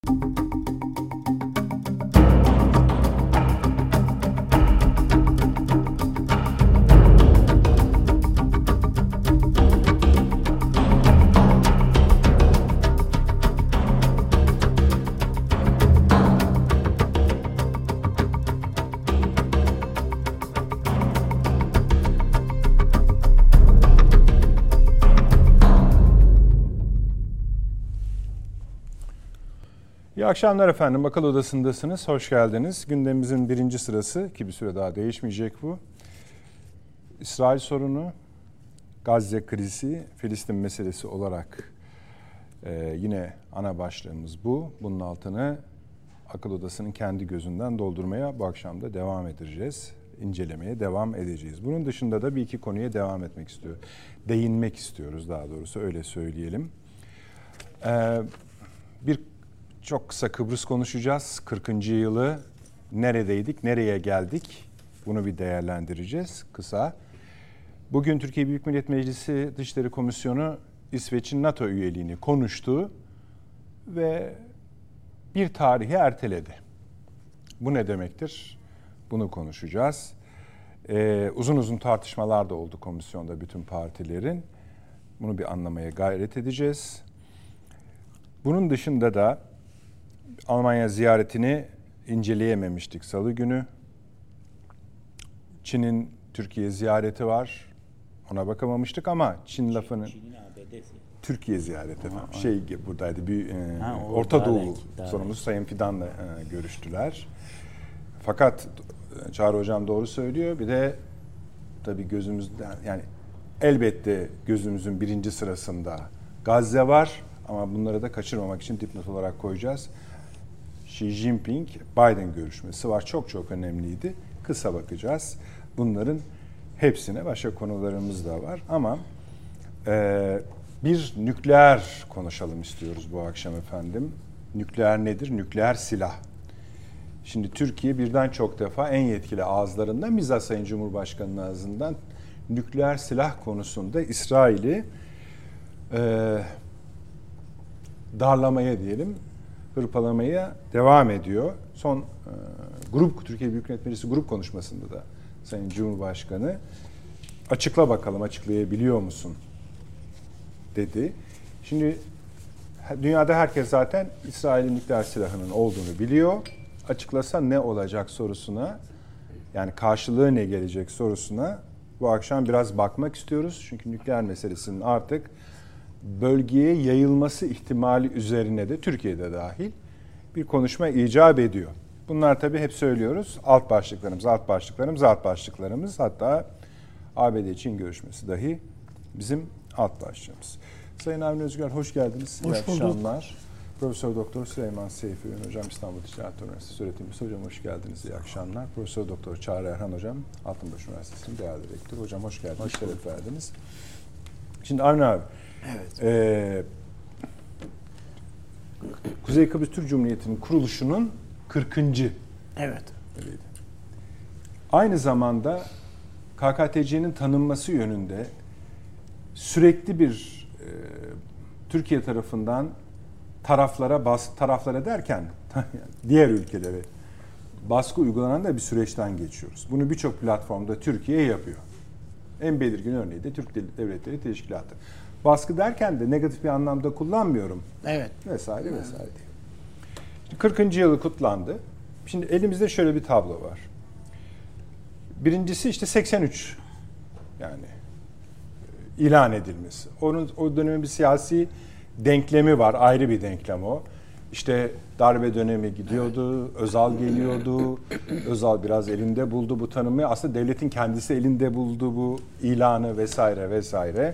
İyi akşamlar efendim. Akıl Odası'ndasınız. Hoş geldiniz. Gündemimizin birinci sırası, ki bir süre daha değişmeyecek bu. İsrail sorunu, Gazze krizi, Filistin meselesi olarak yine ana başlığımız bu. Bunun altını Akıl Odası'nın kendi gözünden doldurmaya bu akşam da devam edeceğiz. İncelemeye devam edeceğiz. Bunun dışında da bir iki konuya değinmek istiyoruz daha doğrusu, öyle söyleyelim. Çok kısa Kıbrıs konuşacağız. 40. yılı neredeydik, nereye geldik? Bunu bir değerlendireceğiz kısa. Bugün Türkiye Büyük Millet Meclisi Dışişleri Komisyonu İsveç'in NATO üyeliğini konuştu ve bir tarihi erteledi. Bu ne demektir? Bunu konuşacağız. Uzun uzun tartışmalar da oldu komisyonda bütün partilerin. Bunu bir anlamaya gayret edeceğiz. Bunun dışında da Almanya ziyaretini inceleyememiştik Salı günü. Çin'in Türkiye ziyareti var. Ona bakamamıştık ama Çin lafını... Çin'in ABD'si. Türkiye ziyareti. Buradaydı. Orta Doğu sorumlusu Sayın Fidan'la görüştüler. Fakat Çağrı Hocam doğru söylüyor. Bir de tabii gözümüzden, yani elbette gözümüzün birinci sırasında Gazze var. Ama bunları da kaçırmamak için dipnot olarak koyacağız. Xi Jinping, Biden görüşmesi var. Çok çok önemliydi. Kısa bakacağız. Bunların hepsine, başka konularımız da var. Ama bir nükleer konuşalım istiyoruz bu akşam efendim. Nükleer nedir? Nükleer silah. Şimdi Türkiye birden çok defa en yetkili ağızlarından, bizzat Sayın Cumhurbaşkanı'nın ağzından nükleer silah konusunda İsrail'i darlamaya diyelim, hırpalamaya devam ediyor. Son Türkiye Büyük Millet Meclisi grup konuşmasında da Sayın Cumhurbaşkanı açıkla bakalım, açıklayabiliyor musun dedi. Şimdi dünyada herkes zaten İsrail'in nükleer silahının olduğunu biliyor. Açıklasa ne olacak sorusuna, yani karşılığı ne gelecek sorusuna bu akşam biraz bakmak istiyoruz. Çünkü nükleer meselesinin artık bölgeye yayılması ihtimali üzerine de Türkiye'de dahil bir konuşma icap ediyor. Bunlar tabii hep söylüyoruz. Alt başlıklarımız. Hatta ABD-Çin görüşmesi dahi bizim alt başlığımız. Sayın Avni Özgür, hoş geldiniz. Hoş bulduk. İyi akşamlar. Profesör Doktor Süleyman Seyfi Ün Hocam, İstanbul Ticaret Üniversitesi öğretim üyesi. Hocam hoş geldiniz. İyi akşamlar. Profesör Doktor Çağrı Erhan Hocam, Altınbaş Üniversitesi'nin değerli rektörü. Hocam hoş geldiniz. Hoş şeref verdiniz. Şimdi Avni abi, evet. Kuzey Kıbrıs Türk Cumhuriyeti'nin kuruluşunun 40. Evet. Aynı zamanda KKTC'nin tanınması yönünde sürekli bir Türkiye tarafından taraflara derken diğer ülkelere baskı uygulanan da bir süreçten geçiyoruz. Bunu birçok platformda Türkiye yapıyor. En belirgin örneği de Türk Devletleri Teşkilatı. Baskı derken de negatif bir anlamda kullanmıyorum. Evet. Vesaire diye. 40. yılı kutlandı. Şimdi elimizde şöyle bir tablo var. Birincisi işte 83, yani ilan edilmesi. O dönemin bir siyasi denklemi var. Ayrı bir denklem o. İşte darbe dönemi gidiyordu. Evet. Özal geliyordu. Özal biraz elinde buldu bu tanımı. Aslında devletin kendisi elinde buldu bu ilanı vesaire.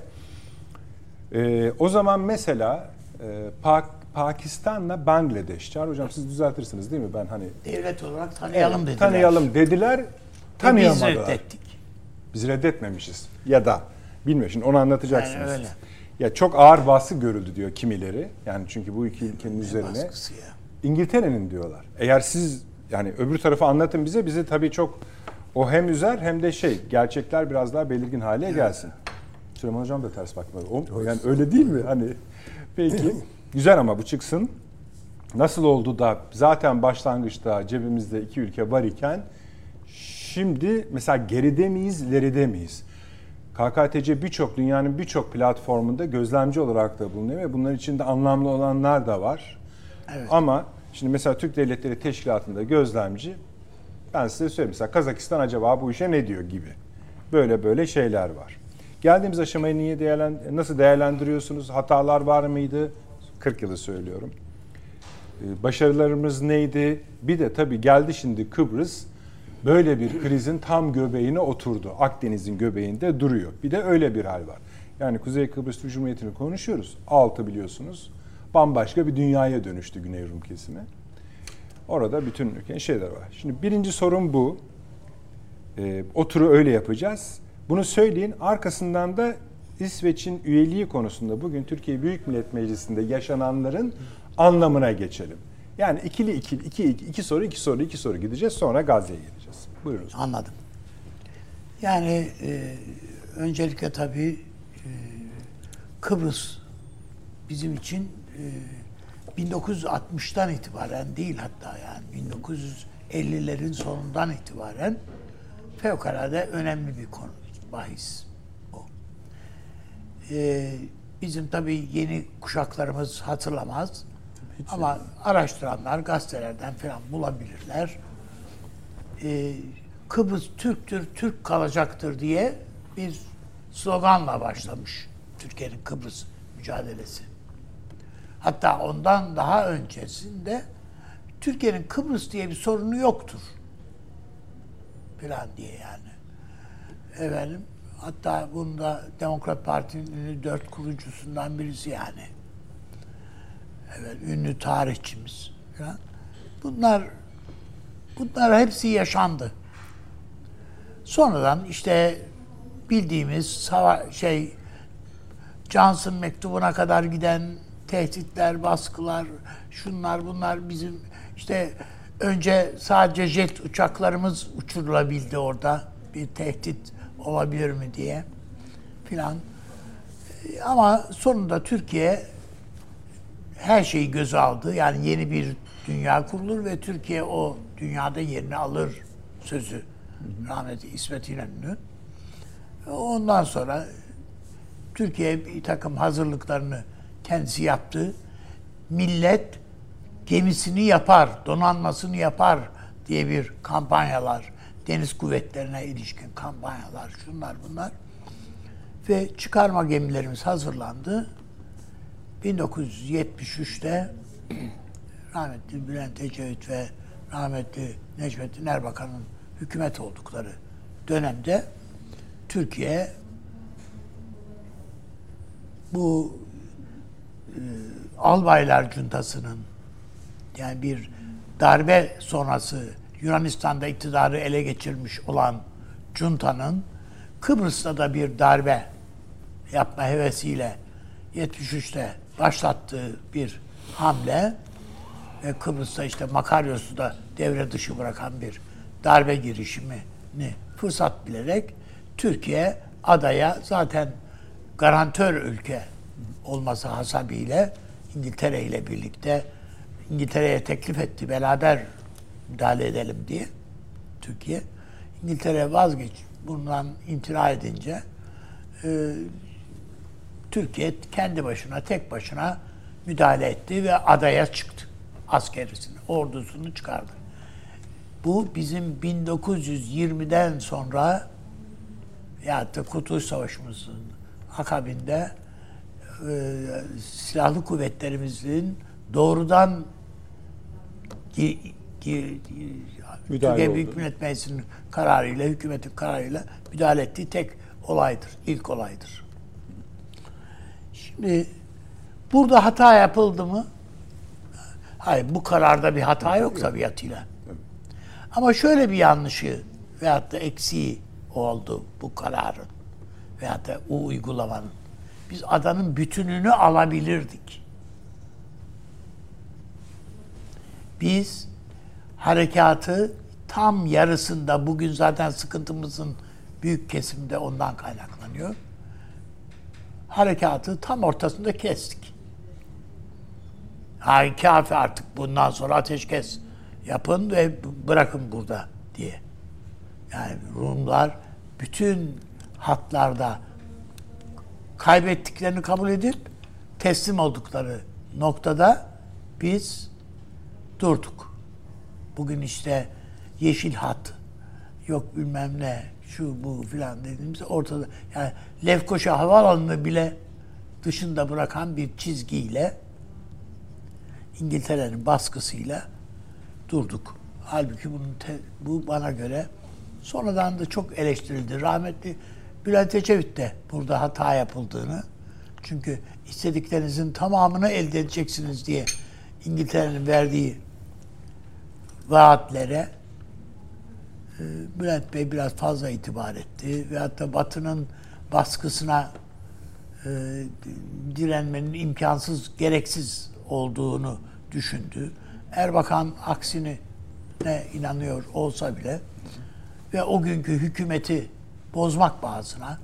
O zaman mesela Pakistan'la Bangladeş. Çağrı Hocam siz düzeltirsiniz değil mi? Ben devlet olarak tanıyalım dediler. Tanıyalım dediler. Tanıyamadılar. Biz reddettik. Biz reddetmemişiz. Ya da bilmiyorum, şimdi onu anlatacaksınız. Yani öyle. Ya çok ağır baskı görüldü diyor kimileri. Yani çünkü bu iki ülkenin üzerine. İngiltere'nin diyorlar. Eğer siz yani öbür tarafı anlatın bize tabii çok o hem üzer hem de gerçekler biraz daha belirgin hale gelsin. Süleyman Hocam da ters bakmadı. Yani öyle değil mi? Peki. Güzel ama bu çıksın. nasıl oldu da zaten başlangıçta cebimizde iki ülke var iken şimdi mesela geride miyiz, ileride miyiz? KKTC dünyanın birçok platformunda gözlemci olarak da bulunuyor ve bunlar içinde anlamlı olanlar da var. Evet. Ama şimdi mesela Türk Devletleri Teşkilatı'nda gözlemci, ben size söyleyeyim mesela Kazakistan acaba bu işe ne diyor gibi. Böyle şeyler var. Geldiğimiz aşamayı nasıl değerlendiriyorsunuz? Hatalar var mıydı? 40 yılı söylüyorum. Başarılarımız neydi? Bir de tabii geldi şimdi Kıbrıs böyle bir krizin tam göbeğine oturdu. Akdeniz'in göbeğinde duruyor. Bir de öyle bir hal var. Yani Kuzey Kıbrıs Türk Cumhuriyeti'ni konuşuyoruz. Altı biliyorsunuz. Bambaşka bir dünyaya dönüştü Güney Rum kesimi. Orada bütün ülkenin şeyler var. Şimdi birinci sorun bu. O turu öyle yapacağız. Bunu söyleyin. Arkasından da İsveç'in üyeliği konusunda bugün Türkiye Büyük Millet Meclisi'nde yaşananların anlamına geçelim. Yani iki soru gideceğiz. Sonra Gazze'ye geleceğiz. Buyurunuz. Anladım. Yani öncelikle tabii Kıbrıs bizim için 1960'tan itibaren değil, hatta yani 1950'lerin sonundan itibaren fevkalade önemli bir konu, bahis bu. Bizim tabii yeni kuşaklarımız hatırlamaz. Ama araştıranlar gazetelerden falan bulabilirler. Kıbrıs Türktür, Türk kalacaktır diye bir sloganla başlamış Türkiye'nin Kıbrıs mücadelesi. Hatta ondan daha öncesinde Türkiye'nin Kıbrıs diye bir sorunu yoktur falan diye yani. Efendim, hatta bunda Demokrat Parti'nin 4 kurucusundan birisi yani. Evet, ünlü tarihçimiz falan. Bunlar hepsi yaşandı. Sonradan işte bildiğimiz Johnson mektubuna kadar giden tehditler, baskılar, şunlar bunlar bizim işte önce sadece jet uçaklarımız uçurulabildi orada. Bir tehdit olabilir mi diye filan. Ama sonunda Türkiye her şeyi göze aldı. Yani yeni bir dünya kurulur ve Türkiye o dünyada yerini alır sözü. Rahmetli İsmet İnönü'nün. Ondan sonra Türkiye bir takım hazırlıklarını kendisi yaptı. Millet gemisini yapar, donanmasını yapar diye bir kampanyalar, deniz kuvvetlerine ilişkin kampanyalar, şunlar bunlar. Ve çıkarma gemilerimiz hazırlandı. 1973'te rahmetli Bülent Ecevit ve rahmetli Necmettin Erbakan'ın hükümet oldukları dönemde Türkiye bu Albaylar Cuntası'nın, yani bir darbe sonrası Yunanistan'da iktidarı ele geçirmiş olan Cunta'nın Kıbrıs'ta da bir darbe yapma hevesiyle 73'te başlattığı bir hamle ve Kıbrıs'ta işte Makaryos'u da devre dışı bırakan bir darbe girişimini fırsat bilerek Türkiye adaya zaten garantör ülke olması hasebiyle İngiltere ile birlikte İngiltere'ye teklif etti, beraber müdahale edelim diye Türkiye. İngiltere bundan imtina edince Türkiye kendi başına, tek başına müdahale etti ve adaya çıktı. Askerisini, ordusunu çıkardı. Bu bizim 1920'den sonra ya da Kurtuluş Savaşımızın akabinde silahlı kuvvetlerimizin doğrudan Türkiye Büyük Millet Meclisi'nin kararıyla, hükümetin kararıyla müdahale ettiği tek olaydır, ilk olaydır. Şimdi burada hata yapıldı mı? Hayır, bu kararda bir hata yok tabiatıyla. Ama şöyle bir yanlışı veyahut da eksiği oldu bu kararın veyahut da o uygulamanın. Biz adanın bütününü alabilirdik. Biz harekatı tam yarısında, bugün zaten sıkıntımızın büyük kesimde ondan kaynaklanıyor. Harekatı tam ortasında kestik. Hayır kafi artık bundan sonra ateşkes yapın ve bırakın burada diye. Yani Rumlar bütün hatlarda kaybettiklerini kabul edip teslim oldukları noktada biz durduk. Bugün işte yeşil hat, yok bilmem ne, şu bu filan dediğimiz ortada. Yani Lefkoşa Havaalanı'nı bile dışında bırakan bir çizgiyle, İngiltere'nin baskısıyla durduk. Halbuki bu bana göre sonradan da çok eleştirildi. Rahmetli Bülent Ecevit de burada hata yapıldığını, çünkü istediklerinizin tamamını elde edeceksiniz diye İngiltere'nin verdiği vaatlere Bülent Bey biraz fazla itibar etti ve hatta Batı'nın baskısına direnmenin imkansız, gereksiz olduğunu düşündü. Erbakan aksine inanıyor olsa bile ve o günkü hükümeti bozmak bahasına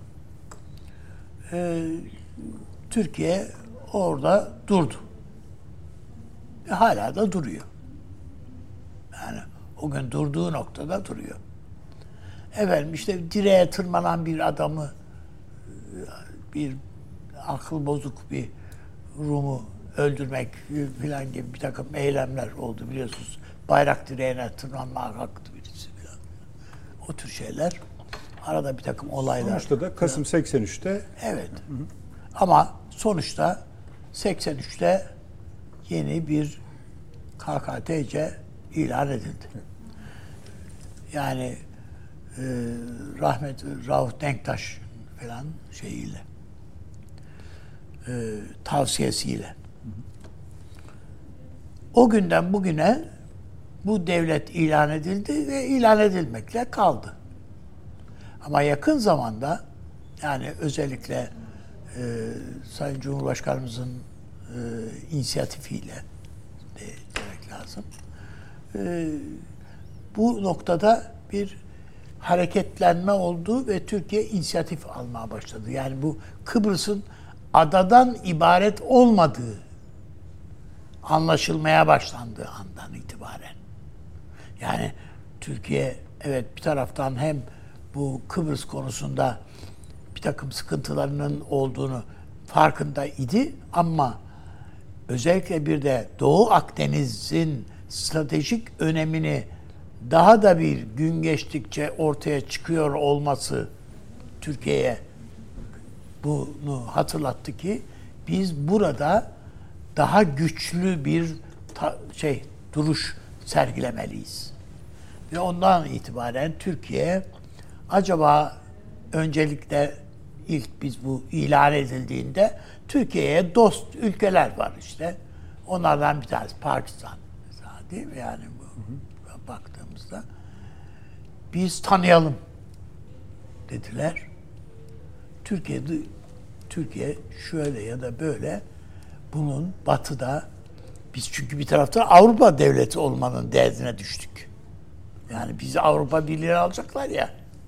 Türkiye orada durdu. Ve hala da duruyor. Yani o gün durduğu noktada duruyor. Efendim işte direğe tırmanan bir adamı, bir akıl bozuk bir Rum'u öldürmek falan gibi bir takım eylemler oldu biliyorsunuz. Bayrak direğine tırmanmaya kalktı birisi falan. O tür şeyler. Arada bir takım olaylar. Sonuçta da Kasım 83'te. Evet. Hı hı. Ama sonuçta 83'te yeni bir KKTC ilan edildi. Yani rahmet Rauf Denktaş falan şeyiyle tavsiyesiyle. O günden bugüne bu devlet ilan edildi ve ilan edilmekle kaldı. Ama yakın zamanda yani özellikle Sayın Cumhurbaşkanımızın inisiyatifiyle demek lazım. Bu noktada bir hareketlenme oldu ve Türkiye inisiyatif almaya başladı. Yani bu Kıbrıs'ın adadan ibaret olmadığı anlaşılmaya başlandığı andan itibaren. Yani Türkiye evet bir taraftan hem bu Kıbrıs konusunda bir takım sıkıntılarının olduğunu farkında idi ama özellikle bir de Doğu Akdeniz'in stratejik önemini daha da bir gün geçtikçe ortaya çıkıyor olması Türkiye'ye bunu hatırlattı ki biz burada daha güçlü bir duruş sergilemeliyiz. Ve ondan itibaren Türkiye acaba öncelikle ilk biz bu ilan edildiğinde Türkiye'ye dost ülkeler var işte. Onlardan bir tanesi Pakistan mesela değil mi? Yani bu baktığımızda biz tanıyalım dediler. Türkiye şöyle ya da böyle bunun batıda biz çünkü bir taraftan Avrupa devleti olmanın derdine düştük. Yani bizi Avrupa Birliği'ne alacaklar ya.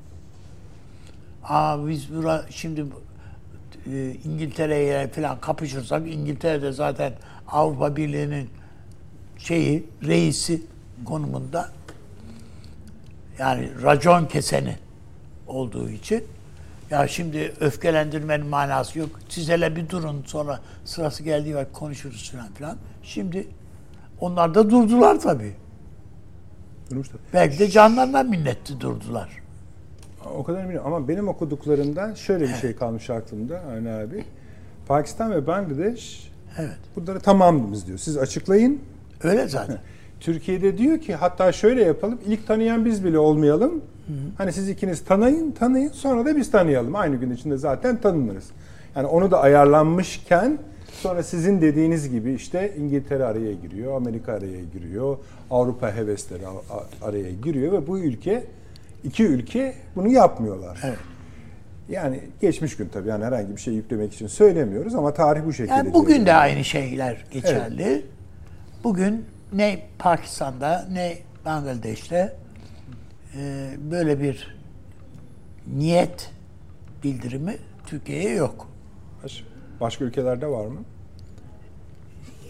Biz şimdi İngiltere'ye falan kapışırsak İngiltere'de zaten Avrupa Birliği'nin reisi konumunda yani racon keseni olduğu için ya şimdi öfkelendirmenin manası yok. Siz hele bir durun sonra sırası geldiği vakit konuşuruz falan. Şimdi onlar da durdular tabii. Durmuşlar. Belki de canlarına minnetti durdular. O kadar bilmiyorum ama benim okuduklarımdan şöyle bir şey kalmış aklımda Avni abi. Pakistan ve Bangladeş bunları tamamımız diyor. Siz açıklayın. Öyle zaten. Türkiye'de diyor ki hatta şöyle yapalım. İlk tanıyan biz bile olmayalım. Hı-hı. Hani siz ikiniz tanıyın sonra da biz tanıyalım. Aynı gün içinde zaten tanınırız. Yani onu da ayarlanmışken sonra sizin dediğiniz gibi işte İngiltere araya giriyor, Amerika araya giriyor, Avrupa hevesleri araya giriyor ve bu iki ülke bunu yapmıyorlar. Evet. Yani geçmiş gün tabii yani herhangi bir şey yüklemek için söylemiyoruz ama tarih bu şekilde. Yani bugün de aynı şeyler geçerli. Evet. Bugün ne Pakistan'da ne Bangladeş'te böyle bir niyet bildirimi Türkiye'ye yok. Başka ülkelerde var mı?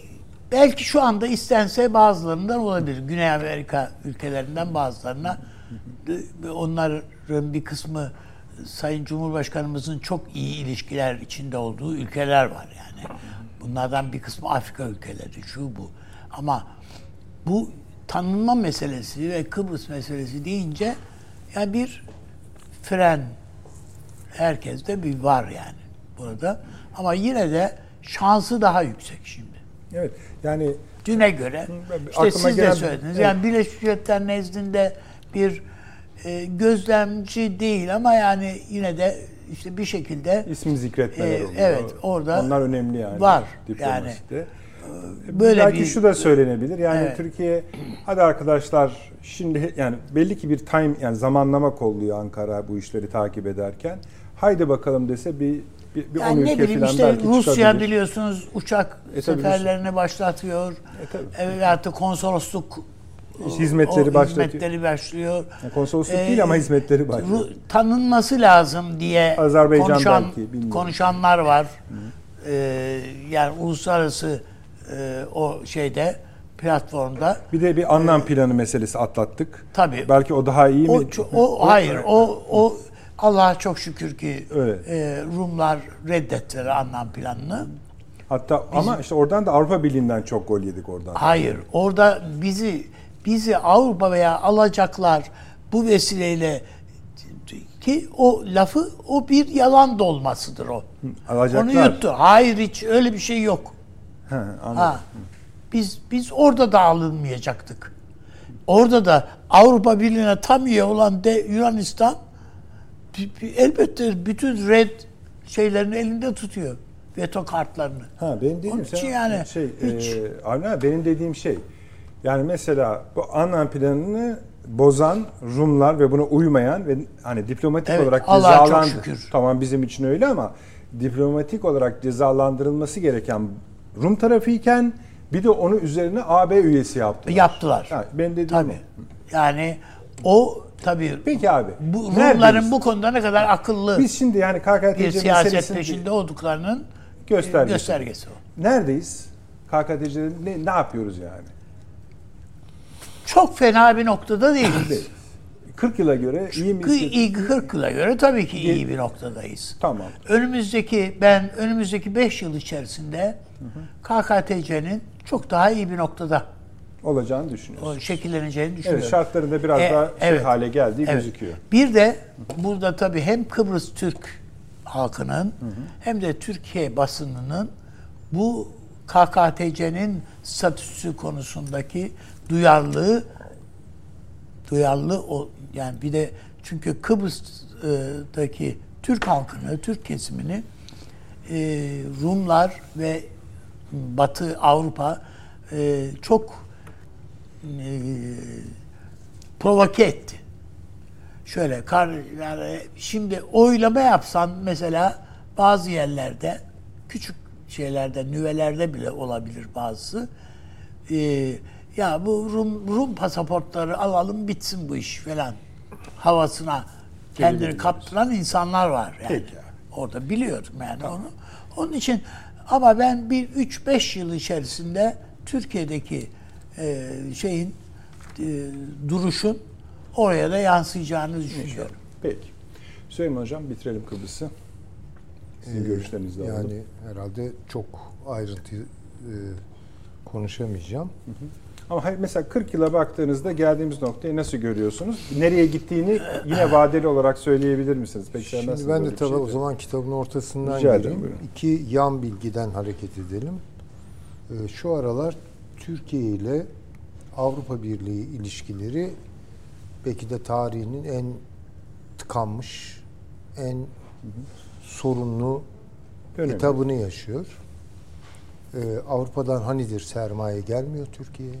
belki şu anda istense bazılarından olabilir. Güney Amerika ülkelerinden bazılarına, onların bir kısmı Sayın Cumhurbaşkanımızın çok iyi ilişkiler içinde olduğu ülkeler var yani. Bunlardan bir kısmı Afrika ülkeleri, şu bu. Ama bu tanınma meselesi ve Kıbrıs meselesi deyince yani bir fren herkeste bir var yani burada. Ama yine de şansı daha yüksek şimdi. Evet. Yani Düne göre işte siz de söylediniz. Yani Birleşmiş Milletler nezdinde bir gözlemci değil ama yani yine de işte bir şekilde ismi zikretmeler oluyor. Evet, orada onlar önemli yani. Var diplomaside. yani. Böyle belki şu da söylenebilir. Yani evet. Türkiye, hadi arkadaşlar şimdi yani belli ki bir time, yani zamanlama kolluyor Ankara bu işleri takip ederken. Haydi bakalım dese bir yani 10 ne ülke bileyim falan işte belki Rusya çıkabilir. biliyorsunuz uçak seferlerini başlatıyor. Veyahut da konsolosluk hizmetleri başlıyor. Yani konsolosluk değil ama hizmetleri başlıyor. Tanınması lazım diye Azerbaycan konuşanlar var. Yani uluslararası o şeyde, platformda. Bir de bir anlam planı meselesi atlattık. Tabii. Belki o daha iyi mi? Hayır. O Allah'a çok şükür ki evet. Rumlar reddettiler anlam planını. Hatta ama işte oradan da Avrupa Birliği'nden çok gol yedik oradan. Hayır. Orada bizi Avrupa veya alacaklar bu vesileyle ki o lafı, o bir yalan dolmasıdır o. Alacaklar. Onu yuttu. Hayır, hiç öyle bir şey yok. Anladım. Biz orada da alınmayacaktık. Orada da Avrupa Birliği'ne tam üye olan Yunanistan elbette bütün red şeylerini elinde tutuyor. Veto kartlarını. Benim dediğim benim dediğim şey. Yani mesela bu anlam planını bozan Rumlar ve buna uymayan ve hani diplomatik olarak tamam bizim için öyle ama diplomatik olarak cezalandırılması gereken Rum tarafıyken bir de onu üzerine AB üyesi yaptılar. Yani ben dediğim tabii. Yani o tabii. Peki abi. Rumların bu konuda ne kadar akıllı biz şimdi yani KKTC bir siyaset peşinde olduklarının göstergesi o. Neredeyiz? KKTC'de ne yapıyoruz yani? Çok fena bir noktada değiliz. 40 yıla göre iyi miyiz? 40 yıla göre tabii ki iyi bir noktadayız. Tamam. Önümüzdeki 5 yıl içerisinde KKTC'nin çok daha iyi bir noktada olacağını düşünüyorsunuz. Şekilleneceğini düşünüyorum. Evet, şartlarında biraz daha hale geldiği gözüküyor. Bir de burada tabii hem Kıbrıs Türk halkının hem de Türkiye basınının bu KKTC'nin statüsü konusundaki duyarlı yani bir de çünkü Kıbrıs'taki Türk halkını, Türk kesimini Rumlar ve Batı Avrupa çok provoke etti. Şöyle yani şimdi oylama yapsan mesela bazı yerlerde, küçük şeylerde, nüvelerde bile olabilir bazısı. Ya bu Rum pasaportları alalım bitsin bu iş falan havasına kendini kaptıran insanlar var yani. Peki. Orada biliyordum yani onu. Onun için ama ben bir 3-5 yıl içerisinde Türkiye'deki duruşun oraya da yansıyacağını düşünüyorum. Peki. Süleyman Hocam bitirelim Kıbrıs'ı. Sizin görüşlerinizle alalım. Yani herhalde çok ayrıntı konuşamayacağım. Ama mesela 40 yıla baktığınızda geldiğimiz noktayı nasıl görüyorsunuz? Nereye gittiğini yine vadeli olarak söyleyebilir misiniz? Peki şimdi ben de tabii o zaman kitabın ortasından gireyim. İki yan bilgiden hareket edelim. Şu aralar Türkiye ile Avrupa Birliği ilişkileri belki de tarihinin en tıkanmış, en sorunlu etabını yaşıyor. Avrupa'dan hanidir sermaye gelmiyor Türkiye'ye.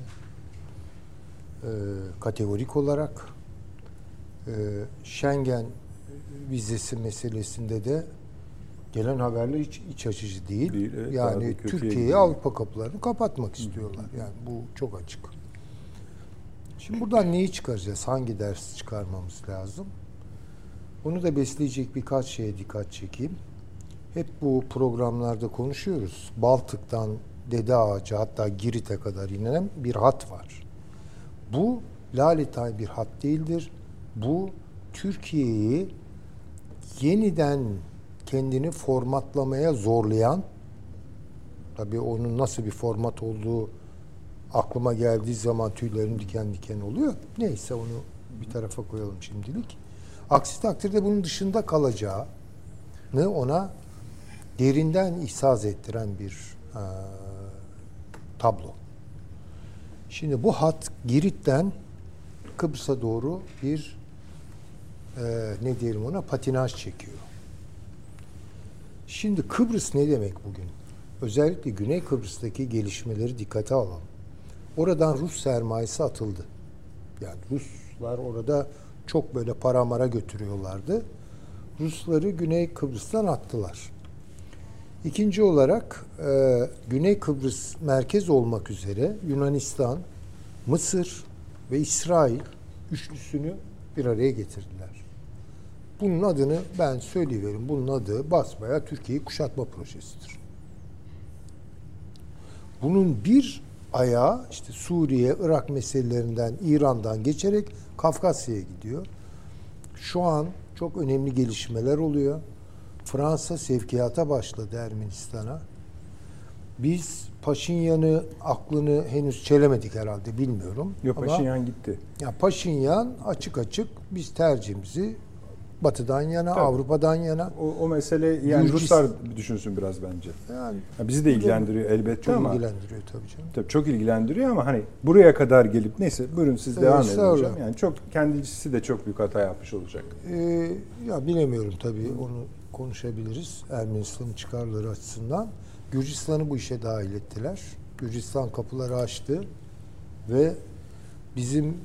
Kategorik olarak Schengen vizesi meselesinde de gelen haberler hiç iç açıcı değil. Evet, yani Türkiye'ye Avrupa kapılarını kapatmak istiyorlar. Yani bu çok açık. Şimdi buradan neyi çıkaracağız? Hangi ders çıkarmamız lazım? Onu da besleyecek birkaç şeye dikkat çekeyim. Hep bu programlarda konuşuyoruz. Baltık'tan Dede Ağacı hatta Girit'e kadar inen bir hat var. Bu lalettay bir hat değildir. Bu Türkiye'yi yeniden kendini formatlamaya zorlayan, tabii onun nasıl bir format olduğu aklıma geldiği zaman tüylerim diken diken oluyor. Neyse onu bir tarafa koyalım şimdilik. Aksi takdirde bunun dışında kalacağını ona derinden ihsas ettiren bir tablo. Şimdi bu hat Girit'ten Kıbrıs'a doğru bir ne diyelim ona patinaj çekiyor. Şimdi Kıbrıs ne demek bugün? Özellikle Güney Kıbrıs'taki gelişmeleri dikkate alalım. Oradan Rus sermayesi atıldı. Yani Ruslar orada çok böyle para mara götürüyorlardı. Rusları Güney Kıbrıs'tan attılar. İkinci olarak Güney Kıbrıs merkez olmak üzere Yunanistan, Mısır ve İsrail üçlüsünü bir araya getirdiler. Bunun adını ben söyleyiverim. Bunun adı basbayağı Türkiye'yi kuşatma projesidir. Bunun bir ayağı işte Suriye, Irak meselelerinden, İran'dan geçerek Kafkasya'ya gidiyor. Şu an çok önemli gelişmeler oluyor. Fransa sevkiyata başladı Ermenistan'a. Biz Paşinyan'ı aklını henüz çelemedik herhalde, bilmiyorum. Yok, Paşinyan gitti. Ya Paşinyan açık açık biz tercihimizi Batı'dan yana, tabii, Avrupa'dan yana. O mesele yani Ruslar düşünsün biraz bence. Yani bizi de ilgilendiriyor elbette çok ama. Çok ilgilendiriyor tabii canım. Tabii çok ilgilendiriyor ama hani buraya kadar gelip neyse buyurun siz devam edin hocam. Yani çok kendisi de çok büyük hata yapmış olacak. Ya bilemiyorum tabii, onu konuşabiliriz Ermenistan'ın çıkarları açısından. Gürcistan'ı bu işe dahil ettiler. Gürcistan kapıları açtı ve bizim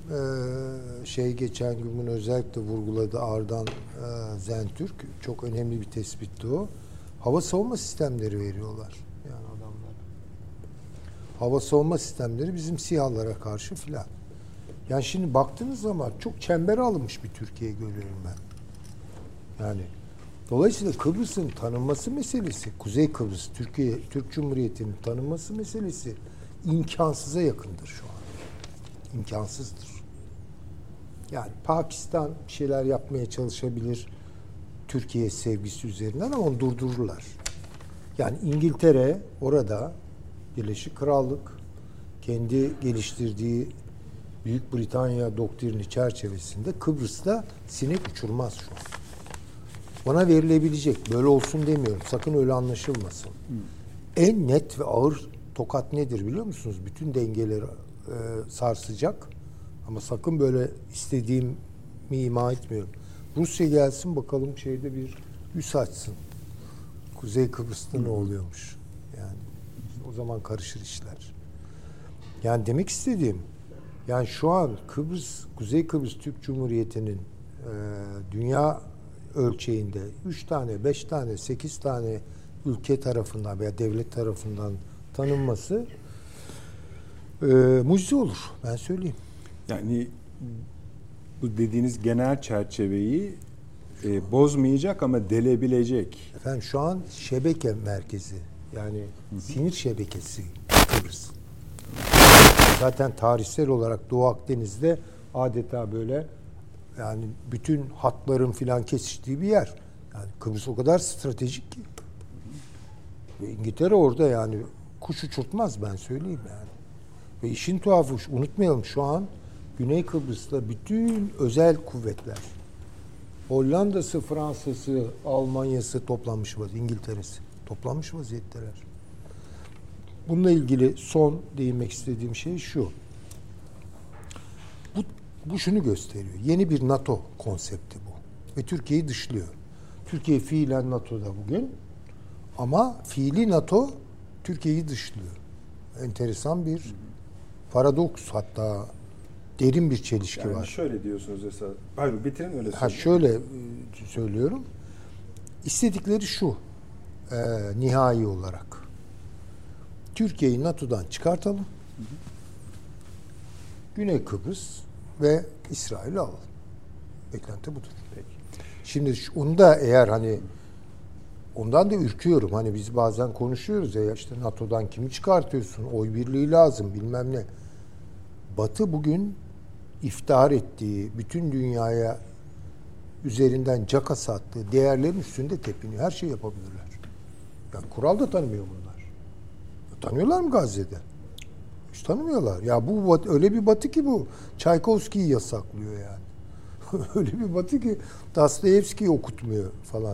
geçen gün bunu özellikle vurguladı Ardan Zentürk. Çok önemli bir tespitti o. Hava savunma sistemleri veriyorlar. Yani adamlar. Hava savunma sistemleri bizim SİHA'lara karşı filan. Yani şimdi baktığınız zaman çok çembere alınmış bir Türkiye görüyorum ben. Yani dolayısıyla Kıbrıs'ın tanınması meselesi, Kuzey Kıbrıs, Türk Cumhuriyeti'nin tanınması meselesi imkansıza yakındır şu an. İmkansızdır. Yani Pakistan bir şeyler yapmaya çalışabilir Türkiye sevgisi üzerinden ama onu durdururlar. Yani İngiltere orada, Birleşik Krallık kendi geliştirdiği Büyük Britanya doktrini çerçevesinde Kıbrıs'ta sinek uçurmaz şu an. Ona verilebilecek, böyle olsun demiyorum, sakın öyle anlaşılmasın. En net ve ağır tokat nedir biliyor musunuz? Bütün dengeleri sarsacak ama sakın böyle istediğimi ima etmiyorum. Rusya gelsin bakalım şeyde bir üs açsın. Kuzey Kıbrıs'ta ne oluyormuş? Yani o zaman karışır işler. Yani demek istediğim, yani şu an Kuzey Kıbrıs Türk Cumhuriyeti'nin dünya ölçeğinde 3 tane, 5 tane, 8 tane ülke tarafından veya devlet tarafından tanınması mucize olur. Ben söyleyeyim. Yani bu dediğiniz genel çerçeveyi bozmayacak ama delebilecek. Efendim şu an şebeke merkezi. Yani sinir şebekesi Kıbrıs. Zaten tarihsel olarak Doğu Akdeniz'de adeta böyle yani bütün hatların filan kesiştiği bir yer. Yani Kıbrıs o kadar stratejik ki. Ve İngiltere orada yani kuş uçurtmaz, ben söyleyeyim yani. Ve işin tuhafı, unutmayalım, şu an Güney Kıbrıs'ta bütün özel kuvvetler, Hollanda'sı, Fransa'sı, Almanya'sı toplanmış vaziyette, İngiltere'si toplanmış vaziyetteler. Bununla ilgili son değinmek istediğim şey şu. Bu şunu gösteriyor. Yeni bir NATO konsepti bu. Ve Türkiye'yi dışlıyor. Türkiye fiilen NATO'da bugün ama fiili NATO Türkiye'yi dışlıyor. Enteresan bir paradoks, hatta derin bir çelişki yani var. Şöyle diyorsunuz esas. Hayır, bitirin öyle söyleyeyim. Şöyle söylüyorum. İstedikleri şu nihai olarak. Türkiye'yi NATO'dan çıkartalım. Güney Kıbrıs ve İsrail'i alalım. Beklenti budur. Peki. Şimdi onu da eğer hani ondan da ürküyorum. Hani biz bazen konuşuyoruz ya işte NATO'dan kimi çıkartıyorsun? Oy birliği lazım bilmem ne. Batı bugün iftihar ettiği, bütün dünyaya üzerinden caka sattığı değerlerin üstünde tepiniyor. Her şey yapabilirler. Yani kural da tanımıyor bunlar. Tanıyorlar mı Gazze'de? Hiç tanımıyorlar. Ya bu öyle bir Batı ki bu. Çaykovski'yi yasaklıyor yani. Öyle bir Batı ki Dostoyevski'yi okutmuyor falan.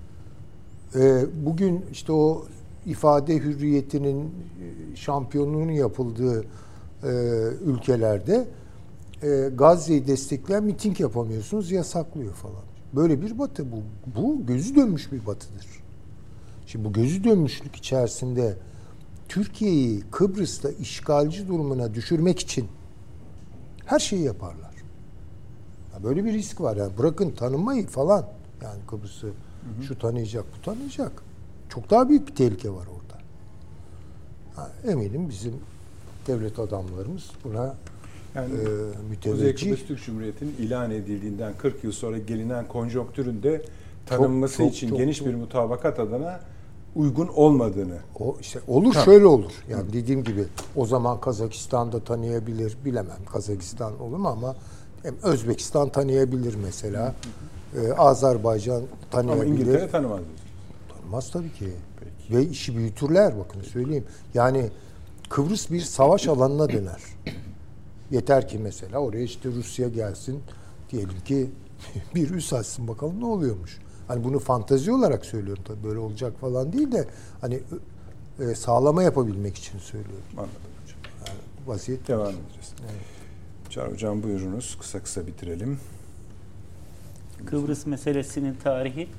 Bugün işte o ifade hürriyetinin şampiyonluğunun yapıldığı ülkelerde Gazze'yi destekleyen miting yapamıyorsunuz, yasaklıyor falan. Böyle bir Batı bu. Bu gözü dönmüş bir Batı'dır. Şimdi bu gözü dönmüşlük içerisinde Türkiye'yi Kıbrıs'ta işgalci durumuna düşürmek için her şeyi yaparlar. Ya böyle bir risk var yani. Bırakın tanınmayı falan. Yani Kıbrıs'ı şu tanıyacak, bu tanıyacak. Çok daha büyük bir tehlike var orada. Eminim bizim devlet adamlarımız buna yani müteveccih. Kuzey Kıbrıs Türk Cumhuriyeti'nin ilan edildiğinden 40 yıl sonra gelinen konjonktüründe tanınması için geniş bir mutabakat adına uygun olmadığını. O işte olur şöyle olur. Yani dediğim gibi o zaman Kazakistan'da tanıyabilir, bilemem Kazakistan olur mu ama Özbekistan tanıyabilir mesela. Azerbaycan tanıyabilir. Ama İngiltere tanımaz. Tanımaz tabii ki. Peki. Ve işi büyütürler bakın söyleyeyim. Yani Kıbrıs bir savaş alanına döner. Yeter ki mesela oraya işte Rusya gelsin diyelim ki bir üs açsın bakalım ne oluyormuş. Hani bunu fantazi olarak söylüyorum tabii böyle olacak falan değil de hani sağlama yapabilmek için söylüyorum. Anladım hocam. Yani vaziyet devam edeceğiz. Evet. Çağrı hocam buyurunuz kısa kısa bitirelim. Kıbrıs meselesinin tarihi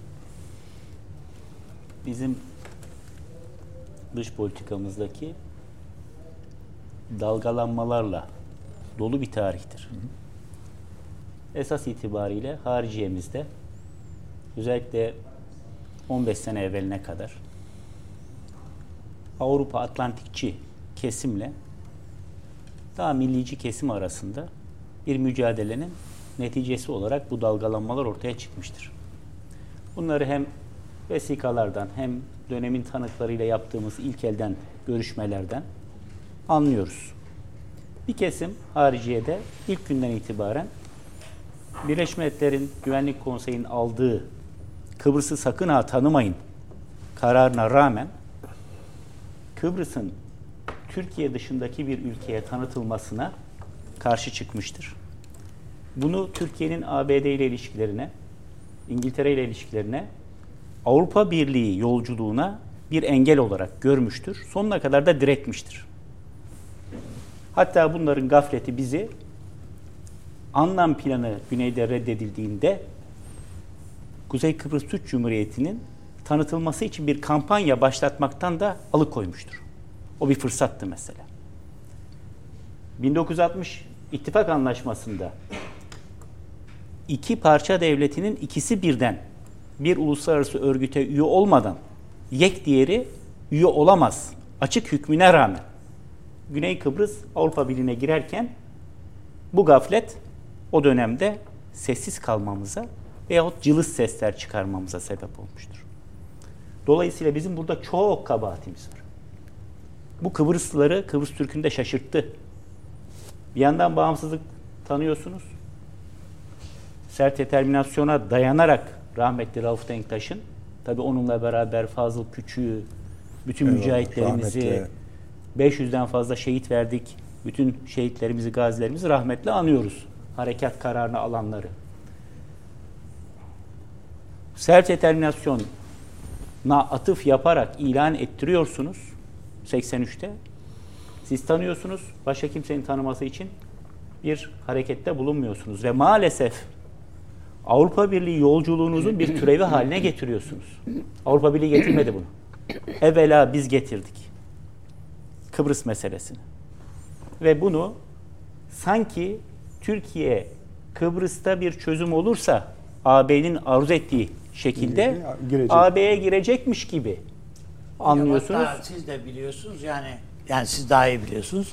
bizim dış politikamızdaki dalgalanmalarla dolu bir tarihtir. Esas itibariyle hariciyemizde özellikle 15 sene evveline kadar Avrupa Atlantikçi kesimle daha millici kesim arasında bir mücadelenin neticesi olarak bu dalgalanmalar ortaya çıkmıştır. Bunları hem vesikalardan hem dönemin tanıklarıyla yaptığımız ilk elden görüşmelerden anlıyoruz. Bir kesim hariciyede ilk günden itibaren Birleşmiş Milletler'in Güvenlik Konseyi'nin aldığı Kıbrıs'ı sakın ha tanımayın kararına rağmen Kıbrıs'ın Türkiye dışındaki bir ülkeye tanıtılmasına karşı çıkmıştır. Bunu Türkiye'nin ABD ile ilişkilerine, İngiltere ile ilişkilerine, Avrupa Birliği yolculuğuna bir engel olarak görmüştür. Sonuna kadar da diretmiştir. Hatta bunların gafleti bizi Annan planı güneyde reddedildiğinde Kuzey Kıbrıs Türk Cumhuriyeti'nin tanıtılması için bir kampanya başlatmaktan da alıkoymuştur. O bir fırsattı mesela. 1960 İttifak Anlaşması'nda iki parça devletinin ikisi birden bir uluslararası örgüte üye olmadan yek diğeri üye olamaz. Açık hükmüne rağmen Güney Kıbrıs Avrupa Birliği'ne girerken bu gaflet o dönemde sessiz kalmamıza veyahut cılız sesler çıkarmamıza sebep olmuştur. Dolayısıyla bizim burada çok kabahatimiz var. Bu Kıbrıslıları, Kıbrıs Türk'ünü de şaşırttı. Bir yandan bağımsızlık tanıyorsunuz. Sert determinasyona dayanarak rahmetli Rauf Denktaş'ın, tabii onunla beraber Fazıl Küçük'ü, bütün mücahitlerimizi, 500'den fazla şehit verdik. Bütün şehitlerimizi, gazilerimizi rahmetle anıyoruz. Harekat kararını alanları. Sert determinasyona atıf yaparak ilan ettiriyorsunuz 83'te. Siz tanıyorsunuz, başka kimsenin tanıması için bir harekette bulunmuyorsunuz. Ve maalesef Avrupa Birliği yolculuğunuzun bir türevi haline getiriyorsunuz. Avrupa Birliği getirmedi bunu. Evvela biz getirdik. Kıbrıs meselesini. Ve bunu sanki Türkiye Kıbrıs'ta bir çözüm olursa AB'nin arzu ettiği şekilde AB'ye girecekmiş gibi anlıyorsunuz. Hatta siz de biliyorsunuz yani siz daha iyi biliyorsunuz.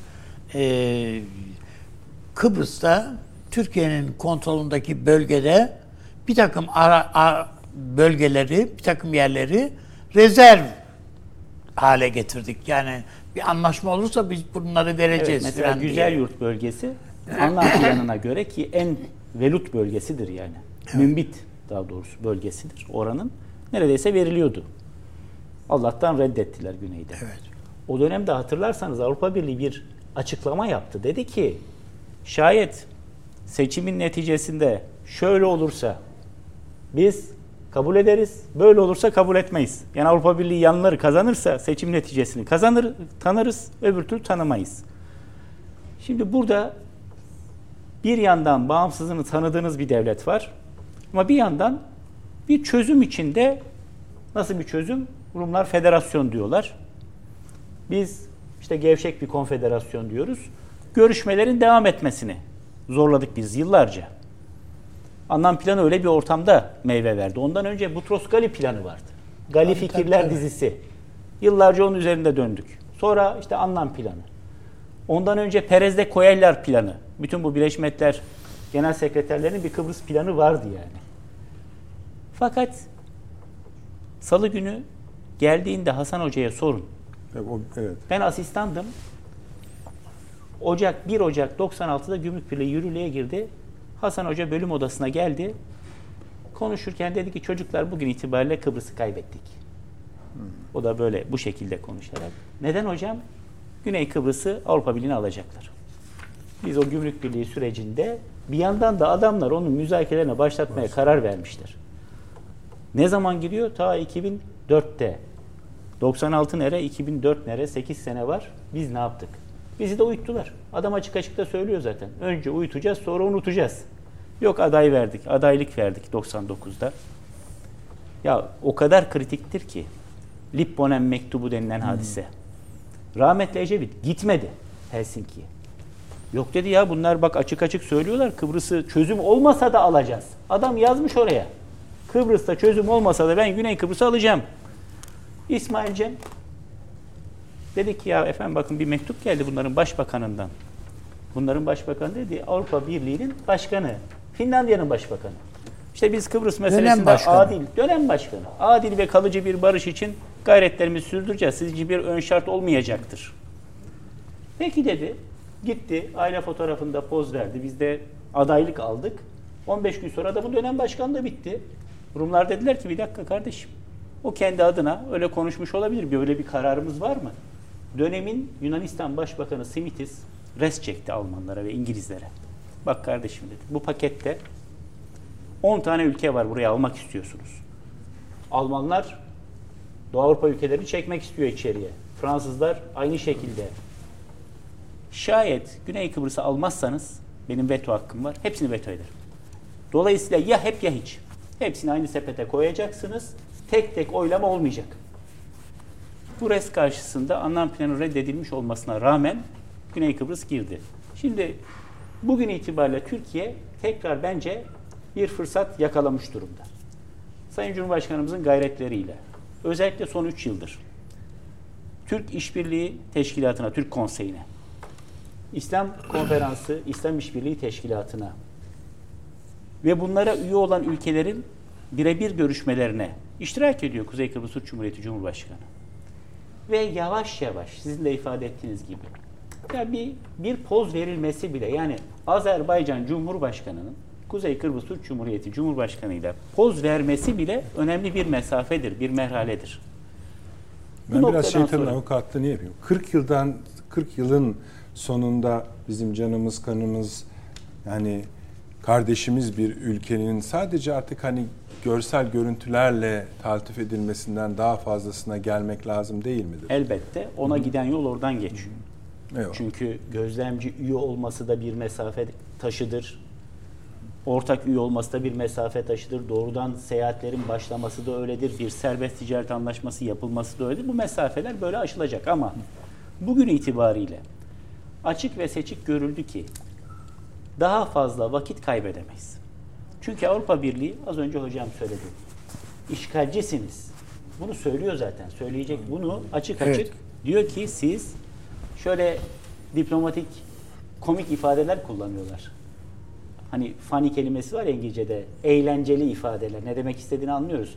Kıbrıs'ta Türkiye'nin kontrolündeki bölgede bir takım bölgeleri, bir takım yerleri rezerv hale getirdik. Yani bir anlaşma olursa biz bunları vereceğiz. Evet, mesela Güzelyurt bölgesi Anlam planına göre ki en velut bölgesidir yani. Evet. Mümbit daha doğrusu bölgesidir oranın. Neredeyse veriliyordu. Allah'tan reddettiler güneyde. Evet. O dönemde hatırlarsanız Avrupa Birliği bir açıklama yaptı. Dedi ki şayet seçimin neticesinde şöyle olursa biz kabul ederiz, böyle olursa kabul etmeyiz. Yani Avrupa Birliği yanları kazanırsa seçim neticesini tanırız, öbür türlü tanımayız. Şimdi burada bir yandan bağımsızlığını tanıdığınız bir devlet var. Ama bir yandan bir çözüm içinde, nasıl bir çözüm? Rumlar federasyon diyorlar. Biz işte gevşek bir konfederasyon diyoruz. Görüşmelerin devam etmesini zorladık biz yıllarca. Anlam planı öyle bir ortamda meyve verdi. Ondan önce Butros-Ghali planı vardı. Gali Fikirler dizisi. Yıllarca onun üzerinde döndük. Sonra işte Anlam planı. Ondan önce Perez de Cuéllar planı. Bütün bu Birleşmiş Milletler Genel Sekreterlerinin bir Kıbrıs planı vardı yani. Fakat Salı günü geldiğinde Hasan Hoca'ya sorun. Evet. Ben asistandım. 1 Ocak 96'da Gümrük Birliği yürürlüğe girdi. Hasan Hoca bölüm odasına geldi. Konuşurken dedi ki çocuklar bugün itibariyle Kıbrıs'ı kaybettik. O da böyle bu şekilde konuşarak. Neden hocam? Güney Kıbrıs'ı Avrupa Birliği'ne alacaklar. Biz o Gümrük Birliği sürecinde bir yandan da adamlar onun müzakerelerine başlatmaya karar vermişler. Ne zaman giriyor? Ta 2004'te. 96 nere, 2004 nere, 8 sene var. Biz ne yaptık? Bizi de uyuttular. Adam açık açık da söylüyor zaten. Önce uyutacağız, sonra unutacağız. Yok aday verdik, adaylık verdik 99'da. Ya o kadar kritiktir ki Lipponen mektubu denilen hadise. Rahmetli Ecevit gitmedi Helsinki'ye. Yok dedi ya bunlar bak açık açık söylüyorlar. Kıbrıs'ı çözüm olmasa da alacağız. Adam yazmış oraya. Kıbrıs'ta çözüm olmasa da ben Güney Kıbrıs'ı alacağım. İsmail Cem dedi ki ya efendim bakın bir mektup geldi bunların başbakanından. Bunların başbakanı dedi Avrupa Birliği'nin başkanı. Finlandiya'nın başbakanı. İşte biz Kıbrıs meselesinde dönem başkanı. Adil ve kalıcı bir barış için gayretlerimizi sürdüreceğiz. Sizce bir ön şart olmayacaktır. Peki dedi. Gitti. Aile fotoğrafında poz verdi. Biz de adaylık aldık. 15 gün sonra da bu dönem başkanlığı bitti. Rumlar dediler ki bir dakika kardeşim. O kendi adına öyle konuşmuş olabilir. Böyle bir kararımız var mı? Dönemin Yunanistan Başbakanı Simitis res çekti Almanlara ve İngilizlere. Bak kardeşim dedi. Bu pakette 10 tane ülke var buraya almak istiyorsunuz. Almanlar Doğu Avrupa ülkeleri çekmek istiyor içeriye. Fransızlar aynı şekilde. Şayet Güney Kıbrıs'ı almazsanız benim veto hakkım var. Hepsini veto ederim. Dolayısıyla ya hep ya hiç. Hepsini aynı sepete koyacaksınız. Tek tek oylama olmayacak. Bu res karşısında anlam planı reddedilmiş olmasına rağmen Güney Kıbrıs girdi. Şimdi bugün itibariyle Türkiye tekrar bence bir fırsat yakalamış durumda. Sayın Cumhurbaşkanımızın gayretleriyle özellikle son 3 yıldır Türk İşbirliği Teşkilatı'na, Türk Konseyi'ne, İslam Konferansı, İslam İşbirliği Teşkilatı'na ve bunlara üye olan ülkelerin birebir görüşmelerine iştirak ediyor Kuzey Kıbrıs Türk Cumhuriyeti Cumhurbaşkanı. Ve yavaş yavaş sizin de ifade ettiğiniz gibi ya bir poz verilmesi bile yani Azerbaycan Cumhurbaşkanı'nın Kuzey Kıbrıs Türk Cumhuriyeti Cumhurbaşkanı'yla poz vermesi bile önemli bir mesafedir, bir merhaledir. Ben biraz şeytanın avukatlığını yapayım. 40 yılın sonunda bizim canımız, kanımız yani kardeşimiz bir ülkenin sadece artık hani görsel görüntülerle taltif edilmesinden daha fazlasına gelmek lazım değil midir? Elbette. Ona giden yol oradan geçiyor. Eyvallah. Çünkü gözlemci üye olması da bir mesafe taşıdır. Ortak üye olması da bir mesafe taşıdır. Doğrudan seyahatlerin başlaması da öyledir. Bir serbest ticaret anlaşması yapılması da öyledir. Bu mesafeler böyle aşılacak ama bugün itibariyle açık ve seçik görüldü ki daha fazla vakit kaybedemeyiz. Çünkü Avrupa Birliği az önce hocam söyledi. İşgalcisiniz. Bunu söylüyor zaten. Söyleyecek bunu açık açık. Diyor ki siz şöyle diplomatik komik ifadeler kullanıyorlar. Hani funny kelimesi var ya İngilizce'de. Eğlenceli ifadeler. Ne demek istediğini anlıyoruz.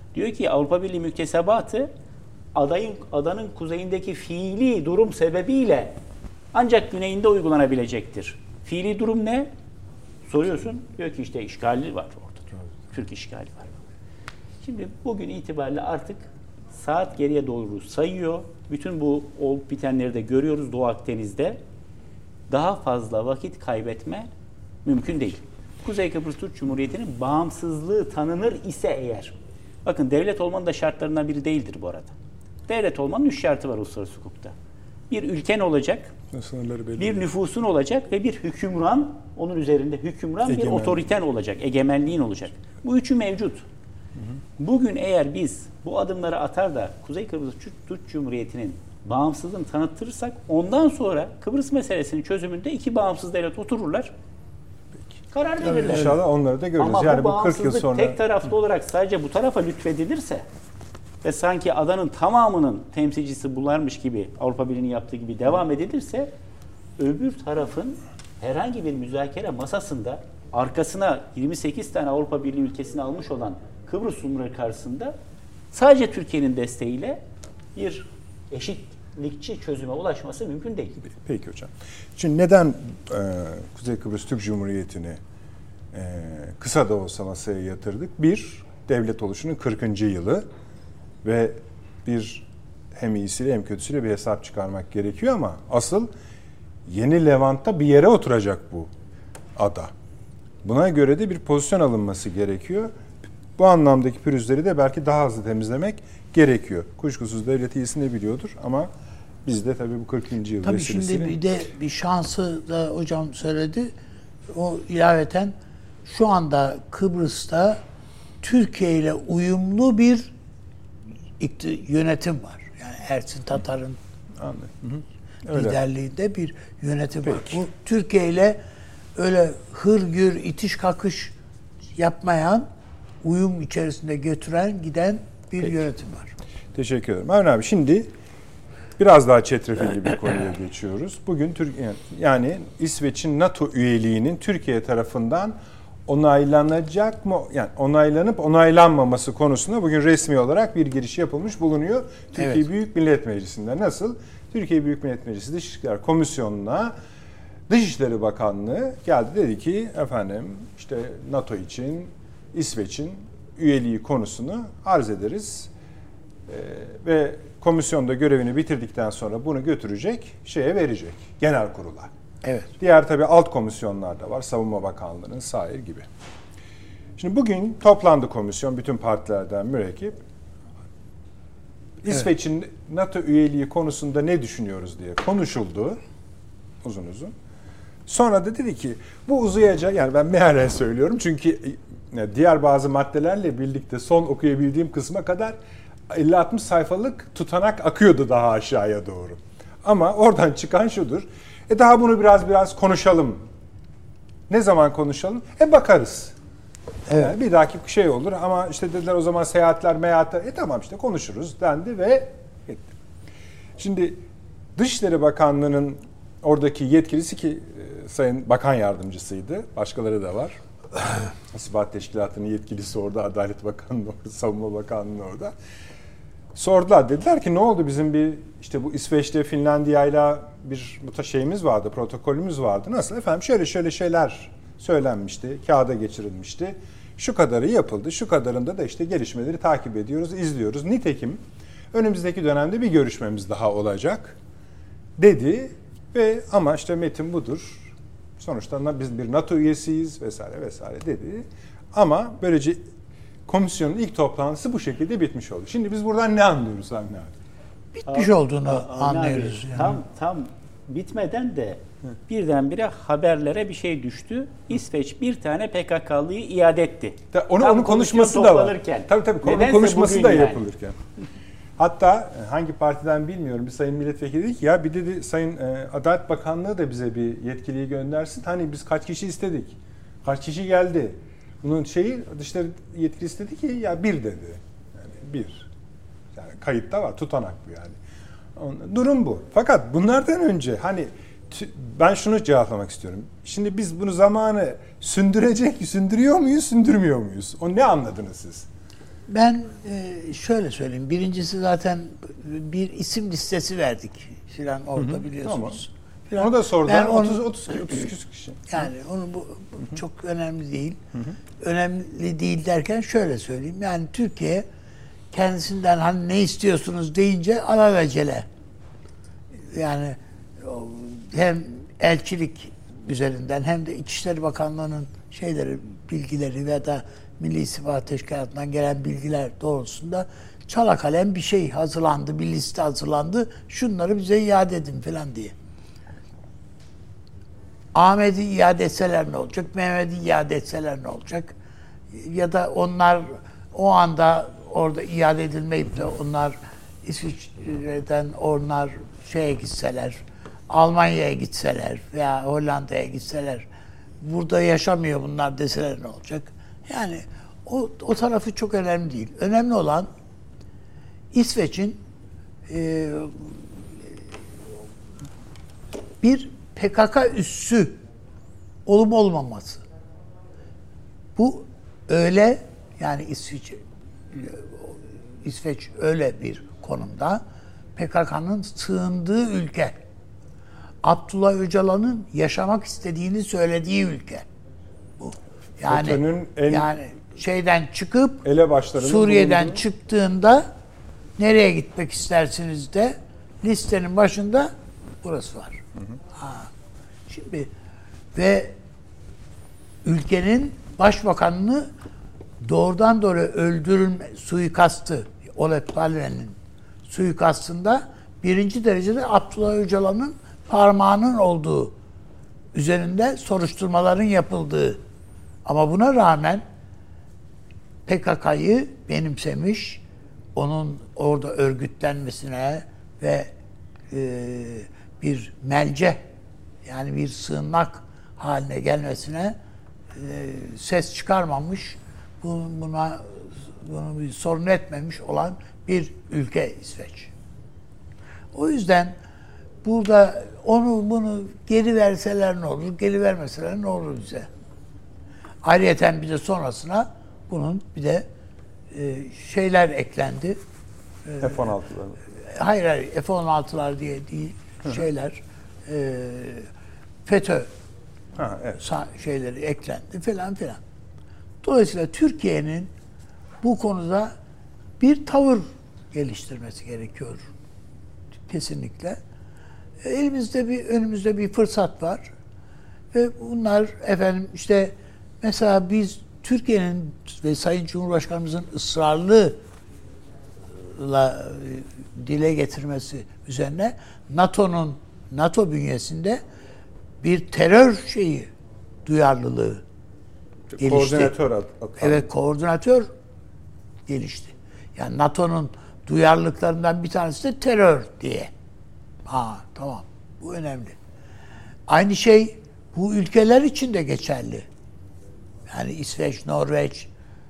Diyor ki Avrupa Birliği müktesebatı adanın kuzeyindeki fiili durum sebebiyle ancak güneyinde uygulanabilecektir. Fiili durum ne? Soruyorsun. Diyor ki işte işgali var orada. Türk işgali var. Şimdi bugün itibariyle artık saat geriye doğru sayıyor. Bütün bu olup bitenleri de görüyoruz Doğu Akdeniz'de. Daha fazla vakit kaybetme mümkün değil. Kuzey Kıbrıs Türk Cumhuriyeti'nin bağımsızlığı tanınır ise eğer. Bakın devlet olmanın da şartlarından biri değildir bu arada. Devlet olmanın 3 şartı var uluslararası hukukta. Bir ülken olacak, bir nüfusun olacak ve bir hükümran, onun üzerinde hükümran bir otoriten olacak, egemenliğin olacak. Bu üçü mevcut. Bugün eğer biz bu adımları atar da Kuzey Kıbrıs Türk Cumhuriyeti'nin bağımsızlığını tanıtırsak ondan sonra Kıbrıs meselesinin çözümünde iki bağımsız devlet otururlar. Karar verirler. İnşallah onları da görürüz. Ama yani bu bu 40 yıl bağımsızlık sonra tek taraflı olarak sadece bu tarafa lütfedilirse ve sanki adanın tamamının temsilcisi bunlarmış gibi Avrupa Birliği'nin yaptığı gibi devam edilirse öbür tarafın herhangi bir müzakere masasında arkasına 28 tane Avrupa Birliği ülkesini almış olan Kıbrıs Rumları karşısında sadece Türkiye'nin desteğiyle bir eşitlikçi çözüme ulaşması mümkün değil. Peki hocam. Şimdi neden Kuzey Kıbrıs Türk Cumhuriyeti'ni kısa da olsa masaya yatırdık? Bir, devlet oluşunun 40. yılı ve bir hem iyisiyle hem kötüsüyle bir hesap çıkarmak gerekiyor ama asıl Yeni Levant'ta bir yere oturacak bu ada. Buna göre de bir pozisyon alınması gerekiyor. Bu anlamdaki pürüzleri de belki daha hızlı temizlemek gerekiyor. Kuşkusuz devlet iyisini biliyordur ama biz de tabii bu 40. yıl tabii vesilesiyle... Şimdi bir de bir şansı da hocam söyledi. O ilaveten şu anda Kıbrıs'ta Türkiye ile uyumlu bir yönetim var. Yani Ersin Tatar'ın liderliğinde bir yönetim var. Bu Türkiye ile öyle hırgür, itiş kakış yapmayan, uyum içerisinde götüren, giden bir yönetim var. Teşekkür ederim. Avni abi şimdi biraz daha çetrefilli bir konuya geçiyoruz. Bugün yani İsveç'in NATO üyeliğinin Türkiye tarafından onaylanacak mı? Yani onaylanıp onaylanmaması konusunda bugün resmi olarak bir giriş yapılmış bulunuyor. Türkiye Büyük Millet Meclisi'nde. Nasıl? Türkiye Büyük Millet Meclisi Dışişleri Komisyonu'na Dışişleri Bakanlığı geldi, dedi ki efendim işte NATO için İsveç'in üyeliği konusunu arz ederiz ve komisyonda görevini bitirdikten sonra bunu götürecek, verecek genel kurula. Evet. Diğer tabii alt komisyonlar da var. Savunma Bakanlığı'nın sair gibi. Şimdi bugün toplandı komisyon, bütün partilerden mürekkep. İsveç'in NATO üyeliği konusunda ne düşünüyoruz diye konuşuldu uzun uzun. Sonra da dedi ki bu uzayacak, yani ben mealen söylüyorum çünkü diğer bazı maddelerle birlikte son okuyabildiğim kısma kadar 50-60 sayfalık tutanak akıyordu daha aşağıya doğru. Ama oradan çıkan şudur. Daha bunu biraz konuşalım. Ne zaman konuşalım? Bakarız. Evet. Yani bir dahaki olur ama işte dediler o zaman seyahatler. Tamam işte konuşuruz dendi ve gitti. Şimdi Dışişleri Bakanlığı'nın oradaki yetkilisi ki Sayın Bakan Yardımcısıydı. Başkaları da var. İstihbarat Teşkilatı'nın yetkilisi orada, Adalet Bakanlığı orada, Savunma Bakanlığı orada. Sordular, dediler ki ne oldu, bizim bir işte bu İsveç'te Finlandiya'yla bir şeyimiz vardı, protokolümüz vardı. Nasıl efendim, şöyle şeyler söylenmişti, kağıda geçirilmişti. Şu kadarı yapıldı, şu kadarında da işte gelişmeleri takip ediyoruz, izliyoruz. Nitekim önümüzdeki dönemde bir görüşmemiz daha olacak dedi ve ama işte metin budur. Sonuçta biz bir NATO üyesiyiz vesaire dedi. Ama böylece komisyonun ilk toplantısı bu şekilde bitmiş oldu. Şimdi biz buradan ne anlıyoruz Avni abi? Bitmiş olduğunu anlıyoruz. Yani. Tam bitmeden de birdenbire haberlere bir şey düştü. İsveç bir tane PKK'lıyı iade etti. Onun konuşması da var. Tabii onun konuşması da yapılırken. Hatta hangi partiden bilmiyorum, bir sayın milletvekili dedi ki ya bir dedi Sayın Adalet Bakanlığı da bize bir yetkiliyi göndersin. Hani biz kaç kişi istedik? Kaç kişi geldi? Bunun Dışişleri yetkilisi dedi ki ya bir dedi. Yani bir. Yani kayıtta var, tutanak bu yani. Durum bu. Fakat bunlardan önce hani ben şunu cevaplamak istiyorum. Şimdi biz bunu zamanı sündürüyor muyuz, sündürmüyor muyuz? O ne anladınız siz? Ben şöyle söyleyeyim. Birincisi zaten bir isim listesi verdik filan orada biliyorsunuz. Filan. Onu da sordu. Ben 30 kişi. Yani bu çok önemli değil. Önemli değil derken şöyle söyleyeyim. Yani Türkiye kendisinden hani ne istiyorsunuz deyince alelacele. Yani hem elçilik üzerinden hem de İçişleri Bakanlığı'nın bilgileri ve da Milli İstihbarat Teşkilatı'ndan gelen bilgiler doğrultusunda çalakalem bir şey hazırlandı, bir liste hazırlandı. Şunları bize iade edin falan diye. Ahmet'i iade etseler ne olacak? Mehmet'i iade etseler ne olacak? Ya da onlar o anda orada iade edilmeyip de onlar İsviçre'den gitseler, Almanya'ya gitseler veya Hollanda'ya gitseler, burada yaşamıyor bunlar deseler ne olacak? Yani o tarafı çok önemli değil. Önemli olan İsveç'in bir PKK üssü olup olmaması. Bu öyle, yani İsveç öyle bir konumda, PKK'nın sığındığı ülke. Abdullah Öcalan'ın yaşamak istediğini söylediği ülke. Bu. Yani şeyden çıkıp Suriye'den çıktığında nereye gitmek istersiniz de listenin başında burası var. Şimdi ve ülkenin başbakanını doğrudan doğruya öldürülme suikastı, Oleg Palme'nin suikastında birinci derecede Abdullah Öcalan'ın parmağının olduğu üzerinde soruşturmaların yapıldığı, ama buna rağmen PKK'yı benimsemiş, onun orada örgütlenmesine ve bir melce, yani bir sığınak haline gelmesine ses çıkarmamış, bunu bir sorun etmemiş olan bir ülke İsveç. O yüzden burada bunu geri verseler ne olur, geri vermeseler ne olur bize? Ayrıyeten bir de sonrasına bunun bir de şeyler eklendi. F-16'lar. Hayır, F-16'lar diye değil, şeyler FETÖ şeyleri eklendi falan filan. Dolayısıyla Türkiye'nin bu konuda bir tavır geliştirmesi gerekiyor. Kesinlikle. Önümüzde bir fırsat var. Ve bunlar işte mesela biz Türkiye'nin ve Sayın Cumhurbaşkanımızın ısrarlı dile getirmesi üzerine NATO bünyesinde bir terör duyarlılığı gelişti. Koordinatör Evet, koordinatör gelişti. Yani NATO'nun duyarlılıklarından bir tanesi de terör diye. Tamam. Bu önemli. Aynı şey bu ülkeler için de geçerli. Yani İsveç, Norveç,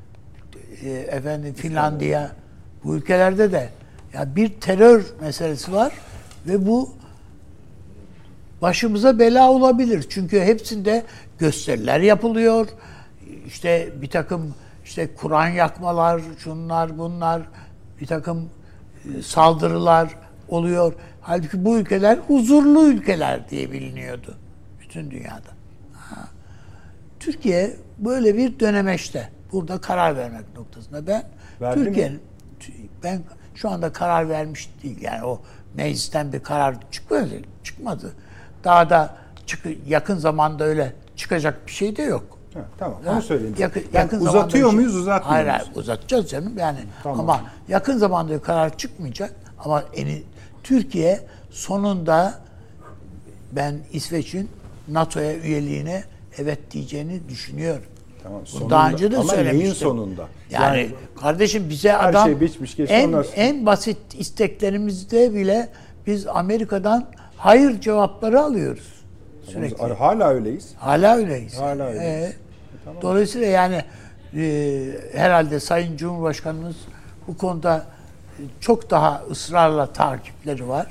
Finlandiya, bu ülkelerde de bir terör meselesi var ve bu başımıza bela olabilir. Çünkü hepsinde gösteriler yapılıyor. İşte bir takım Kur'an yakmalar, şunlar bunlar, bir takım saldırılar oluyor. Halbuki bu ülkeler huzurlu ülkeler diye biliniyordu bütün dünyada. Türkiye böyle bir dönemeçte. Burada karar vermek noktasında. Ben şu anda karar vermiş değil. Yani o meclisten bir karar çıkmadı. Daha da yakın zamanda öyle çıkacak bir şey de yok. Tamam, onu söyleyeyim. Yakın uzatıyor muyuz, uzatmıyor muyuz? Hayır, uzatacağız canım. Yani tamam. Ama yakın zamanda bir karar çıkmayacak. Ama Türkiye sonunda ben İsveç'in NATO'ya üyeliğine evet diyeceğini düşünüyorum. Tamam, sonunda, daha önce de ama söylemiştim. neyin sonunda? Yani kardeşim bize adam şey biçmiş, en basit isteklerimizde bile biz Amerika'dan hayır cevapları alıyoruz. Sürekli. Hala öyleyiz. Hala öyleyiz. Tamam. Dolayısıyla yani herhalde Sayın Cumhurbaşkanımız bu konuda çok daha ısrarla takipleri var.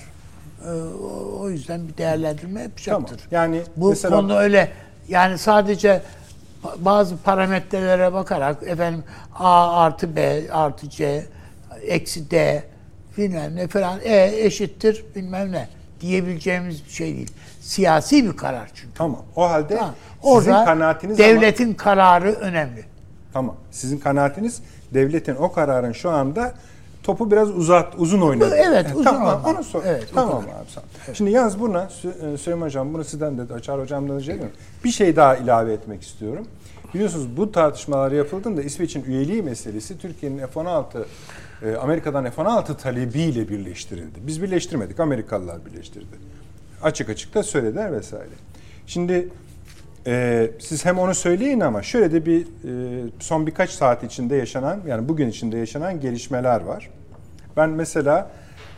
O yüzden bir değerlendirme yapacaktır. Tamam. Yani bu konu öyle, yani sadece bazı parametrelere bakarak efendim A artı B artı C eksi D bilmem ne falan eşittir bilmem ne diyebileceğimiz bir şey değil. Siyasi bir karar çünkü. Tamam. O halde Ha, sizin orada kanaatiniz devletin kararı önemli. Tamam. Sizin kanaatiniz devletin o kararın şu anda topu biraz uzun oynadı. Evet, uzun tamam, oynadı. onu sor. Evet, tamam abi sen. Evet. Şimdi yalnız buna Süleyman Hocam bunu sizden de Açar Hocam'dan önce diyorum. Bir şey daha ilave etmek istiyorum. Biliyorsunuz bu tartışmalar yapıldığında İsveç'in üyeliği meselesi Türkiye'nin F-16 Amerika'dan F-16 talebiyle birleştirildi. Biz birleştirmedik. Amerikalılar birleştirdi. Açık açık da söylediler vesaire. Şimdi siz hem onu söyleyin ama şöyle de bir son birkaç saat içinde yaşanan yani bugün içinde yaşanan gelişmeler var. Ben mesela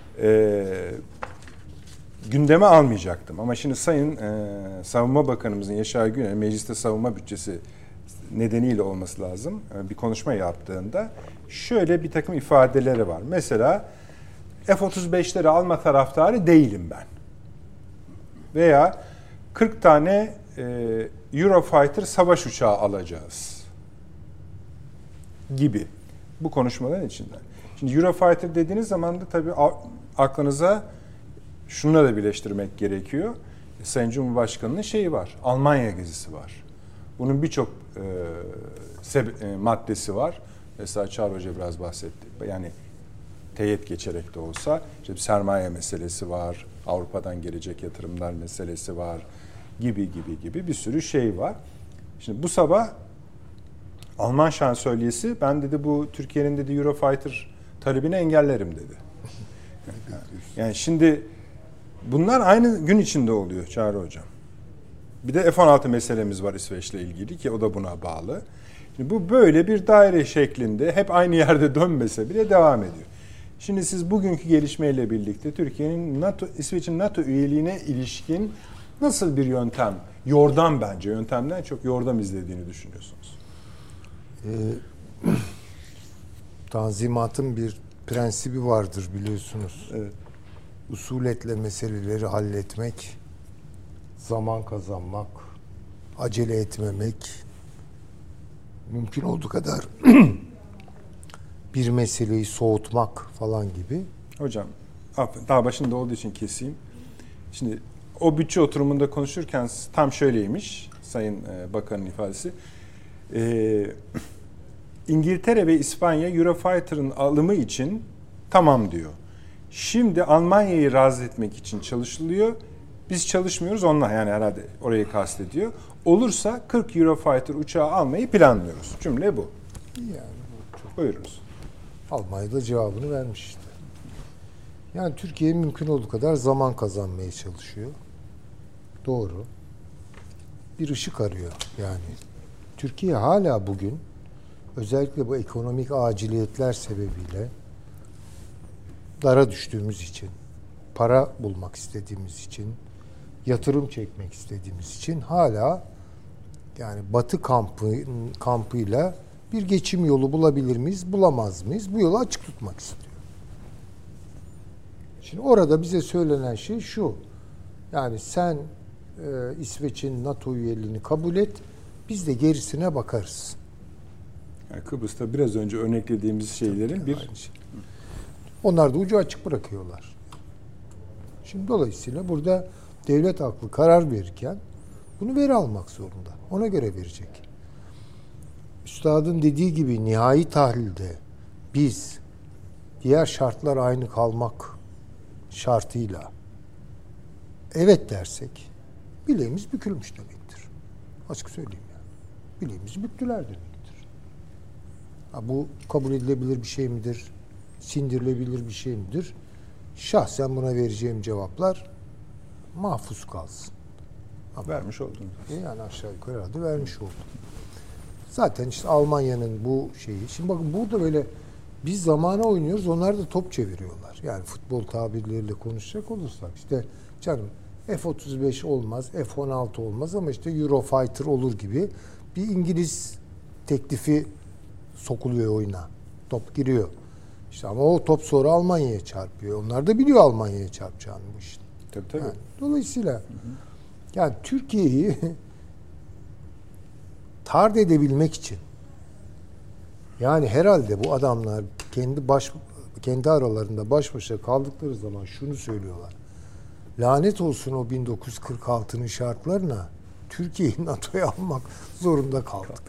gündeme almayacaktım ama şimdi Sayın Savunma Bakanımızın Yaşar Güler mecliste savunma bütçesi nedeniyle olması lazım bir konuşma yaptığında şöyle bir takım ifadeleri var. Mesela F-35'leri alma taraftarı değilim ben. Veya 40 tane Eurofighter savaş uçağı alacağız gibi bu konuşmaların içinde. Şimdi Eurofighter dediğiniz zaman da tabii aklınıza şununla da birleştirmek gerekiyor. Sayın Cumhurbaşkanı'nın şeyi var. Almanya gezisi var. Bunun birçok maddesi var. Mesela Çağrı Hoca biraz bahsetti. Yani teyit geçerek de olsa işte sermaye meselesi var. Avrupa'dan gelecek yatırımlar meselesi var. Gibi bir sürü şey var. Şimdi bu sabah Alman şansölyesi ben dedi bu Türkiye'nin dedi Eurofighter talebini engellerim dedi. Yani şimdi bunlar aynı gün içinde oluyor Çağrı Hocam. Bir de F-16 meselemiz var İsveç'le ilgili ki o da buna bağlı. Şimdi bu böyle bir daire şeklinde hep aynı yerde dönmese bile devam ediyor. Şimdi siz bugünkü gelişmeyle birlikte Türkiye'nin İsveç'in NATO üyeliğine ilişkin nasıl bir yordam bence yöntemden çok yordam izlediğini düşünüyorsunuz? Tanzimatın bir prensibi vardır biliyorsunuz. Evet. Usuletle meseleleri halletmek, zaman kazanmak, acele etmemek, mümkün olduğu kadar bir meseleyi soğutmak falan gibi. Hocam, daha başında olduğu için keseyim. Şimdi o bütçe oturumunda konuşurken tam şöyleymiş Sayın Bakan'ın ifadesi. İngiltere ve İspanya Eurofighter'ın alımı için tamam diyor. Şimdi Almanya'yı razı etmek için çalışılıyor. Biz çalışmıyoruz onlar yani herhalde orayı kastediyor. Olursa 40 Eurofighter uçağı almayı planlıyoruz. Cümle bu. Yani bu çok... Buyurunuz. Almanya cevabını vermiş işte. Yani Türkiye mümkün olduğu kadar zaman kazanmaya çalışıyor. Doğru. Bir ışık arıyor yani. Türkiye hala bugün özellikle bu ekonomik aciliyetler sebebiyle dara düştüğümüz için, para bulmak istediğimiz için, yatırım çekmek istediğimiz için hala yani Batı kampıyla bir geçim yolu bulabilir miyiz, bulamaz mıyız? Bu yolu açık tutmak istiyor. Şimdi orada bize söylenen şey şu. Yani sen İsveç'in NATO üyeliğini kabul et, biz de gerisine bakarız. Yani Kıbrıs'ta biraz önce örneklediğimiz şeylerin bir... Şey. Onlar da ucu açık bırakıyorlar. Şimdi dolayısıyla burada devlet aklı karar verirken bunu veri almak zorunda. Ona göre verecek. Üstadın dediği gibi nihai tahlilde biz diğer şartlar aynı kalmak şartıyla evet dersek bileğimiz bükülmüş demektir. Açık söyleyeyim yani. Bileğimizi büktüler demektir. Ha, bu kabul edilebilir bir şey midir? Sindirilebilir bir şey midir? Şahsen buna vereceğim cevaplar mahfuz kalsın. Ama Vermiş oldunuz. yani aşağı yukarı herhalde vermiş oldum. Zaten işte Almanya'nın bu şeyi. Şimdi bakın burada böyle biz zamana oynuyoruz. Onlar da top çeviriyorlar. Yani futbol tabirleriyle konuşacak olursak işte canım F-35 olmaz, F-16 olmaz ama işte Eurofighter olur gibi bir İngiliz teklifi sokuluyor oyuna. Top giriyor. İşte ama o top sonra Almanya'ya çarpıyor. Onlar da biliyor Almanya'ya çarpacağını bu işin. Tabii. Yani, dolayısıyla yani Türkiye'yi tard edebilmek için. Yani herhalde bu adamlar kendi aralarında baş başa kaldıkları zaman şunu söylüyorlar. Lanet olsun o 1946'nın şartlarına, Türkiye'yi NATO'ya almak zorunda kaldık.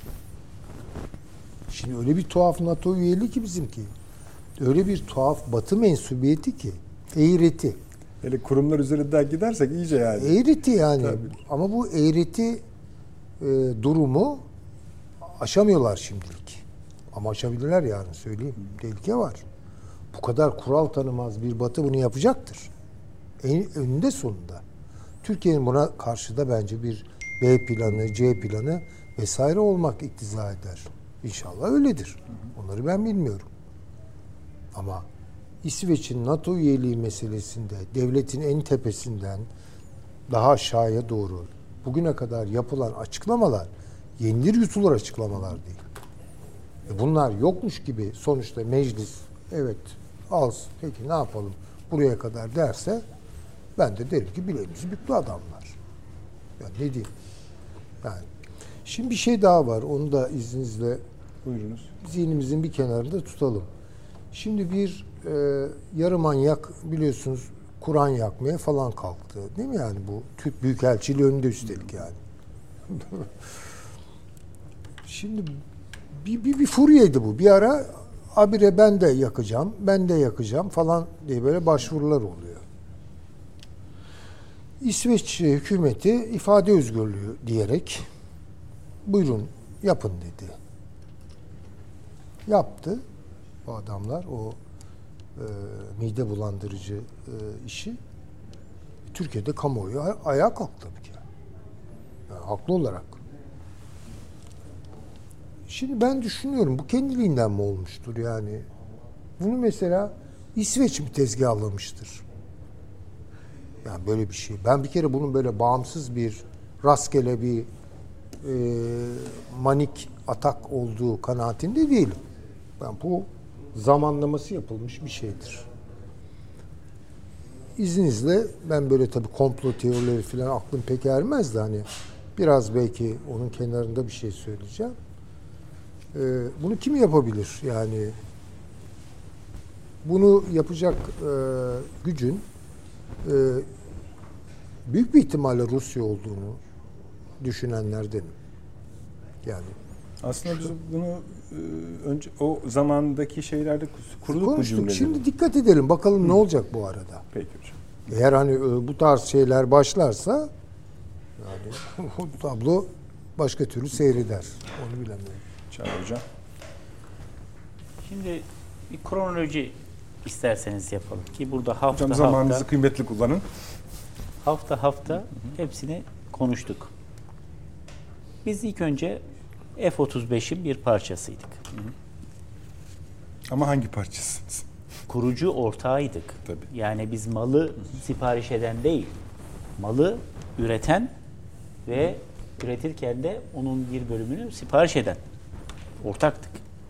Şimdi öyle bir tuhaf NATO üyeliği ki bizimki. Öyle bir tuhaf Batı mensubiyeti ki. Eğreti. Böyle kurumlar üzerinden gidersek iyice yani. Eğreti yani. Tabii. Ama bu eğreti durumu aşamıyorlar şimdilik. Ama aşabilirler yarın, söyleyeyim. Tehlike var. Bu kadar kural tanımaz bir Batı bunu yapacaktır. Önünde sonunda. Türkiye'nin buna karşı da bence bir B planı, C planı vesaire olmak iktiza eder. İnşallah öyledir. Onları ben bilmiyorum. Ama İsveç'in NATO üyeliği meselesinde devletin en tepesinden daha aşağıya doğru bugüne kadar yapılan açıklamalar yenilir yutulur açıklamalar değil. Bunlar yokmuş gibi sonuçta meclis evet alsın peki ne yapalım buraya kadar derse ben de derim ki bileğimizi büktü adamlar. Yani ne diyeyim? Yani şimdi bir şey daha var. Onu da izninizle Buyurunuz. zihnimizin bir kenarında tutalım. Şimdi bir yarı manyak biliyorsunuz Kur'an yakmaya falan kalktı. Değil mi yani bu Türk Büyükelçiliği önünde üstelik yani. Şimdi bir furyaydı bu. Bir ara abire ben de yakacağım falan diye böyle başvurular oluyor. İsveç hükümeti ifade özgürlüğü diyerek buyurun yapın dedi. Yaptı bu adamlar o mide bulandırıcı işi. Türkiye'de kamuoyu ayağa kalktı tabii ki. Yani haklı olarak. Şimdi ben düşünüyorum bu kendiliğinden mi olmuştur yani? Bunu mesela İsveç mi tezgahlamıştır? Yani böyle bir şey. Ben bir kere bunun böyle bağımsız bir rastgele bir manik atak olduğu kanaatinde değilim. Ben bu zamanlaması yapılmış bir şeydir. İzninizle ben böyle tabii komplo teorileri falan aklım pek ermez de hani biraz belki onun kenarında bir şey söyleyeceğim. Bunu kim yapabilir? Yani bunu yapacak gücün büyük bir ihtimalle Rusya olduğunu düşünenlerdenim. Yani aslında biz bunu önce o zamandaki şeylerde kurduk bu konuştuk. cümleleri. Şimdi dikkat edelim. Bakalım ne olacak bu arada. Peki hocam. Eğer hani bu tarz şeyler başlarsa yani bu tablo başka türlü seyreder. Onu bilemiyorum. Çağrı hocam. Şimdi bir kronoloji isterseniz yapalım ki burada hafta Hocam zamanınızı hafta kıymetli kullanın. hafta hepsini konuştuk. Biz ilk önce F-35'in bir parçasıydık. Ama hangi parçasınız? Kurucu ortağıydık. Tabii. Yani biz malı sipariş eden değil, malı üreten ve üretirken de onun bir bölümünü sipariş eden ortaktık.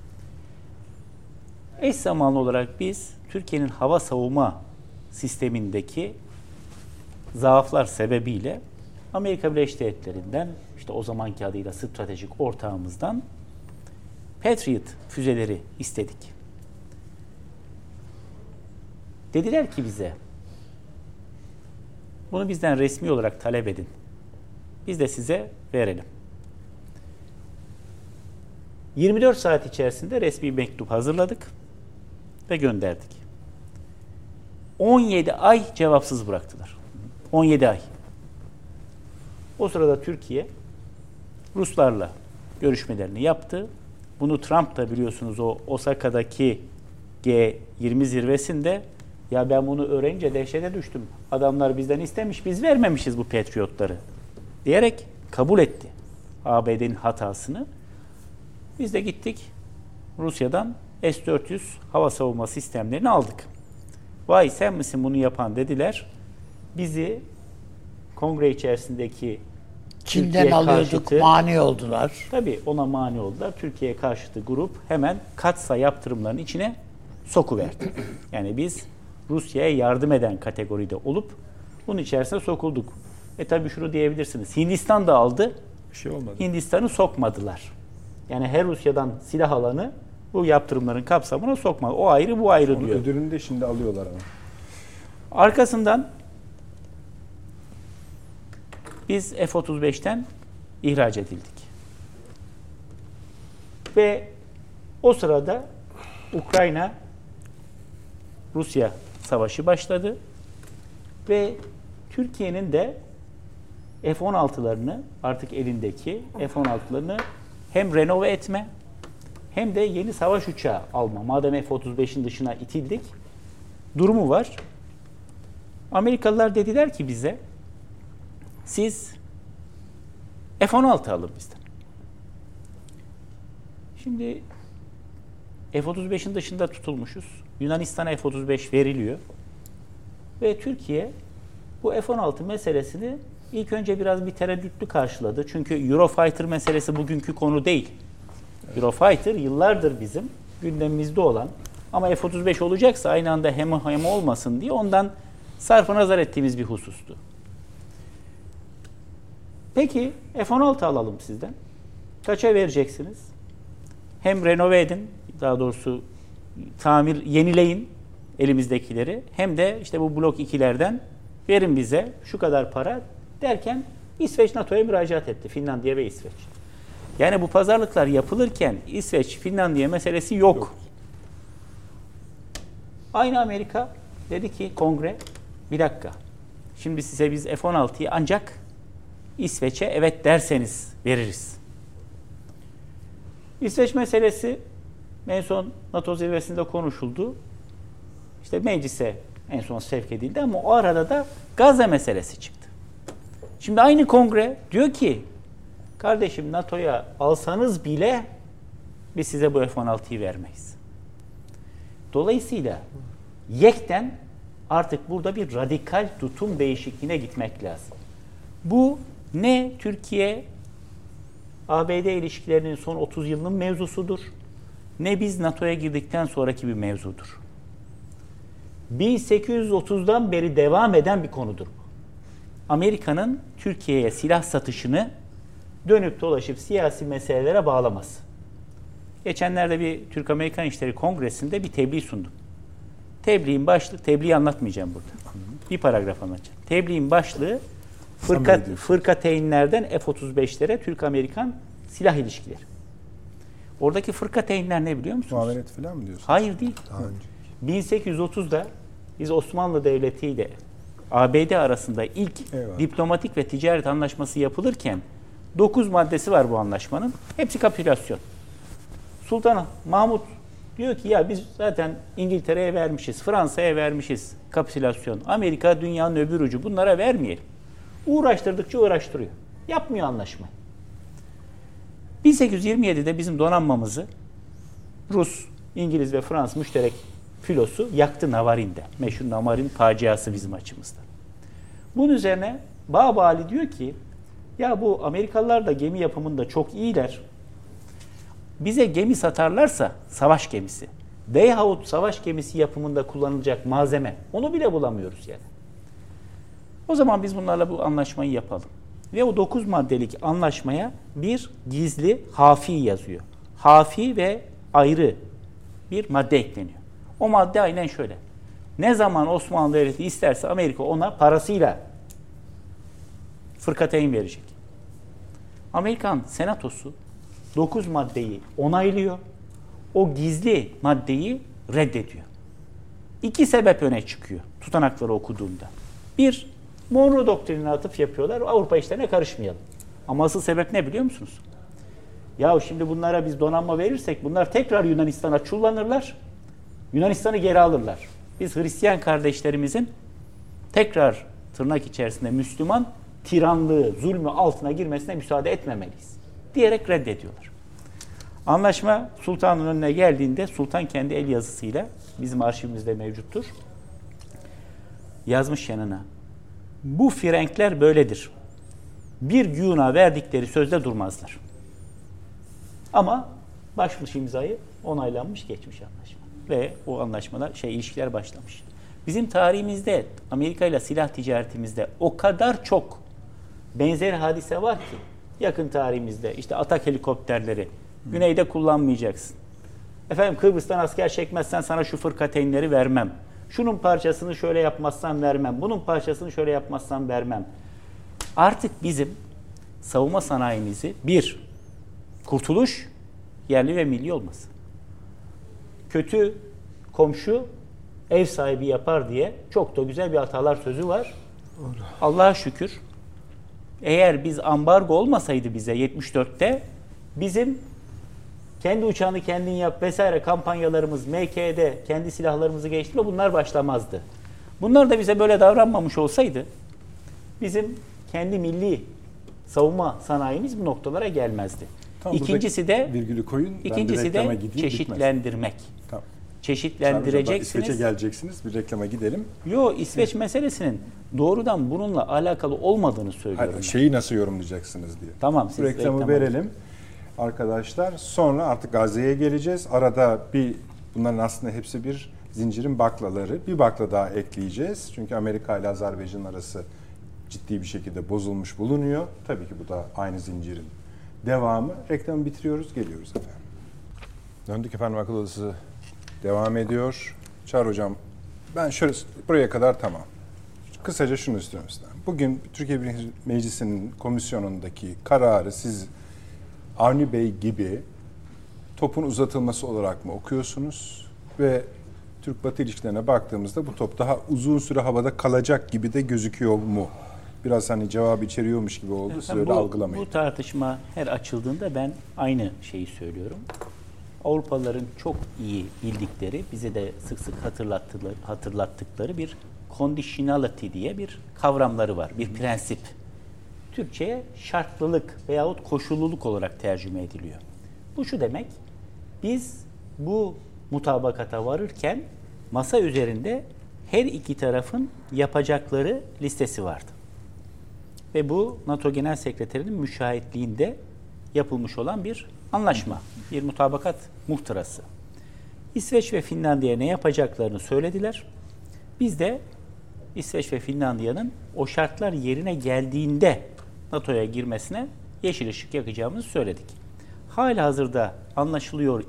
Eş zamanlı olarak biz Türkiye'nin hava savunma sistemindeki zaaflar sebebiyle Amerika Birleşik Devletleri'nden işte o zamanki adıyla stratejik ortağımızdan Patriot füzeleri istedik. Dediler ki bize bunu bizden resmi olarak talep edin. Biz de size verelim. 24 saat içerisinde resmi mektup hazırladık ve gönderdik. 17 ay cevapsız bıraktılar. 17 ay. O sırada Türkiye Ruslarla görüşmelerini yaptı. Bunu Trump da biliyorsunuz o Osaka'daki G20 zirvesinde ya ben bunu öğrenince dehşete düştüm. Adamlar bizden istemiş, biz vermemişiz bu Patriotları diyerek kabul etti ABD'nin hatasını. Biz de gittik Rusya'dan S-400 hava savunma sistemlerini aldık. Vay sen misin bunu yapan dediler. Bizi kongre içerisindeki Çin'den Türkiye alıyorduk, karşıtı, mani oldular. tabii ona mani oldular. Türkiye karşıtı grup hemen katsa yaptırımların içine sokuverdi. Yani biz Rusya'ya yardım eden kategoride olup bunun içerisine sokulduk. Tabii şunu diyebilirsiniz. Hindistan da aldı. Bir şey olmadı. Hindistan'ı sokmadılar. Yani her Rusya'dan silah alanı bu yaptırımların kapsamına sokmadı. O ayrı, bu ayrı Onun diyor. ödülünü de şimdi alıyorlar ama. Arkasından biz F-35'ten ihraç edildik. Ve o sırada Ukrayna-Rusya savaşı başladı. Ve Türkiye'nin de F-16'larını, artık elindeki F-16'larını hem renove etme hem de yeni savaş uçağı alma. Madem F-35'in dışına itildik, durumu var. Amerikalılar dediler ki bize, siz F-16 alın bizden. Şimdi F-35'in dışında tutulmuşuz. Yunanistan'a F-35 veriliyor. Ve Türkiye bu F-16 meselesini ilk önce biraz bir tereddütlü karşıladı. Çünkü Eurofighter meselesi bugünkü konu değil. Eurofighter yıllardır bizim gündemimizde olan, ama F-35 olacaksa aynı anda hem olmasın diye ondan sarfı nazar ettiğimiz bir husustu. Peki F-16 alalım sizden. Kaça vereceksiniz? Hem renove edin, daha doğrusu yenileyin elimizdekileri, hem de işte bu blok 2'lerden verin bize şu kadar para derken İsveç NATO'ya müracaat etti. Finlandiya ve İsveç. Yani bu pazarlıklar yapılırken İsveç, Finlandiya meselesi yok. Aynı Amerika dedi ki kongre, bir dakika. Şimdi size biz F-16'yı ancak İsveç'e evet derseniz veririz. İsveç meselesi en son NATO zirvesinde konuşuldu. İşte meclise en son sevk edildi ama o arada da Gazze meselesi çıktı. Şimdi aynı kongre diyor ki, kardeşim NATO'ya alsanız bile biz size bu F-16'yı vermeyiz. Dolayısıyla yekten artık burada bir radikal tutum değişikliğine gitmek lazım. Bu ne Türkiye-ABD ilişkilerinin son 30 yılının mevzusudur, ne biz NATO'ya girdikten sonraki bir mevzudur. 1830'dan beri devam eden bir konudur bu. Amerika'nın Türkiye'ye silah satışını dönüp dolaşıp siyasi meselelere bağlaması. Geçenlerde bir Türk-Amerikan İşleri Kongresi'nde bir tebliğ sundum. Tebliği anlatmayacağım burada. Bir paragraf anlatacağım. Tebliğin başlığı fırkateyinlerden F-35'lere Türk-Amerikan silah ilişkileri. Oradaki fırkateyinler ne biliyor musunuz? Muavenet falan mı diyorsunuz? Hayır değil. 1830'da biz Osmanlı Devleti ile ABD arasında ilk diplomatik ve ticaret anlaşması yapılırken 9 maddesi var bu anlaşmanın. Hepsi kapitülasyon. Sultan Mahmut diyor ki ya biz zaten İngiltere'ye vermişiz, Fransa'ya vermişiz kapitülasyon. Amerika dünyanın öbür ucu, bunlara vermeyelim. Uğraştırdıkça uğraştırıyor. Yapmıyor anlaşmayı. 1827'de bizim donanmamızı Rus, İngiliz ve Fransız müşterek filosu yaktı Navarin'de. Meşhur Navarin faciası bizim açımızda. Bunun üzerine Babali diyor ki ya bu Amerikalılar da gemi yapımında çok iyiler. Bize gemi satarlarsa savaş gemisi veyahut savaş gemisi yapımında kullanılacak malzeme onu bile bulamıyoruz yani. O zaman biz bunlarla bu anlaşmayı yapalım. Ve o 9 maddelik anlaşmaya bir gizli hafi yazıyor. Hafi ve ayrı bir madde ekleniyor. O madde aynen şöyle. Ne zaman Osmanlı Devleti isterse Amerika ona parasıyla fırkateyn verecek. Amerikan Senatosu 9 maddeyi onaylıyor. O gizli maddeyi reddediyor. 2 sebep öne çıkıyor tutanakları okuduğumda. Bir, Monroe doktrinine atıf yapıyorlar. Avrupa işlerine karışmayalım. Ama asıl sebep ne biliyor musunuz? Ya şimdi bunlara biz donanma verirsek bunlar tekrar Yunanistan'a çullanırlar. Yunanistan'ı geri alırlar. Biz Hristiyan kardeşlerimizin tekrar tırnak içerisinde Müslüman tiranlığı, zulmü altına girmesine müsaade etmemeliyiz diyerek reddediyorlar. Anlaşma sultanın önüne geldiğinde sultan kendi el yazısıyla, bizim arşivimizde mevcuttur, yazmış yanına. Bu Frenkler böyledir. Bir güğüna verdikleri sözde durmazlar. Ama başvurmuş imzayı, onaylanmış, geçmiş anlaşma. Ve o anlaşmalar, ilişkiler başlamış. Bizim tarihimizde, Amerika ile silah ticaretimizde o kadar çok benzer hadise var ki, yakın tarihimizde işte Atak helikopterleri güneyde kullanmayacaksın. Efendim Kıbrıs'tan asker çekmezsen sana şu fırkateynleri vermem. Şunun parçasını şöyle yapmazsan vermem. Bunun parçasını şöyle yapmazsan vermem. Artık bizim savunma sanayimizi kurtuluş yerli ve milli olması. Kötü komşu ev sahibi yapar diye çok da güzel bir atalar sözü var. Allah'a şükür. Eğer biz ambargo olmasaydı bize 74'te bizim kendi uçağını kendin yap vesaire kampanyalarımız, MK'de kendi silahlarımızı geliştirme bunlar başlamazdı. Bunlar da bize böyle davranmamış olsaydı bizim kendi milli savunma sanayimiz bu noktalara gelmezdi. Tam İkincisi de virgülü koyun. İkincisi de çeşitlendirmek. Tamam. Çeşitlendireceksiniz. İsveç'e geleceksiniz. Bir reklama gidelim. İsveç meselesinin doğrudan bununla alakalı olmadığını söylüyorum. Hayır, şeyi nasıl yorumlayacaksınız diye. Tamam. Bu reklamı verelim arkadaşlar. Sonra artık Gazze'ye geleceğiz. Arada bunların aslında hepsi bir zincirin baklaları. Bir bakla daha ekleyeceğiz. Çünkü Amerika ile Azerbaycan arası ciddi bir şekilde bozulmuş bulunuyor. Tabii ki bu da aynı zincirin devamı. Reklamı bitiriyoruz, geliyoruz efendim. Döndük efendim, akıl odası devam ediyor. Çağrı hocam, ben şöyle buraya kadar tamam. Kısaca şunu istiyorum sizden. Bugün Türkiye Büyük Millet Meclisi'nin komisyonundaki kararı siz Avni Bey gibi topun uzatılması olarak mı okuyorsunuz? Ve Türk-Batı ilişkilerine baktığımızda bu top daha uzun süre havada kalacak gibi de gözüküyor mu? Biraz hani cevabı içeriyormuş gibi oldu. Siz öyle algılamayın. Bu tartışma her açıldığında ben aynı şeyi söylüyorum. Avrupalıların çok iyi bildikleri, bize de sık sık hatırlattıkları bir conditionality diye bir kavramları var, bir prensip. Türkçe'ye şartlılık veyahut koşulluluk olarak tercüme ediliyor. Bu şu demek, biz bu mutabakata varırken masa üzerinde her iki tarafın yapacakları listesi vardı. Ve bu NATO Genel Sekreterinin müşahitliğinde yapılmış olan bir anlaşma, bir mutabakat muhtırası. İsveç ve Finlandiya ne yapacaklarını söylediler. Biz de İsveç ve Finlandiya'nın o şartlar yerine geldiğinde NATO'ya girmesine yeşil ışık yakacağımızı söyledik. Halihazırda anlaşılıyor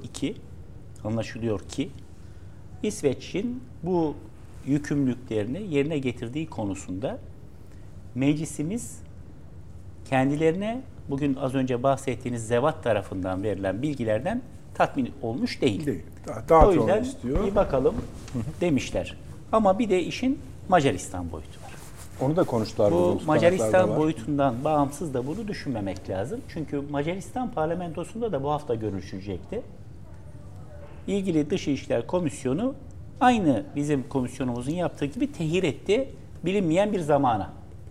ki İsveç'in bu yükümlülüklerini yerine getirdiği konusunda meclisimiz kendilerine bugün az önce bahsettiğiniz Zevat tarafından verilen bilgilerden tatmin olmuş değil. Daha o yüzden istiyor. Bir bakalım demişler. Ama bir de işin Macaristan boyutu var. Onu da konuştular. Bu Macaristan boyutundan bağımsız da bunu düşünmemek lazım. Çünkü Macaristan parlamentosunda da bu hafta görüşülecekti. İlgili Dış İlişkiler Komisyonu aynı bizim komisyonumuzun yaptığı gibi tehir etti bilinmeyen bir zamana.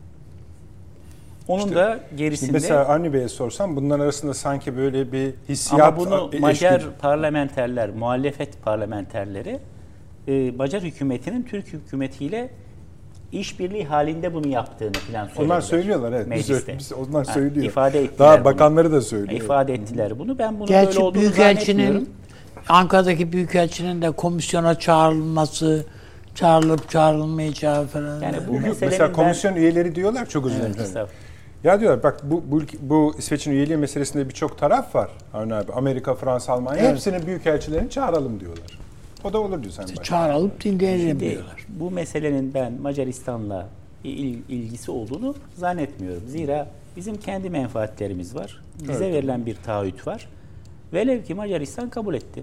Onun da gerisinde... Mesela Avni Bey'e sorsam bunların arasında sanki böyle bir hissiyat... Ama bunu Macar parlamenterler, muhalefet parlamenterleri Macar hükümetinin Türk hükümetiyle işbirliği halinde bunu yaptığını falan söylediler. Onlar söylüyorlar, evet. Biz onlar söylüyor. İfade ettiler. Daha bakanları da söylüyor. İfade ettiler bunu. Ben bunun gerçi böyle olduğunu zannetmiyorum. Ankara'daki Büyükelçinin de komisyona çağrılması, çağrılıp çağrılmayacağı falan. Yani bu mesela komisyon üyeleri diyorlar çok özür dilerim. Ya diyorlar bak bu İsveç'in üyeliği meselesinde birçok taraf var. Abi, Amerika, Fransa, Almanya hepsinin büyükelçilerini çağıralım diyorlar. O da olur diyor sen. Çağırılıp dinleyelim diyorlar. Bu meselenin ben Macaristan'la ilgisi olduğunu zannetmiyorum. Zira bizim kendi menfaatlerimiz var. Bize verilen bir taahhüt var. Velev ki Macaristan kabul etti.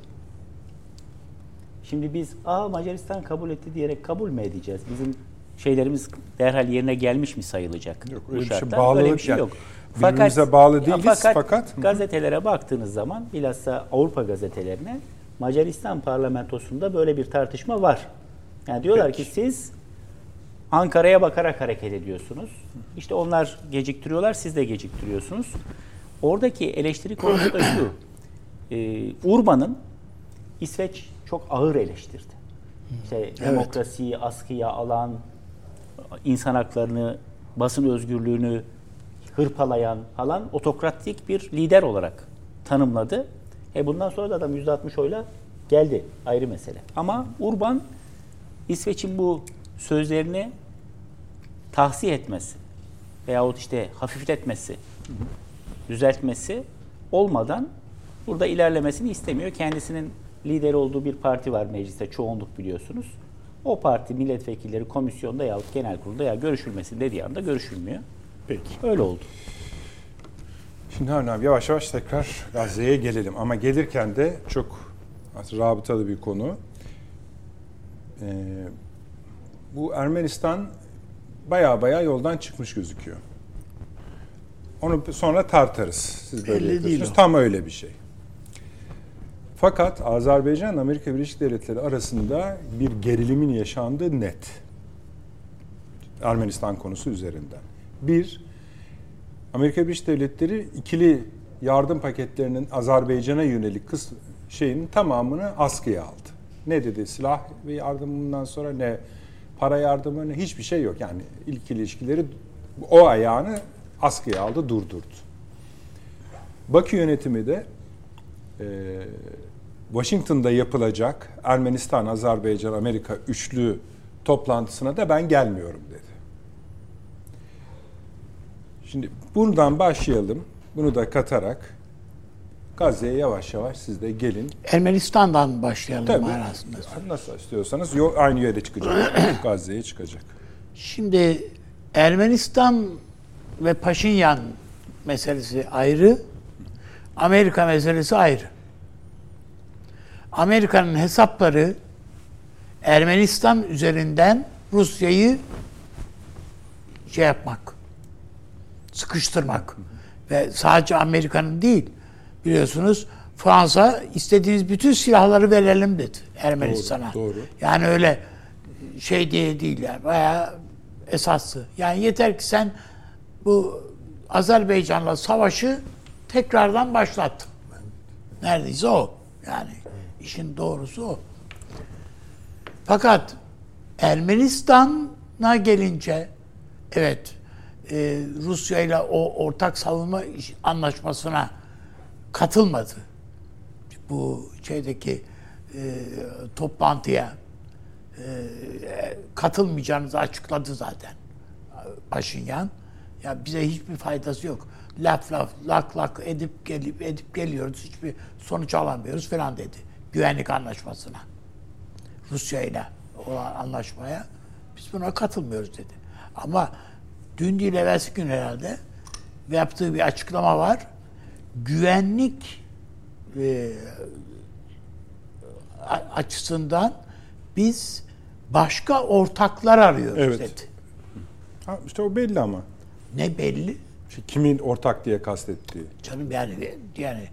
Şimdi biz Macaristan kabul etti diyerek kabul mü edeceğiz? Bizim şeylerimiz derhal yerine gelmiş mi sayılacak? Yok, öyle bir şey bağlılık öyle bir şey yok. Birbirimize bağlı değiliz fakat gazetelere baktığınız zaman bilhassa Avrupa gazetelerine Macaristan parlamentosunda böyle bir tartışma var. Yani diyorlar ki siz Ankara'ya bakarak hareket ediyorsunuz. İşte onlar geciktiriyorlar, siz de geciktiriyorsunuz. Oradaki eleştiri konusu da şu. Urban'ın İsveç çok ağır eleştirdi. İşte demokrasiyi askıya alan, insan haklarını, basın özgürlüğünü hırpalayan falan otokratik bir lider olarak tanımladı. Bundan sonra da adam %60 oyla geldi. Ayrı mesele. Ama Urban İsveç'in bu sözlerini tahsih etmesi veyahut işte hafifletmesi düzeltmesi olmadan burada ilerlemesini istemiyor. Kendisinin lideri olduğu bir parti var mecliste, çoğunluk biliyorsunuz. O parti milletvekilleri komisyonda yahut genel kurulda ya görüşülmesin dediği anda görüşülmüyor. Peki. Öyle oldu. Şimdi Harun abi yavaş yavaş tekrar Gazze'ye gelelim. Ama gelirken de çok rabıtalı bir konu. Bu Ermenistan baya yoldan çıkmış gözüküyor. Onu sonra tartarız. Siz böyle Belli yapıyorsunuz. değil o. Tam öyle bir şey. Fakat Azerbaycan Amerika Birleşik Devletleri arasında bir gerilimin yaşandığı net. Ermenistan konusu üzerinden. Bir, Amerika Birleşik Devletleri ikili yardım paketlerinin Azerbaycan'a yönelik şeyin tamamını askıya aldı. Ne dedi? Silah ve yardımından sonra ne para yardımı ne hiçbir şey yok. Yani ilk ilişkileri o ayağını askıya aldı, durdurdu. Bakü yönetimi de Washington'da yapılacak Ermenistan, Azerbaycan, Amerika üçlü toplantısına da ben gelmiyorum dedi. Şimdi buradan başlayalım. Bunu da katarak Gazze'ye yavaş yavaş siz de gelin. Ermenistan'dan başlayalım Tabii. manasında. Nasıl istiyorsanız aynı yere çıkacak. Gazze'ye çıkacak. Şimdi Ermenistan ve Paşinyan meselesi ayrı, Amerika meselesi ayrı. Amerika'nın hesapları Ermenistan üzerinden Rusya'yı yapmak, sıkıştırmak. Ve sadece Amerika'nın değil, biliyorsunuz Fransa istediğiniz bütün silahları verelim dedi Ermenistan'a. Doğru. Yani öyle şey diye değil yani, bayağı esaslı. Yani yeter ki sen bu Azerbaycan'la savaşı tekrardan başlat. Neredeyse o. Yani işin doğrusu o. Fakat Ermenistan'a gelince evet Rusya ile o ortak savunma anlaşmasına katılmadı. Bu şeydeki toplantıya katılmayacağınızı açıkladı zaten Paşinyan. Ya bize hiçbir faydası yok. Lak edip geliyoruz. Hiçbir sonuç alamıyoruz falan dedi. Güvenlik anlaşmasına. Rusya ile olan anlaşmaya biz buna katılmıyoruz dedi. Ama dün değil evvelsi gün herhalde yaptığı bir açıklama var. Güvenlik açısından biz başka ortaklar arıyoruz Evet. dedi. Ha, işte o belli ama. Ne belli? Kimin ortak diye kastettiği. Canım yani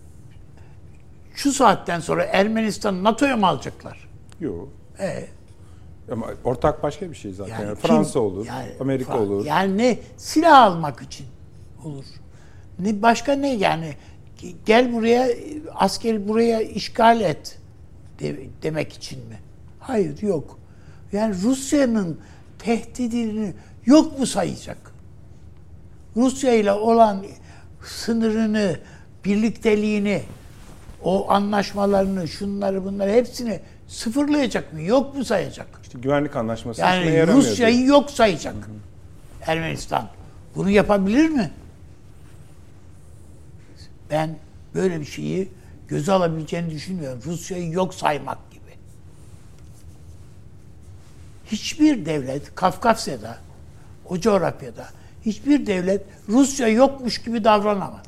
şu saatten sonra Ermenistan NATO'ya mı alacaklar? Yok. E Ama ortak başka bir şey zaten. yani Yani kim? Fransa olur, Yani Amerika olur. Yani ne silah almak için olur. Ne başka ne yani gel buraya askeri buraya işgal et demek için mi? Hayır yok. Yani Rusya'nın tehdidini yok mu sayacak? Rusya ile olan sınırını, birlikteliğini, o anlaşmalarını, şunları bunları hepsini sıfırlayacak mı? Yok mu sayacak? İşte güvenlik anlaşması işine Yani yaramıyor Rusya'yı diyor. yok sayacak Ermenistan. Bunu yapabilir mi? Ben böyle bir şeyi göze alabileceğini düşünmüyorum. Rusya'yı yok saymak gibi. Hiçbir devlet Kafkasya'da, o coğrafyada hiçbir devlet Rusya yokmuş gibi davranamaz.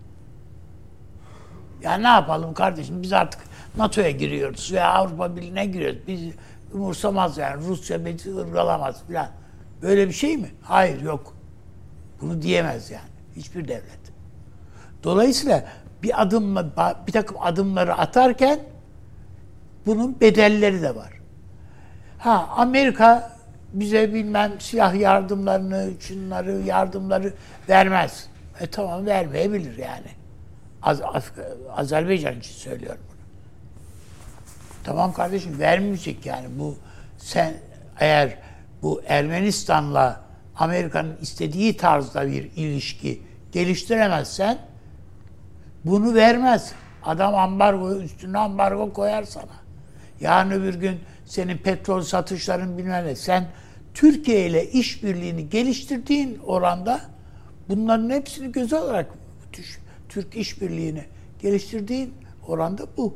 Ya ne yapalım kardeşim biz artık NATO'ya giriyoruz veya Avrupa Birliği'ne giriyoruz. Biz umursamaz yani Rusya bizi ırgalamaz falan. Böyle bir şey mi? Hayır yok. Bunu diyemez yani hiçbir devlet. Dolayısıyla bir takım adımları atarken bunun bedelleri de var. Amerika bize bilmem silah yardımlarını, yardımları vermez. Tamam vermeyebilir yani. Azerbaycan için söylüyorum bunu. Tamam kardeşim vermeyecek yani bu sen eğer bu Ermenistan'la Amerika'nın istediği tarzda bir ilişki geliştiremezsen bunu vermez. Adam üstüne ambargo koyar sana. Yarın öbür gün senin petrol satışların bilmem ne. Sen Türkiye ile işbirliğini geliştirdiğin oranda bunların hepsini göze alarak Türk işbirliğini geliştirdiğin oranda bu.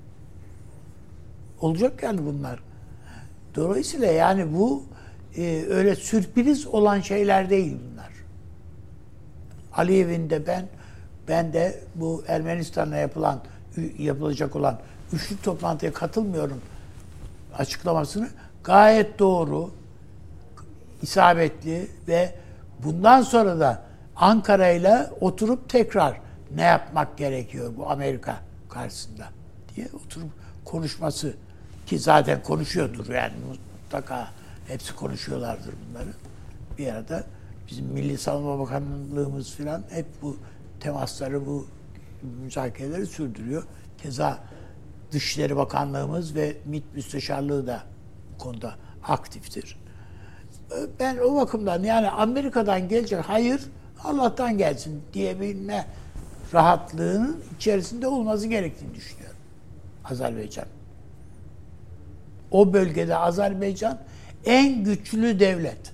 Olacak yani bunlar. Dolayısıyla yani bu öyle sürpriz olan şeyler değil bunlar. Aliyev'in de ben de bu Ermenistan'la yapılacak olan üçlü toplantıya katılmıyorum açıklamasını gayet doğru, isabetli ve bundan sonra da Ankara'yla oturup tekrar ne yapmak gerekiyor bu Amerika karşısında diye oturup konuşması, ki zaten konuşuyordur yani mutlaka hepsi konuşuyorlardır bunları. Bir arada bizim Milli Savunma Bakanlığımız falan hep bu temasları, bu müzakereleri sürdürüyor. Keza Dışişleri Bakanlığımız ve MİT Müsteşarlığı da bu konuda aktiftir. Ben o bakımdan yani Amerika'dan gelecek hayır Allah'tan gelsin diyebilme rahatlığının içerisinde olması gerektiğini düşünüyorum. Azerbaycan. O bölgede Azerbaycan en güçlü devlet.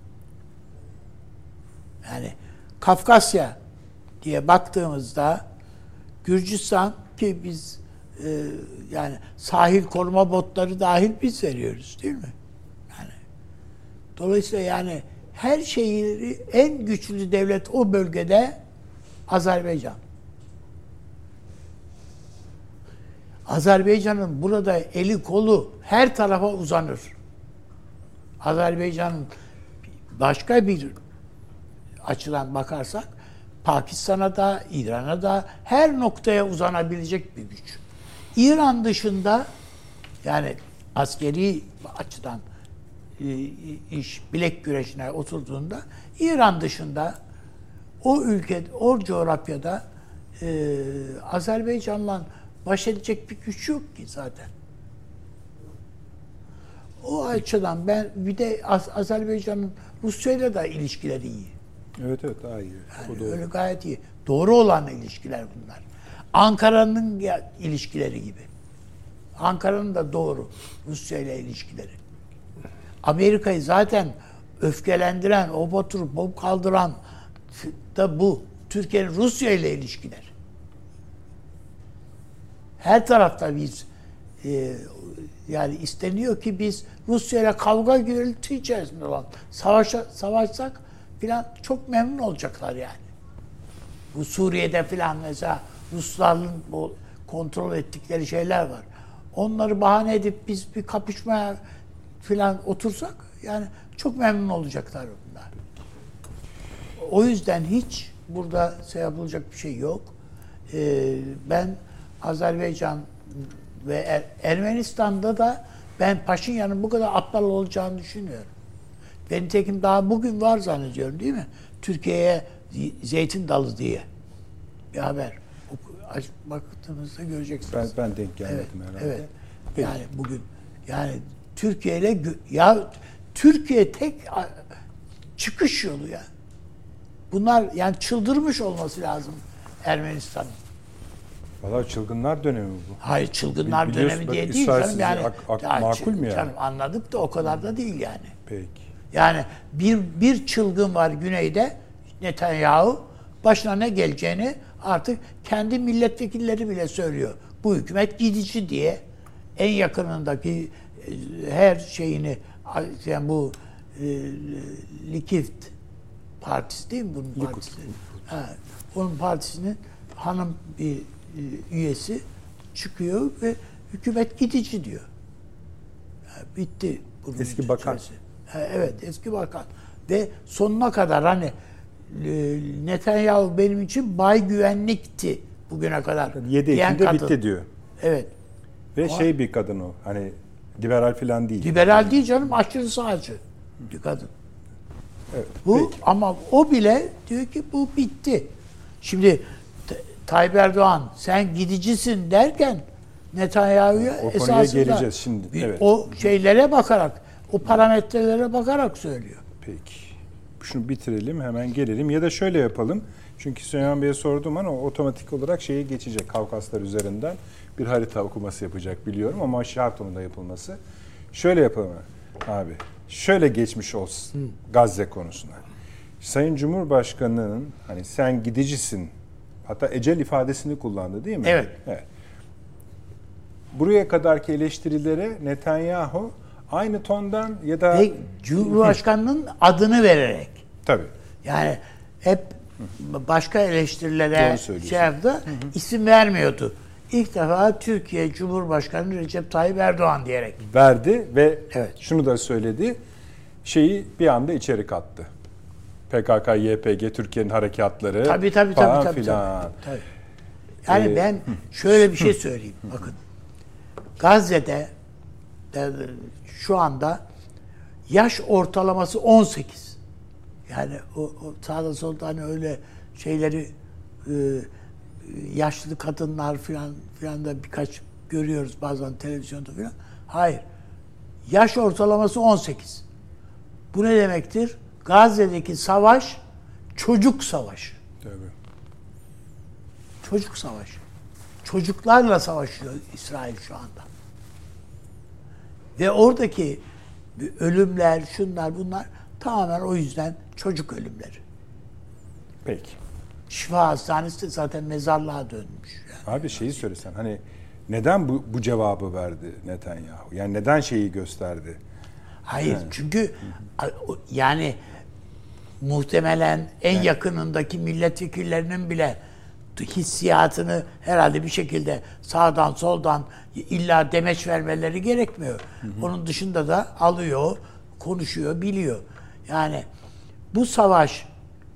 Yani Kafkasya diye baktığımızda Gürcistan, ki biz yani sahil koruma botları dahil biz veriyoruz değil mi? Yani dolayısıyla yani her şeyi en güçlü devlet o bölgede Azerbaycan. Azerbaycan'ın burada eli kolu her tarafa uzanır. Azerbaycan'ın başka bir açıdan bakarsak Pakistan'a da, İran'a da her noktaya uzanabilecek bir güç. İran dışında yani askeri açıdan iş bilek güreşine oturduğunda İran dışında o ülke, o coğrafyada Azerbaycan'la baş edecek bir güç yok ki zaten. O açıdan ben bir de Azerbaycan'ın Rusya'yla da ilişkileri iyi. Evet daha iyi. Yani öyle gayet iyi. Doğru olan ilişkiler bunlar. Ankara'nın ilişkileri gibi. Ankara'nın da doğru Rusya ile ilişkileri. Amerika'yı zaten öfkelendiren, oturup bomb kaldıran da bu. Türkiye'nin Rusya ile ilişkileri. Her tarafta biz yani isteniyor ki biz Rusya ile kavga gürültü içerisinde olan savaşsak filan çok memnun olacaklar yani. Bu Suriye'de filan mesela Rusların kontrol ettikleri şeyler var. Onları bahane edip biz bir kapışmaya filan otursak yani çok memnun olacaklar bunlar. O yüzden hiç burada yapılacak bir şey yok. Ben Azerbaycan ve Ermenistan'da da ben Paşinyan'ın bu kadar aptal olacağını düşünüyorum. Ben nitekim daha bugün var zannediyorum değil mi? Türkiye'ye zeytin dalı diye bir haber. Baktığınızda göreceksiniz. Ben denk gelmedim herhalde. Evet. Yani bugün yani Türkiye ile ya Türkiye tek çıkış yolu ya. Bunlar yani çıldırmış olması lazım Ermenistan'ın. Vallahi çılgınlar dönemi bu. Hayır çılgınlar dönemi diye değil canım yani. Makul mü yani? Canım anladık da o kadar da değil yani. Peki. Yani bir çılgın var güneyde Netanyahu, başına ne geleceğini artık kendi milletvekilleri bile söylüyor. Bu hükümet gidici diye en yakınındaki her şeyini yani bu Likud partisi değil mi bunun partisi? Onun partisinin hanım bir üyesi çıkıyor ve hükümet gidici diyor. Yani bitti. Eski bakan. Evet, eski bakan. Ve sonuna kadar hani Netanyahu benim için bay güvenlikti bugüne kadar. 7 Ekim'de bitti diyor. Evet. Ve ama bir kadın o. Hani liberal falan değil. Liberal değil canım, aşırı sağcı bir kadın. Evet. Bu peki. Ama o bile diyor ki bu bitti. Şimdi Tayyip Erdoğan sen gidicisin derken Netanyahu'ya esasında geleceğiz şimdi. Evet. O şeylere bakarak, o parametrelere bakarak söylüyor. Peki. Şunu bitirelim, hemen gelelim. Ya da şöyle yapalım. Çünkü Süleyman Bey'e sorduğum an o otomatik olarak şeye geçecek. Kavkaslar üzerinden bir harita okuması yapacak biliyorum ama şart onun da yapılması. Şöyle yapalım abi. Şöyle geçmiş olsun Gazze konusuna. Sayın Cumhurbaşkanı'nın hani sen gidicisin Hatta ecel ifadesini kullandı değil mi? Evet. Evet. Buraya kadarki eleştirilere Netanyahu aynı tondan ya da... Ve Cumhurbaşkanı'nın adını vererek. Tabii. Yani hep başka eleştirilere Doğru söylüyorsun. şey yaptı, isim vermiyordu. İlk defa Türkiye Cumhurbaşkanı Recep Tayyip Erdoğan diyerek. Verdi ve Evet. şunu da söyledi. Şeyi bir anda içeri kattı. PKK, YPG, Türkiye'nin harekatları Tabii. falan filan. Tabii. Yani ben şöyle bir şey söyleyeyim. Bakın. Gazze'de şu anda yaş ortalaması 18. Yani o sağda solda hani öyle şeyleri yaşlı kadınlar filan da birkaç görüyoruz bazen televizyonda filan. Hayır. Yaş ortalaması 18. Bu ne demektir? Gazze'deki savaş çocuk savaşı. Tabii. Çocuk savaşı. Çocuklarla savaşıyor İsrail şu anda. Ve oradaki ölümler, şunlar bunlar tamamen o yüzden çocuk ölümleri. Peki. Şifa Hastanesi de zaten mezarlığa dönmüş. Yani. Abi şeyi söylesen hani neden bu cevabı verdi Netanyahu? Yani neden şeyi gösterdi? Hayır çünkü yani muhtemelen en yakınındaki milletvekillerinin bile hissiyatını herhalde bir şekilde sağdan soldan illa demeç vermeleri gerekmiyor. Onun dışında da alıyor, konuşuyor, biliyor. Yani bu savaş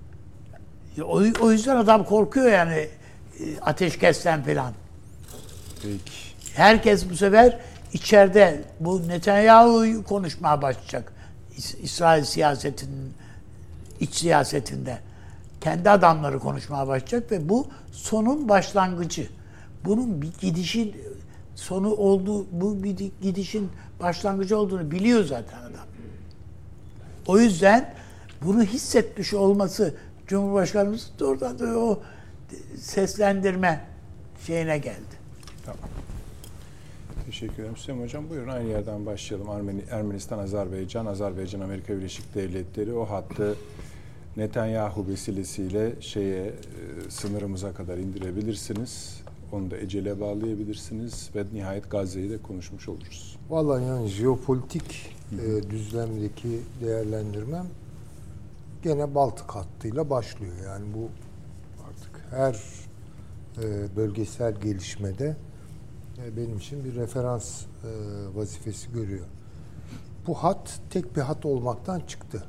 o yüzden adam korkuyor yani ateşkesten falan. Peki. Herkes bu sefer içeride bu Netanyahu'yu konuşmaya başlayacak. İsrail siyasetinin iç siyasetinde. Kendi adamları konuşmaya başlayacak ve bu sonun başlangıcı. Bunun bir gidişin sonu olduğu, bu bir gidişin başlangıcı olduğunu biliyor zaten adam. O yüzden bunu hissetmiş olması Cumhurbaşkanımız da oradan da o seslendirme şeyine geldi. Tamam. Teşekkür ederim. Süleyman Hocam buyurun aynı yerden başlayalım. Ermenistan, Azerbaycan, Amerika Birleşik Devletleri o hattı Netanyahu vesilesiyle sınırımıza kadar indirebilirsiniz. Onu da ecele bağlayabilirsiniz ve nihayet Gazze'yi de konuşmuş oluruz. Vallahi yani jeopolitik düzlemdeki değerlendirmem gene Baltık hattıyla başlıyor. Yani bu artık her bölgesel gelişmede benim için bir referans vazifesi görüyor. Bu hat tek bir hat olmaktan çıktı.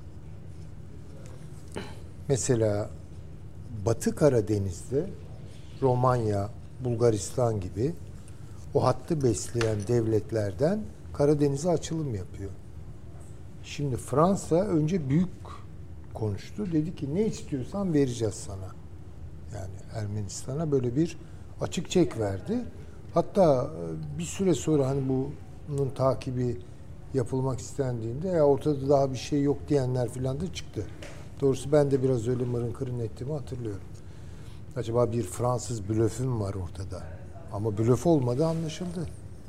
Mesela Batı Karadeniz'de Romanya, Bulgaristan gibi o hattı besleyen devletlerden Karadeniz'e açılım yapıyor. Şimdi Fransa önce büyük konuştu. Dedi ki ne istiyorsan vereceğiz sana. Yani Ermenistan'a böyle bir açık çek verdi. Hatta bir süre sonra hani bunun takibi yapılmak istendiğinde ya ortada daha bir şey yok diyenler filan da çıktı. Doğrusu ben de biraz öyle mırın kırın ettiğimi hatırlıyorum. Acaba bir Fransız blöfü mü var ortada? Ama blöf olmadı anlaşıldı.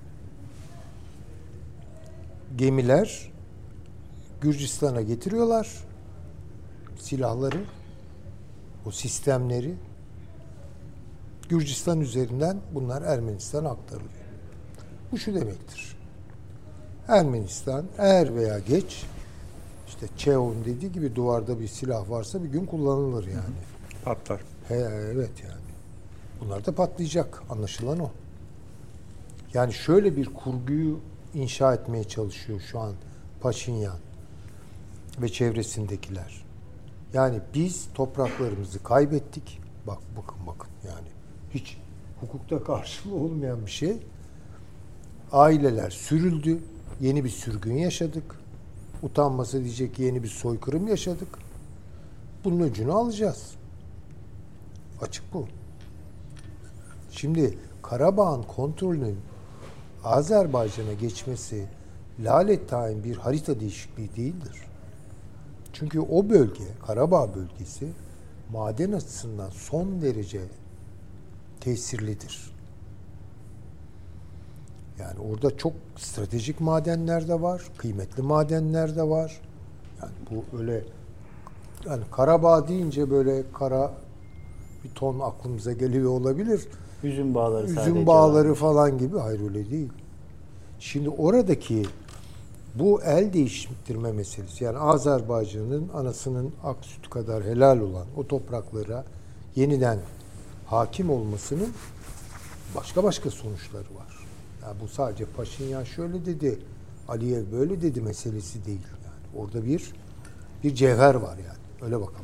Gemiler Gürcistan'a getiriyorlar silahları, o sistemleri. Gürcistan üzerinden bunlar Ermenistan'a aktarılıyor. Bu şu demektir. Ermenistan er veya geç işte Çehov'un dediği gibi duvarda bir silah varsa bir gün kullanılır yani. Patlar. Evet yani. Bunlar da patlayacak. Anlaşılan o. Yani şöyle bir kurguyu inşa etmeye çalışıyor şu an Paşinyan ve çevresindekiler. Yani biz topraklarımızı kaybettik. Bakın yani hiç hukukta karşılığı olmayan bir şey. Aileler sürüldü. Yeni bir sürgün yaşadık. Utanmasa diyecek ki yeni bir soykırım yaşadık. Bunun öcünü alacağız. Açık bu. Şimdi Karabağ'ın kontrolünün Azerbaycan'a geçmesi lalettayin bir harita değişikliği değildir. Çünkü o bölge, Karabağ bölgesi maden açısından son derece tesirlidir. Yani orada çok stratejik madenler de var, kıymetli madenler de var. Yani bu öyle yani Karabağ deyince böyle kara bir ton aklımıza geliyor olabilir. Üzüm bağları sadece. Üzüm bağları falan gibi. Hayır, öyle değil. Şimdi oradaki bu el değiştirme meselesi, yani Azerbaycan'ın anasının ak sütü kadar helal olan o topraklara yeniden hakim olmasının başka sonuçları var. Yani bu sadece Paşinyan şöyle dedi, Aliyev böyle dedi meselesi değil. Yani orada bir cevher var yani. Öyle bakalım.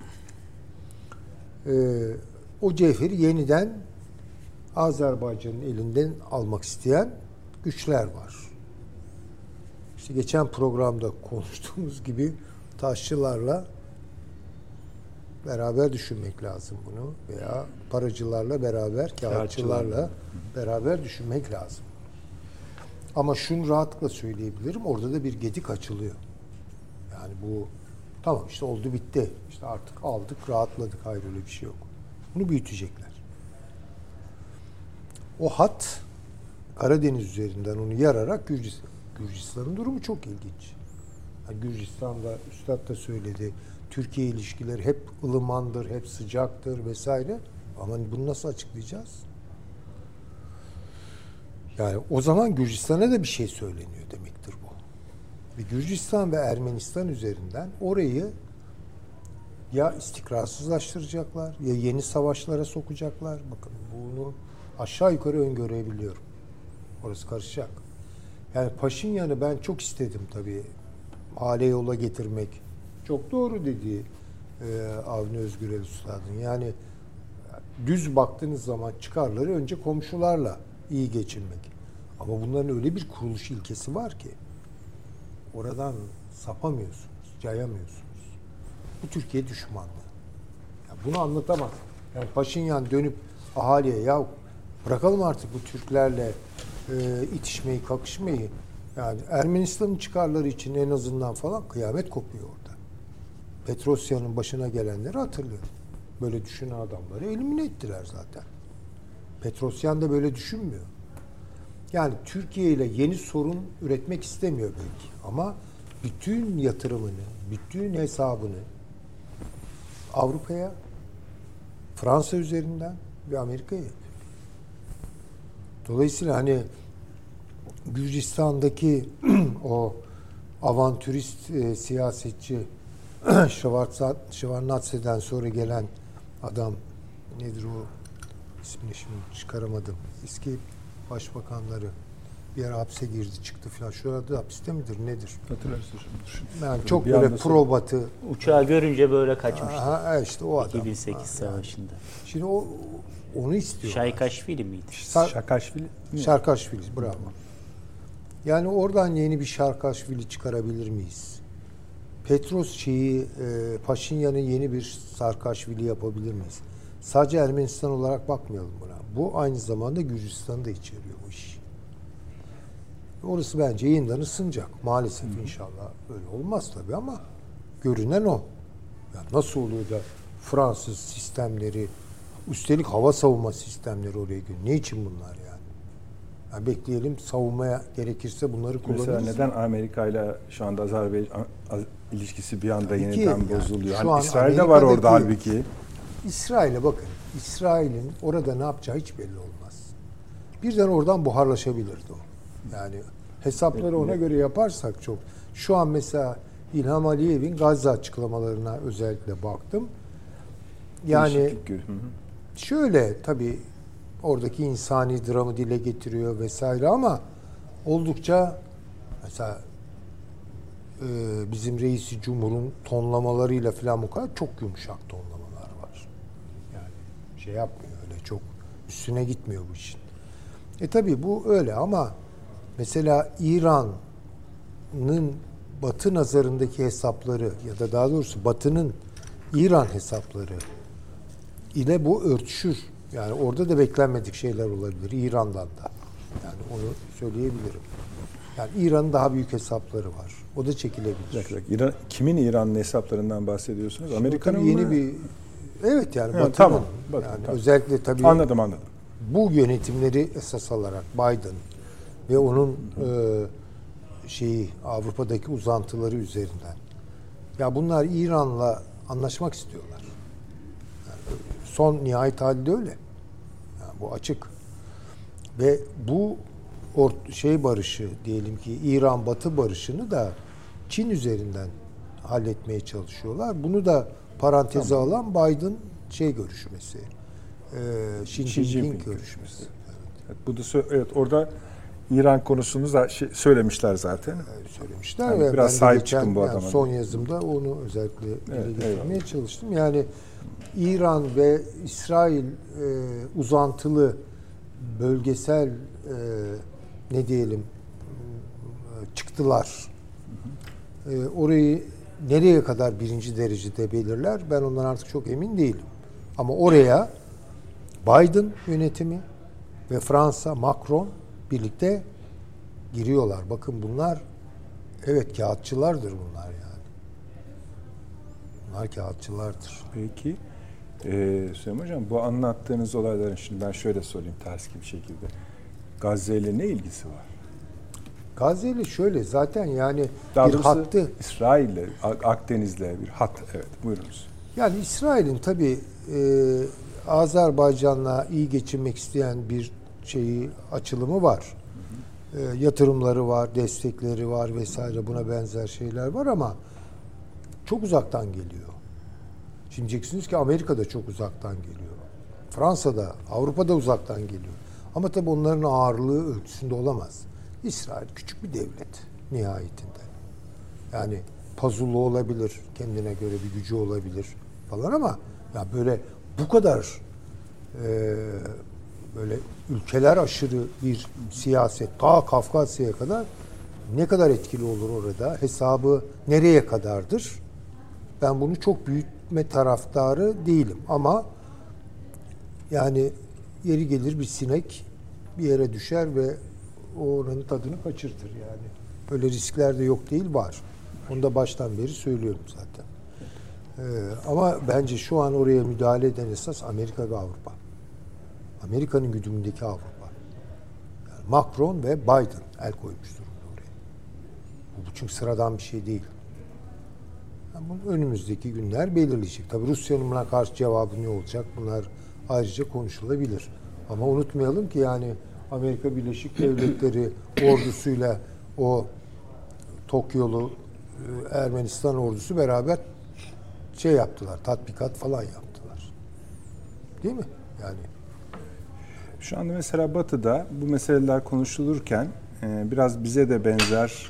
O cevheri yeniden Azerbaycan'ın elinden almak isteyen güçler var. İşte geçen programda konuştuğumuz gibi taşçılarla beraber düşünmek lazım bunu, veya paracılarla beraber, kağıtçılarla beraber düşünmek lazım. Ama şunu rahatlıkla söyleyebilirim, orada da bir gedik açılıyor. Yani bu tamam, işte oldu bitti, işte artık aldık, rahatladık, hayır öyle bir şey yok. Bunu büyütecekler. O hat Karadeniz üzerinden onu yararak Gürcistan'ın durumu çok ilginç. Yani Gürcistan'da Üstad da söyledi, Türkiye ilişkileri hep ılımandır, hep sıcaktır vesaire. Ama bunu nasıl açıklayacağız? Yani o zaman Gürcistan'a da bir şey söyleniyor demektir bu. Ve Gürcistan ve Ermenistan üzerinden orayı ya istikrarsızlaştıracaklar, ya yeni savaşlara sokacaklar. Bakın bunu aşağı yukarı öngörebiliyorum. Orası karışacak. Yani Paşinyan'ı ben çok istedim tabii. Hale yola getirmek. Çok doğru dediği Avni Özgürel Üstad'ın. Yani düz baktığınız zaman çıkarları önce komşularla iyi geçinmek. Ama bunların öyle bir kuruluş ilkesi var ki oradan sapamıyorsunuz, cayamıyorsunuz. Bu Türkiye düşmanlığı. Yani bunu anlatamaz. Yani Paşinyan dönüp ahaliye ya bırakalım artık bu Türklerle itişmeyi, kakışmayı. Yani Ermenistan'ın çıkarları için en azından falan kıyamet kopuyor orada. Petrosya'nın başına gelenleri hatırlıyorum. Böyle düşünen adamları elimine ettiler zaten. Petrosyan da böyle düşünmüyor. Yani Türkiye ile yeni sorun üretmek istemiyor belki. Ama bütün yatırımını, bütün hesabını Avrupa'ya, Fransa üzerinden ve Amerika'ya yapıyor. Dolayısıyla hani Gürcistan'daki o avantürist siyasetçi Şevarnadze'den sonra gelen adam, nedir o ismini şimdi çıkaramadım. Eski başbakanları bir ara hapse girdi çıktı falan. Şu anda hapiste midir nedir? Hatırlarsın şimdi. Yani çok böyle pro batı. Uçağı görünce böyle kaçmıştı. Aha, işte o adam. 2008 savaşında. Şimdi onu istiyor. Şaykaşvili miydi? Şakaşvili. Şarkaşvili, bravo. Yani oradan yeni bir Şarkaşvili çıkarabilir miyiz? Paşinyan'ın yeni bir Sarkaşvili yapabilir miyiz? Sadece Ermenistan olarak bakmayalım buna. Bu aynı zamanda Gürcistan'ı da içeriyor bu iş. Orası bence yeniden ısınacak. Maalesef inşallah öyle olmaz tabii ama görünen o. Yani nasıl oluyor da Fransız sistemleri, üstelik hava savunma sistemleri oraya gidiyor. Ne için bunlar yani? Yani bekleyelim, savunmaya gerekirse bunları kullanırız. Mesela neden Amerika ile şu anda Azerbaycan ilişkisi bir anda yeniden bozuluyor? Şu hani İsrail'de var orada halbuki. İsrail'e bakın. İsrail'in orada ne yapacağı hiç belli olmaz. Birden oradan buharlaşabilirdi o. Yani hesapları ona göre yaparsak çok. Şu an mesela İlham Aliyev'in Gazze açıklamalarına özellikle baktım. Yani şöyle tabii oradaki insani dramı dile getiriyor vesaire ama oldukça mesela bizim reisi Cumhur'un tonlamalarıyla falan bu kadar çok yumuşak tonlamalar var. Yani şey yapmıyor öyle çok üstüne gitmiyor bu işin. Tabii bu öyle ama mesela İran'ın Batı nazarındaki hesapları ya da daha doğrusu Batı'nın İran hesapları ile bu örtüşür. Yani orada da beklenmedik şeyler olabilir İran'dan da. Yani onu söyleyebilirim. Yani İran'ın daha büyük hesapları var. O da çekilebilir. Kimin İran'ın hesaplarından bahsediyorsunuz? Şimdi Amerika'nın yeni mı? bir evet Batı'nın. Tamam. Yani tamam. özellikle tabii Anladım. Bu yönetimleri esas alarak Biden ve onun Avrupa'daki uzantıları üzerinden. Ya bunlar İran'la anlaşmak istiyorlar. Yani son nihayet halde öyle. Yani bu açık. Ve bu barışı diyelim ki İran-Batı barışını da Çin üzerinden halletmeye çalışıyorlar. Bunu da paranteze alan Biden görüşmesi. Xi Jinping görüşmesi. Evet, bu da evet, orada İran konusunu da söylemişler zaten. Söylemişler yani ve biraz ben sahip çıktım bu yani adama. son yazımda onu özellikle dile getirmeye çalıştım. Yani İran ve İsrail uzantılı bölgesel çıktılar. Orayı nereye kadar birinci derecede belirler? Ben ondan artık çok emin değilim. Ama oraya Biden yönetimi ve Fransa, Macron birlikte giriyorlar. Bakın bunlar evet kağıtçılardır bunlar yani. Bunlar kağıtçılardır. Peki. Süleyman Hocam bu anlattığınız olayların şimdi ben şöyle sorayım ters bir şekilde. Gazze ile ne ilgisi var? Gazze ile şöyle zaten yani daha bir hattı. İsrail'le, Akdeniz'le bir hat. Evet buyurunuz. Yani İsrail'in tabii Azerbaycan'la iyi geçinmek isteyen bir açılımı var. Yatırımları var, destekleri var vesaire buna benzer şeyler var ama çok uzaktan geliyor. Şimdi diyeceksiniz ki Amerika'da çok uzaktan geliyor. Fransa'da, Avrupa'da uzaktan geliyor. Ama tabii onların ağırlığı ölçüsünde olamaz. İsrail küçük bir devlet nihayetinde. Yani pazulu olabilir, kendine göre bir gücü olabilir falan ama ya böyle bu kadar böyle ülkeler aşırı bir siyaset, ta Kafkasya'ya kadar ne kadar etkili olur orada, hesabı nereye kadardır? Ben bunu çok büyütme taraftarı değilim ama yani yeri gelir bir sinek bir yere düşer ve oranın tadını kaçırtır yani. Öyle riskler de yok değil, var. Onu da baştan beri söylüyorum zaten. Ama bence şu an oraya müdahale eden esas Amerika ve Avrupa. Amerika'nın güdümündeki Avrupa. Yani Macron ve Biden el koymuş durumda oraya. Bu çünkü sıradan bir şey değil. Yani bunu önümüzdeki günler belirleyecek. Tabii Rusya'nın buna karşı cevabı ne olacak? Bunlar ayrıca konuşulabilir. Ama unutmayalım ki yani Amerika Birleşik Devletleri ordusuyla o Tokyolu Ermenistan ordusu beraber yaptılar, tatbikat falan yaptılar. Değil mi? Yani şu anda mesela Batı'da bu meseleler konuşulurken biraz bize de benzer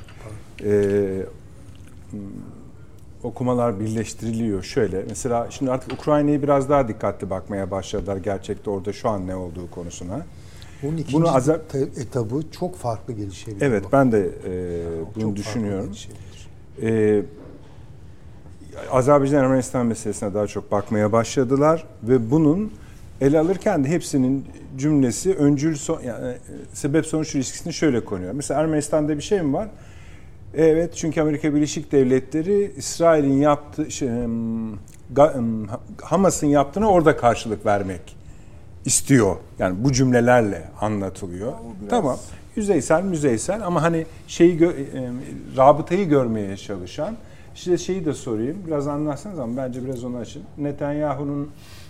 okumalar birleştiriliyor. Şöyle mesela şimdi artık Ukrayna'yı biraz daha dikkatli bakmaya başladılar gerçekte orada şu an ne olduğu konusuna. Bunun ikinci etabı çok farklı gelişebilir. Evet ben de bunu düşünüyorum. Azerbaycan-Ermenistan meselesine daha çok bakmaya başladılar ve bunun ele alırken de hepsinin cümlesi öncül yani sebep sonuç ilişkisini şöyle konuyor. Mesela Ermenistan'da bir şey mi var? Evet, çünkü Amerika Birleşik Devletleri İsrail'in yaptığı Hamas'ın yaptığına orada karşılık vermek istiyor. Yani bu cümlelerle anlatılıyor. Tamam. Yüzeysel ama hani rabıtayı görmeye çalışan. İşte şeyi de sorayım. Biraz anlatsanız ama bence biraz onu açın. Netanyahu'nun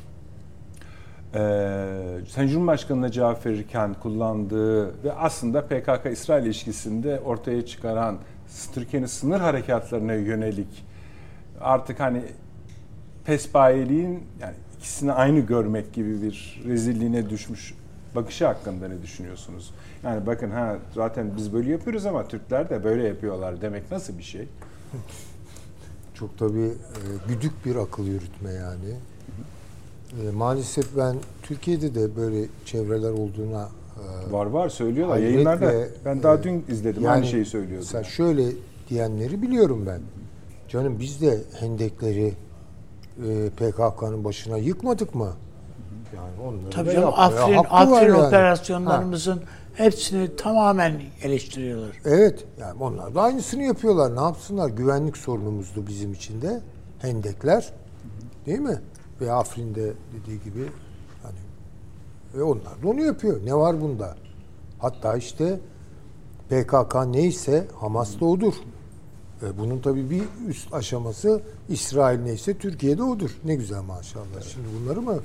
Sayın Cumhurbaşkanı'na cevap verirken kullandığı ve aslında PKK-İsrail ilişkisinde ortaya çıkaran Türkiye'nin sınır harekatlarına yönelik artık hani pesbayeliğin yani ikisini aynı görmek gibi bir rezilliğine düşmüş bakışı hakkında ne düşünüyorsunuz? Yani bakın zaten biz böyle yapıyoruz ama Türkler de böyle yapıyorlar demek nasıl bir şey? Çok tabii güdük bir akıl yürütme yani. Maalesef ben Türkiye'de de böyle çevreler olduğuna var söylüyorlar yayınlarda. Ben daha dün izledim yani, aynı şeyi söylüyordu. Mesela şöyle diyenleri biliyorum ben. Canım biz de hendekleri PKK'nın başına yıkmadık mı? Yani onları tabii da canım, Afrin operasyonlarımızın hepsini tamamen eleştiriyorlar. Evet. Yani onlar da aynısını yapıyorlar. Ne yapsınlar? Güvenlik sorunumuzdu bizim için de. Hendekler. Değil mi? Ve Afrin'de dediği gibi hani ve onlar da onu yapıyor. Ne var bunda? Hatta işte PKK neyse Hamas da odur. Bunun tabii bir üst aşaması İsrail neyse Türkiye'de odur. Ne güzel maşallah. Şimdi bunları mı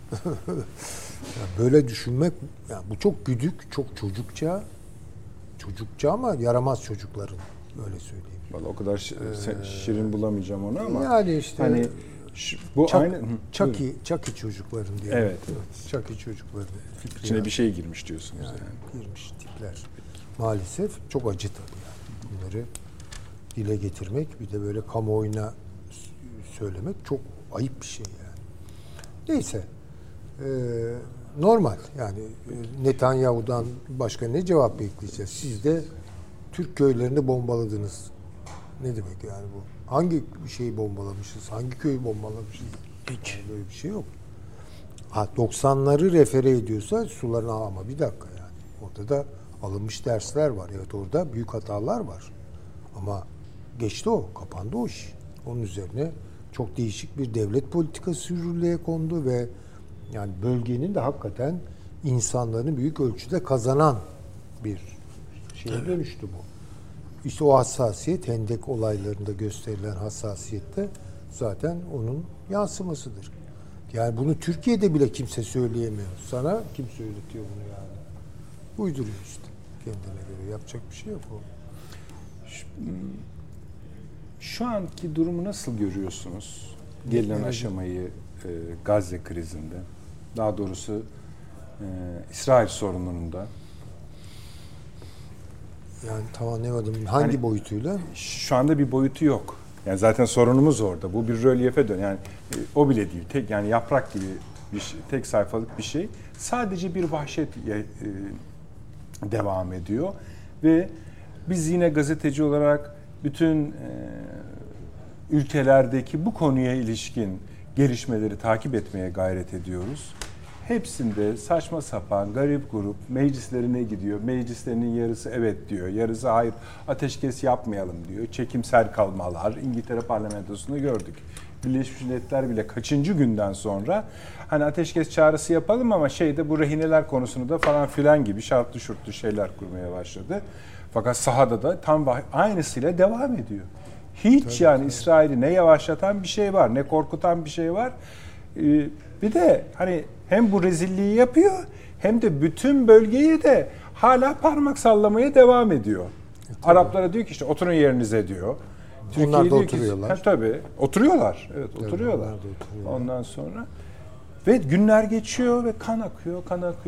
Yani böyle düşünmek, yani bu çok güdük, çok çocukça ama yaramaz çocukların, öyle söyleyeyim. Vallahi o kadar şirin bulamayacağım onu ama yani işte hani bu aynı Chucky çocukların diye. Evet. Chucky çocukların fikri. İçine bir şey girmiş diyorsunuz yani. yani. Girmiş tipler. Maalesef çok acı tabii yani. Bunları dile getirmek, bir de böyle kamuoyuna söylemek çok ayıp bir şey yani. Neyse. Normal yani, Netanyahu'dan başka ne cevap bekleyeceğiz? Siz de Türk köylerini bombaladınız. Ne demek yani bu? Hangi şeyi bombalamışız? Hangi köyü bombalamışız? Hiç. Yani böyle bir şey yok. 90'ları refere ediyorsa sularına, ama bir dakika yani. Orada da alınmış dersler var. Evet, orada büyük hatalar var. Ama geçti o. Kapandı o iş. Onun üzerine çok değişik bir devlet politikası yürürlüğe kondu ve yani bölgenin de hakikaten insanların büyük ölçüde kazanan bir şeye dönüştü bu. İşte o hassasiyet, Hendek olaylarında gösterilen hassasiyette zaten onun yansımasıdır. Yani bunu Türkiye'de bile kimse söyleyemiyor. Sana kim söyletiyor bunu yani? Uyduruyor işte kendine göre. Yapacak bir şey yok o. Şu anki durumu nasıl görüyorsunuz? Gelinen aşamayı Gazze krizinde, daha doğrusu İsrail sorununda. Yani tam anlayamadım. Hangi boyutuyla? Şu anda bir boyutu yok. Yani zaten sorunumuz orada. Bu bir rölyefe dön. Yani o bile değil. Tek, yani yaprak gibi bir şey, tek sayfalık bir şey. Sadece bir vahşet devam ediyor ve biz yine gazeteci olarak bütün ülkelerdeki bu konuya ilişkin gelişmeleri takip etmeye gayret ediyoruz. Hepsinde saçma sapan, garip grup meclislerine gidiyor. Meclislerinin yarısı evet diyor, yarısı hayır, ateşkes yapmayalım diyor. Çekimser kalmalar, İngiltere parlamentosunda gördük. Birleşmiş Milletler bile kaçıncı günden sonra hani ateşkes çağrısı yapalım ama bu rehineler konusunu da falan filan gibi şartlı şurtlu şeyler kurmaya başladı. Fakat sahada da tam aynısıyla devam ediyor. Hiç yani İsrail'i ne yavaşlatan bir şey var, ne korkutan bir şey var. Bir de hani hem bu rezilliği yapıyor hem de bütün bölgeyi de hala parmak sallamaya devam ediyor. Araplara diyor ki işte oturun yerinize diyor. Onlar da oturuyorlar. Tabii. Oturuyorlar. Evet, oturuyorlar. Ondan sonra ve günler geçiyor ve kan akıyor.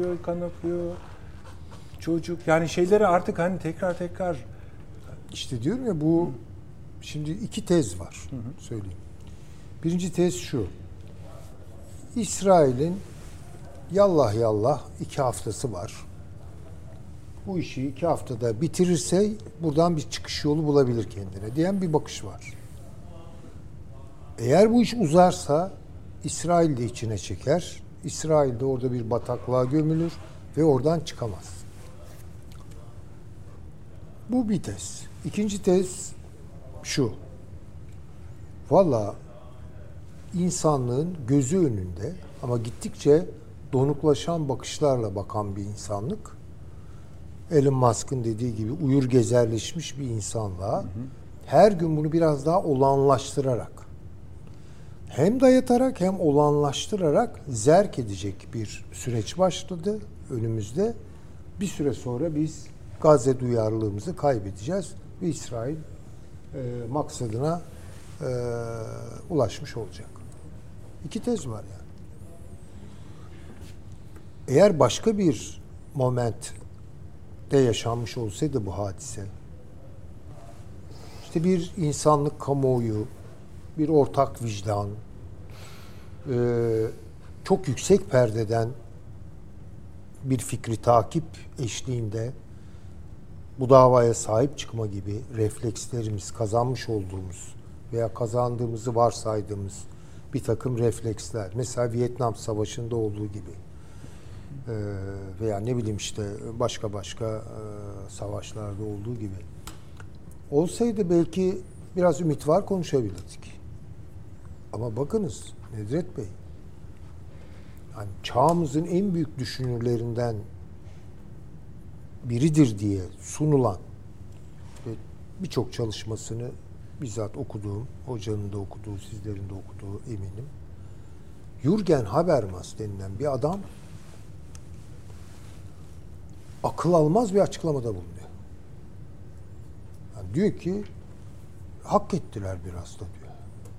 Çocuk yani şeyleri artık hani tekrar işte diyorum ya, bu şimdi iki tez var. Söyleyeyim. Birinci tez şu. İsrail'in yallah 2 haftası var. Bu işi 2 haftada bitirirse buradan bir çıkış yolu bulabilir kendine diyen bir bakış var. Eğer bu iş uzarsa İsrail de içine çeker. İsrail de orada bir bataklığa gömülür ve oradan çıkamaz. Bu bir tez. İkinci tez şu. Valla insanlığın gözü önünde ama gittikçe donuklaşan bakışlarla bakan bir insanlık, Elon Musk'ın dediği gibi uyur gezerleşmiş bir insanlığa her gün bunu biraz daha olağanlaştırarak, hem dayatarak hem olağanlaştırarak zerk edecek bir süreç başladı önümüzde. Bir süre sonra biz Gazze duyarlılığımızı kaybedeceğiz ve İsrail maksadına ulaşmış olacak. 2 tez var yani. Eğer başka bir momentte yaşanmış olsaydı bu hadise, işte bir insanlık kamuoyu, bir ortak vicdan, çok yüksek perdeden bir fikri takip eşliğinde bu davaya sahip çıkma gibi reflekslerimiz, kazanmış olduğumuz veya kazandığımızı varsaydığımız bir takım refleksler, mesela Vietnam Savaşı'nda olduğu gibi veya ne bileyim işte başka savaşlarda olduğu gibi olsaydı belki biraz ümit var konuşabilirdik. Ama bakınız Nedret Bey, yani çağımızın en büyük düşünürlerinden biridir diye sunulan ve birçok çalışmasını bizzat okuduğum, hocanın da okuduğu, sizlerin de okuduğu eminim. Jürgen Habermas denilen bir adam akıl almaz bir açıklamada bulunuyor. Yani diyor ki hak ettiler biraz da diyor.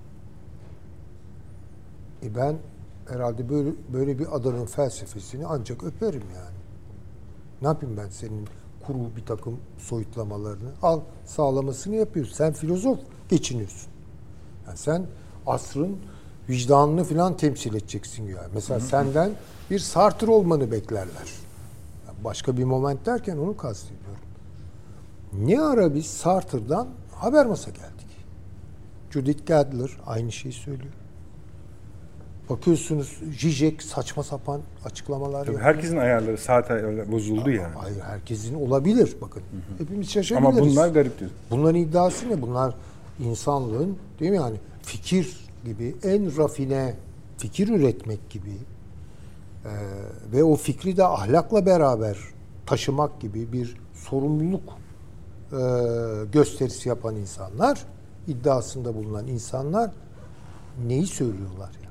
Ben herhalde böyle bir adamın felsefesini ancak öperim yani. Ne yapayım ben senin kuru bir takım soyutlamalarını? Al, sağlamasını yapıyorsun. Sen filozof geçiniyorsun. Yani sen asrın vicdanını falan temsil edeceksin yani. Mesela senden bir Sartre olmanı beklerler. Yani başka bir moment derken onu kastediyorum. Ne ara biz Sartre'dan Habermas'a geldik? Judith Butler aynı şeyi söylüyor. Bakıyorsunuz Zizek saçma sapan açıklamalar yapıyor. Herkesin ayarları, saat ayarları bozuldu yani. Hayır, herkesin olabilir bakın. Hepimiz şaşabiliriz. Ama bunlar garip diyor. Bunların iddiası ne? Bunlar insanlığın, değil mi yani, fikir gibi en rafine fikir üretmek gibi ve o fikri de ahlakla beraber taşımak gibi bir sorumluluk gösterisi yapan insanlar, iddiasında bulunan insanlar neyi söylüyorlar yani?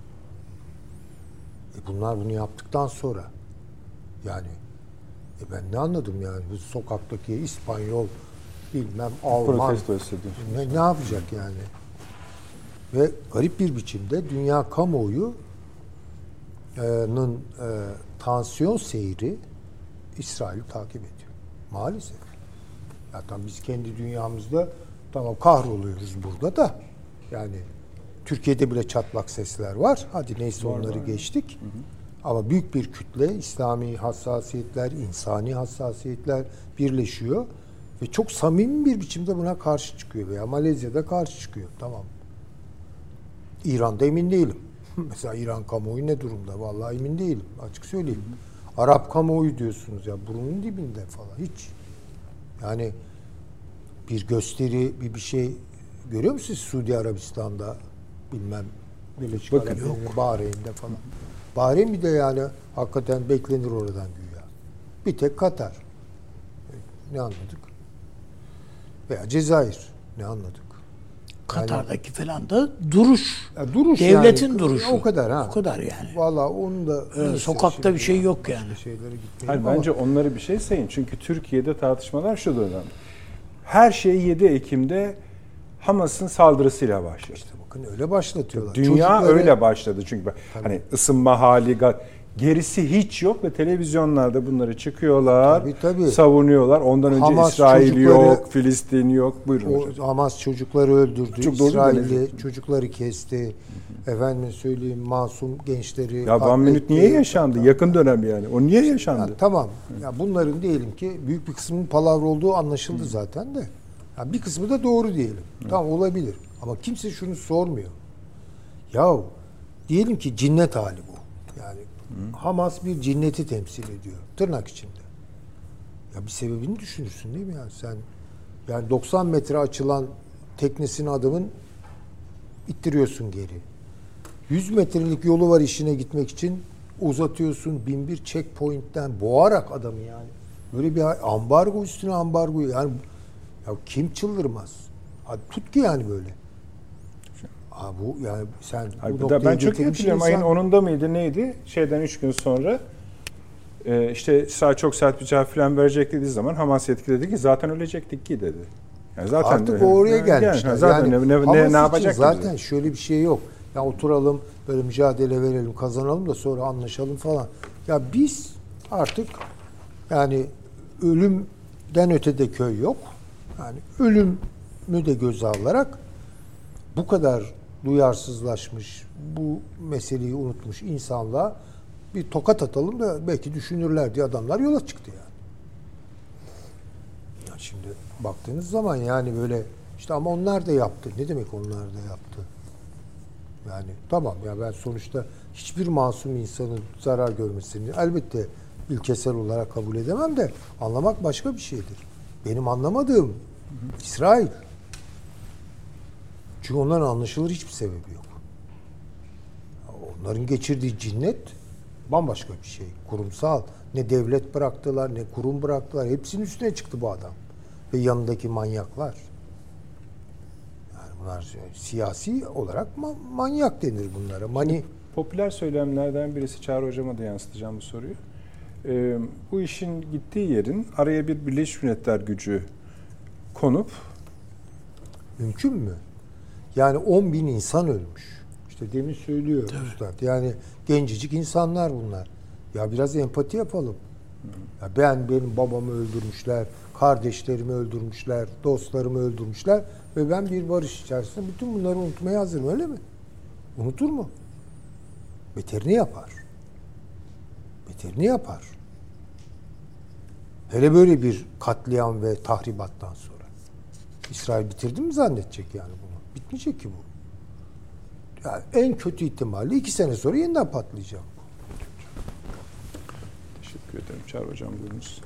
Bunlar bunu yaptıktan sonra yani ben ne anladım yani, bu sokaktaki İspanyol bilmem Alman protesto hissediyorsun. Ne yapacak yani? Ve garip bir biçimde dünya kamuoyunun tansiyon seyri İsrail'i takip ediyor. Maalesef. Zaten biz kendi dünyamızda tamam kahroluyoruz burada da yani Türkiye'de bile çatlak sesler var. Hadi neyse onları geçtik. Hı hı. Ama büyük bir kütle İslami hassasiyetler, insani hassasiyetler birleşiyor ve çok samimi bir biçimde buna karşı çıkıyor veya Malezya'da karşı çıkıyor. Tamam. İran'da emin değilim. Mesela İran kamuoyu ne durumda? Vallahi emin değilim. Açık söyleyeyim. Hı hı. Arap kamuoyu diyorsunuz ya, burnunun dibinde falan. Hiç. Yani bir gösteri, bir şey görüyor musunuz Suudi Arabistan'da? Bilmem Birleşik Arap Emirlikleri, Bahreyn'de falan. Bahreyn bir de yani hakikaten beklenir oradan güya. Bir tek Katar. Ne anladık? Veya Cezayir. Ne anladık? Katar'daki falan da duruş. Duruş devletin yani, duruşu. o kadar ha. O kadar yani. Vallahi onun da sokakta bir şey yok yani. Hayır, bence onları bir şey sayın. Çünkü Türkiye'de tartışmalar şu dönem. Her şey 7 Ekim'de Hamas'ın saldırısıyla başladı. İşte bakın öyle başlatıyorlar. Dünya öyle başladı çünkü. Hani ısınma hali, gerisi hiç yok ve televizyonlarda bunları çıkıyorlar, tabii. Savunuyorlar. Ondan önce Hamas İsrail yok, Filistin yok. Buyurun hocam. Hamas çocukları öldürdü, Çok İsrail'de çocukları kesti. Efendim söyleyeyim, masum gençleri ya One Minute niye yaşandı? Yakın dönem yani. O niye yaşandı? Ya, tamam. Ya bunların diyelim ki büyük bir kısmının palavra olduğu anlaşıldı zaten de. Ya bir kısmı da doğru diyelim. Tamam, olabilir. Ama kimse şunu sormuyor. Yahu diyelim ki cinnet hali bu. Yani Hamas bir cinneti temsil ediyor. Tırnak içinde. Ya bir sebebini düşünürsün değil mi yani sen? Yani 90 metre açılan teknesini adamın ittiriyorsun geri. 100 metrelik yolu var işine gitmek için, uzatıyorsun 1001 checkpoint'ten boğarak adamı yani. Böyle bir ambargo üstüne ambargo yani, ya kim çıldırmaz? Hadi tut ki yani böyle. Bu yani sen bu noktaya ben çok hatırlıyorum. Ayın 10'unda mıydı neydi? Şeyden 3 gün sonra işte İsrail çok sert bir cevap falan verecek dediği zaman Hamas yetkili dedi ki zaten ölecektik ki dedi. Yani zaten artık oraya gelmişler. Zaten yani ne yapacak? Zaten şöyle bir şey yok. Ya oturalım böyle mücadele verelim, kazanalım da sonra anlaşalım falan. Ya biz artık yani ölümden ötede köy yok. Yani ölümü de göze alarak bu kadar duyarsızlaşmış, bu meseleyi unutmuş insanlığa bir tokat atalım da belki düşünürler diye adamlar yola çıktı yani. Ya şimdi baktığınız zaman yani böyle işte ama onlar da yaptı. Ne demek onlar da yaptı? Yani tamam ya, ben sonuçta hiçbir masum insanın zarar görmesini elbette ilkesel olarak kabul edemem de anlamak başka bir şeydir. Benim anlamadığım İsrail. Çünkü onların anlaşılır hiçbir sebebi yok. Onların geçirdiği cinnet bambaşka bir şey. Kurumsal. Ne devlet bıraktılar, ne kurum bıraktılar. Hepsinin üstüne çıktı bu adam. Ve yanındaki manyaklar. Yani bunlar siyasi olarak manyak denir bunlara. popüler söylemlerden birisi, Çağrı Hocam'a da yansıtacağım bu soruyu. Bu işin gittiği yerin araya bir Birleşmiş Milletler gücü konup... Mümkün mü? Yani 10.000 insan ölmüş. İşte demin söylüyor Üstad. Yani gencecik insanlar bunlar. Ya biraz empati yapalım. Ya benim babamı öldürmüşler, kardeşlerimi öldürmüşler, dostlarımı öldürmüşler ve ben bir barış içerisinde bütün bunları unutmaya hazırım, öyle mi? Unutur mu? Beterini yapar. Beterini yapar. Hele böyle bir katliam ve tahribattan sonra. İsrail bitirdi mi zannedecek yani bunu? Bitmeyecek ki bu. Yani en kötü ihtimalle 2 sene sonra yeniden patlayacak bu. Teşekkür ederim. Çağrı Hocam, buyurunuz.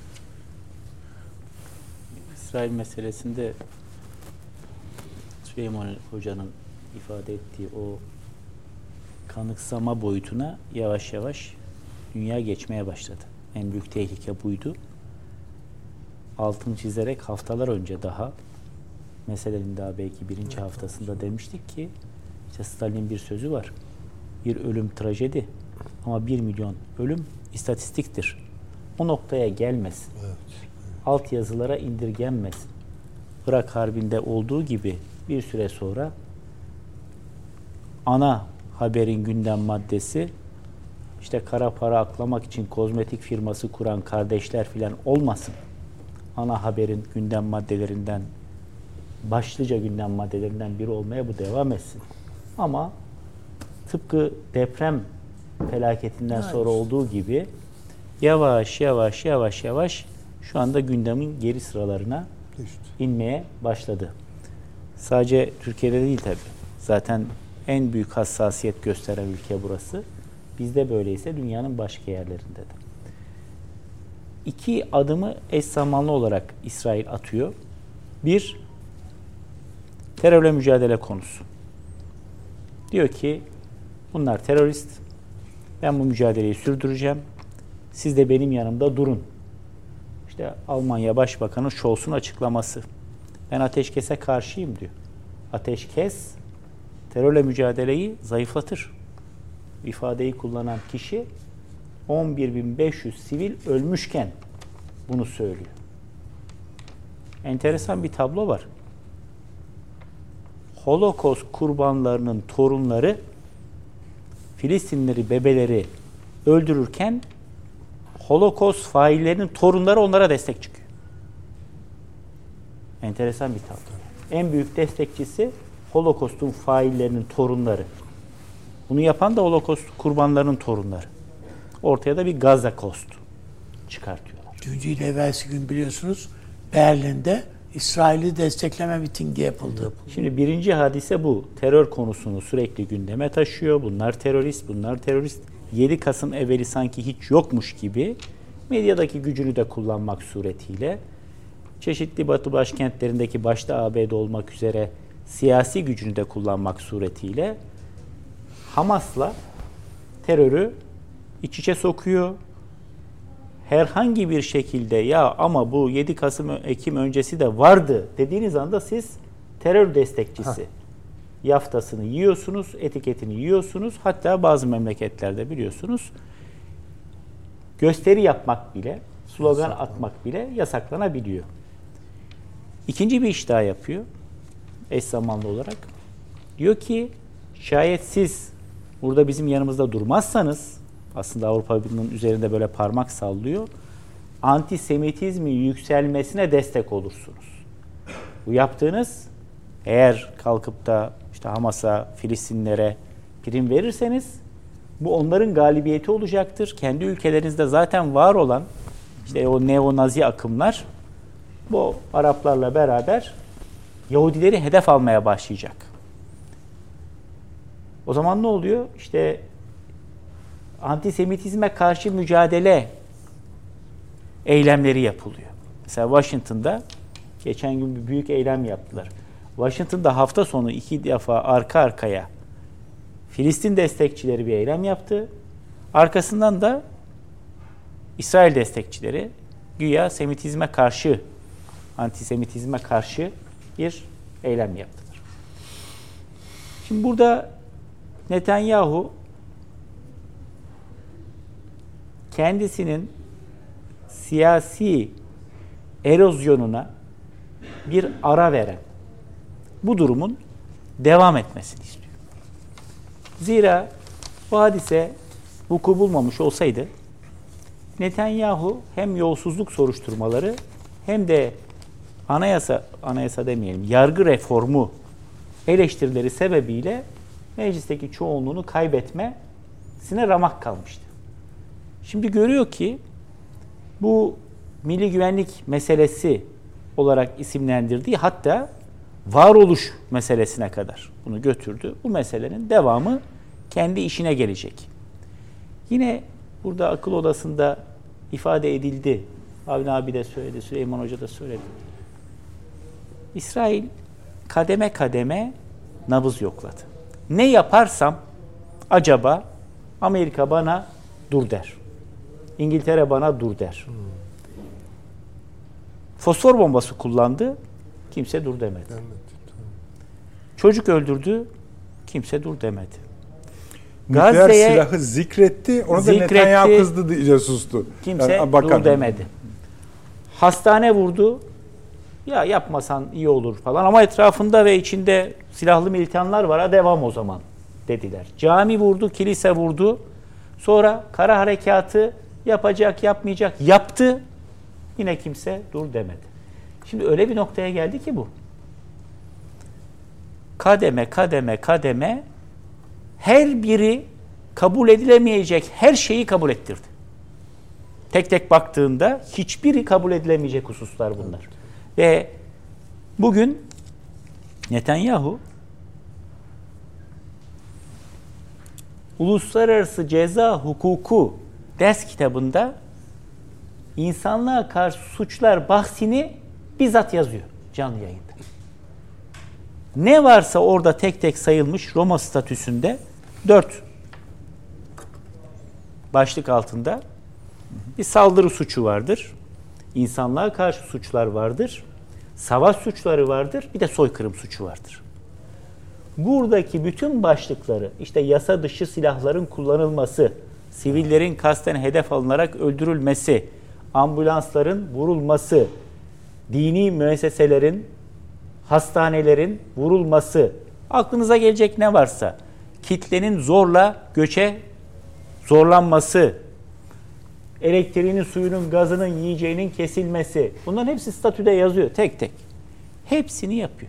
İsrail meselesinde Süleyman Hoca'nın ifade ettiği o kanıksama boyutuna yavaş yavaş dünya geçmeye başladı. En büyük tehlike buydu. Altını çizerek haftalar önce daha, meselenin daha belki birinci haftasında demiştik ki, işte Stalin'in bir sözü var. Bir ölüm trajedi ama 1 milyon ölüm istatistiktir. O noktaya gelmesin. Evet. Alt yazılara indirgenmesin. Irak Harbi'nde olduğu gibi bir süre sonra ana haberin gündem maddesi işte kara para aklamak için kozmetik firması kuran kardeşler filan olmasın. Ana haberin gündem maddelerinden, başlıca gündem maddelerinden biri olmaya bu devam etsin. Ama tıpkı deprem felaketinden sonra olduğu gibi yavaş yavaş şu anda gündemin geri sıralarına inmeye başladı. Sadece Türkiye'de değil tabii. Zaten en büyük hassasiyet gösteren ülke burası. Bizde böyleyse dünyanın başka yerlerinde de. 2 adımı eş zamanlı olarak İsrail atıyor. 1, terörle mücadele konusu. Diyor ki bunlar terörist. Ben bu mücadeleyi sürdüreceğim. Siz de benim yanımda durun. İşte Almanya Başbakanı Scholz'un açıklaması. Ben ateşkese karşıyım diyor. Ateşkes terörle mücadeleyi zayıflatır. İfadeyi kullanan kişi 11.500 sivil ölmüşken bunu söylüyor. Enteresan bir tablo var. Holocaust kurbanlarının torunları Filistinlileri, bebeleri öldürürken Holocaust faillerinin torunları onlara destek çıkıyor. Enteresan bir tablo. En büyük destekçisi Holocaust'un faillerinin torunları. Bunu yapan da Holocaust kurbanlarının torunları. Ortaya da bir Gaza Coast çıkartıyorlar. Dün değil evvelsi gün biliyorsunuz Berlin'de İsrail'i destekleme mitingi yapıldı. Şimdi birinci hadise bu. Terör konusunu sürekli gündeme taşıyor. Bunlar terörist, bunlar terörist. 7 Kasım evveli sanki hiç yokmuş gibi medyadaki gücünü de kullanmak suretiyle çeşitli Batı başkentlerindeki başta ABD olmak üzere siyasi gücünü de kullanmak suretiyle Hamas'la terörü iç içe sokuyor. Herhangi bir şekilde ya ama bu 7 Kasım Ekim öncesi de vardı dediğiniz anda siz terör destekçisi yaftasını yiyorsunuz, etiketini yiyorsunuz. Hatta bazı memleketlerde biliyorsunuz gösteri yapmak bile, slogan atmak bile yasaklanabiliyor. İkinci bir iş daha yapıyor eş zamanlı olarak. Diyor ki şayet siz burada bizim yanımızda durmazsanız, aslında Avrupa'nın üzerinde böyle parmak sallıyor, antisemitizmin yükselmesine destek olursunuz. Bu yaptığınız, eğer kalkıp da işte Hamas'a, Filistinlilere prim verirseniz bu onların galibiyeti olacaktır. Kendi ülkelerinizde zaten var olan işte o neo-nazi akımlar bu Araplarla beraber Yahudileri hedef almaya başlayacak. O zaman ne oluyor? İşte antisemitizme karşı mücadele eylemleri yapılıyor. Mesela Washington'da geçen gün bir büyük eylem yaptılar. Washington'da hafta sonu 2 defa arka arkaya Filistin destekçileri bir eylem yaptı. Arkasından da İsrail destekçileri güya semitizme karşı, antisemitizme karşı bir eylem yaptılar. Şimdi burada Netanyahu kendisinin siyasi erozyonuna bir ara veren bu durumun devam etmesini istiyor. Zira bu hadise vuku bulmamış olsaydı Netanyahu hem yolsuzluk soruşturmaları hem de anayasa demeyelim, yargı reformu eleştirileri sebebiyle meclisteki çoğunluğunu kaybetmesine ramak kalmıştı. Şimdi görüyor ki bu milli güvenlik meselesi olarak isimlendirdiği, hatta varoluş meselesine kadar bunu götürdü. Bu meselenin devamı kendi işine gelecek. Yine burada akıl odasında ifade edildi. Avni abi de söyledi, Süleyman Hoca da söyledi. İsrail kademe kademe nabız yokladı. Ne yaparsam acaba Amerika bana dur der. İngiltere bana dur der. Fosfor bombası kullandı, kimse dur demedi. Çocuk öldürdü, kimse dur demedi. Nükleer silahı zikretti, onu da Netanyahu kızdı diye sustu. Kimse yani, dur demedi. Hastane vurdu, ya yapmasan iyi olur falan ama etrafında ve içinde silahlı militanlar var, ha devam o zaman dediler. Cami vurdu, kilise vurdu. Sonra kara harekatı yapacak, yapmayacak, yaptı. Yine kimse dur demedi. Şimdi öyle bir noktaya geldi ki bu. Kademe kademe kademe her biri kabul edilemeyecek her şeyi kabul ettirdi. Tek tek baktığında hiçbiri kabul edilemeyecek hususlar bunlar. Evet. Ve bugün Netanyahu Uluslararası Ceza Hukuku ders kitabında insanlığa karşı suçlar bahsini bizzat yazıyor canlı yayında. Ne varsa orada tek tek sayılmış Roma statüsünde 4 başlık altında bir saldırı suçu vardır. İnsanlığa karşı suçlar vardır. Savaş suçları vardır. Bir de soykırım suçu vardır. Buradaki bütün başlıkları, işte yasa dışı silahların kullanılması, sivillerin kasten hedef alınarak öldürülmesi, ambulansların vurulması, dini müesseselerin, hastanelerin vurulması, aklınıza gelecek ne varsa, kitlenin zorla göçe zorlanması, elektriğinin, suyunun, gazının, yiyeceğinin kesilmesi, bunların hepsi statüde yazıyor tek tek. Hepsini yapıyor.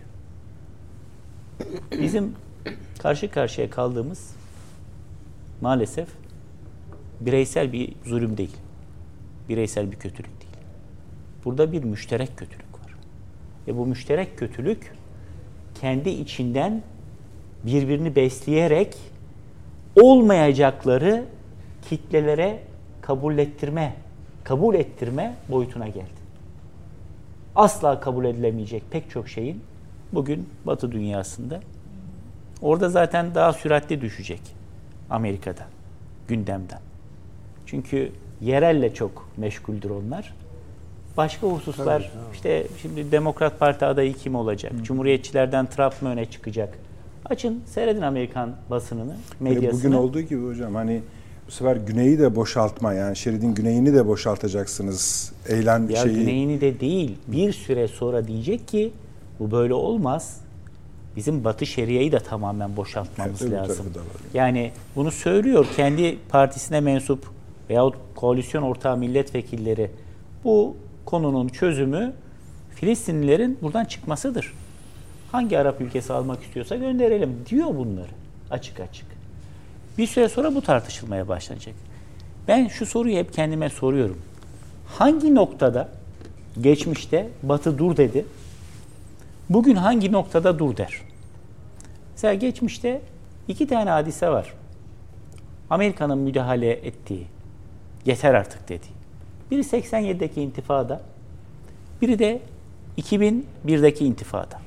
Bizim karşı karşıya kaldığımız maalesef bireysel bir zulüm değil. Bireysel bir kötülük değil. Burada bir müşterek kötülük var. Ve bu müşterek kötülük kendi içinden birbirini besleyerek olmayacakları kitlelere kabul ettirme boyutuna geldi. Asla kabul edilemeyecek pek çok şeyin bugün Batı dünyasında, orada zaten daha süratli düşecek Amerika'da, gündemden. Çünkü yerelle çok meşguldür onlar. Başka hususlar, tabii. İşte şimdi Demokrat Parti adayı kim olacak? Cumhuriyetçilerden Trump mı öne çıkacak? Açın, seyredin Amerikan basınını, medyasını. Bugün olduğu gibi hocam, hani bu sefer güneyi de boşaltma, yani şeridin güneyini de boşaltacaksınız. Güneyini de değil, bir süre sonra diyecek ki bu böyle olmaz. Bizim Batı Şeria'yı da tamamen boşaltmamız lazım. Yani bunu söylüyor kendi partisine mensup veyahut koalisyon ortağı milletvekilleri. Bu konunun çözümü Filistinlilerin buradan çıkmasıdır. Hangi Arap ülkesi almak istiyorsa gönderelim diyor bunları açık açık. Bir süre sonra bu tartışılmaya başlanacak. Ben şu soruyu hep kendime soruyorum. Hangi noktada geçmişte Batı dur dedi, bugün hangi noktada dur der? Mesela geçmişte 2 tane hadise var. Amerika'nın müdahale ettiği, yeter artık dediği. Biri 87'deki intifada, biri de 2001'deki intifada.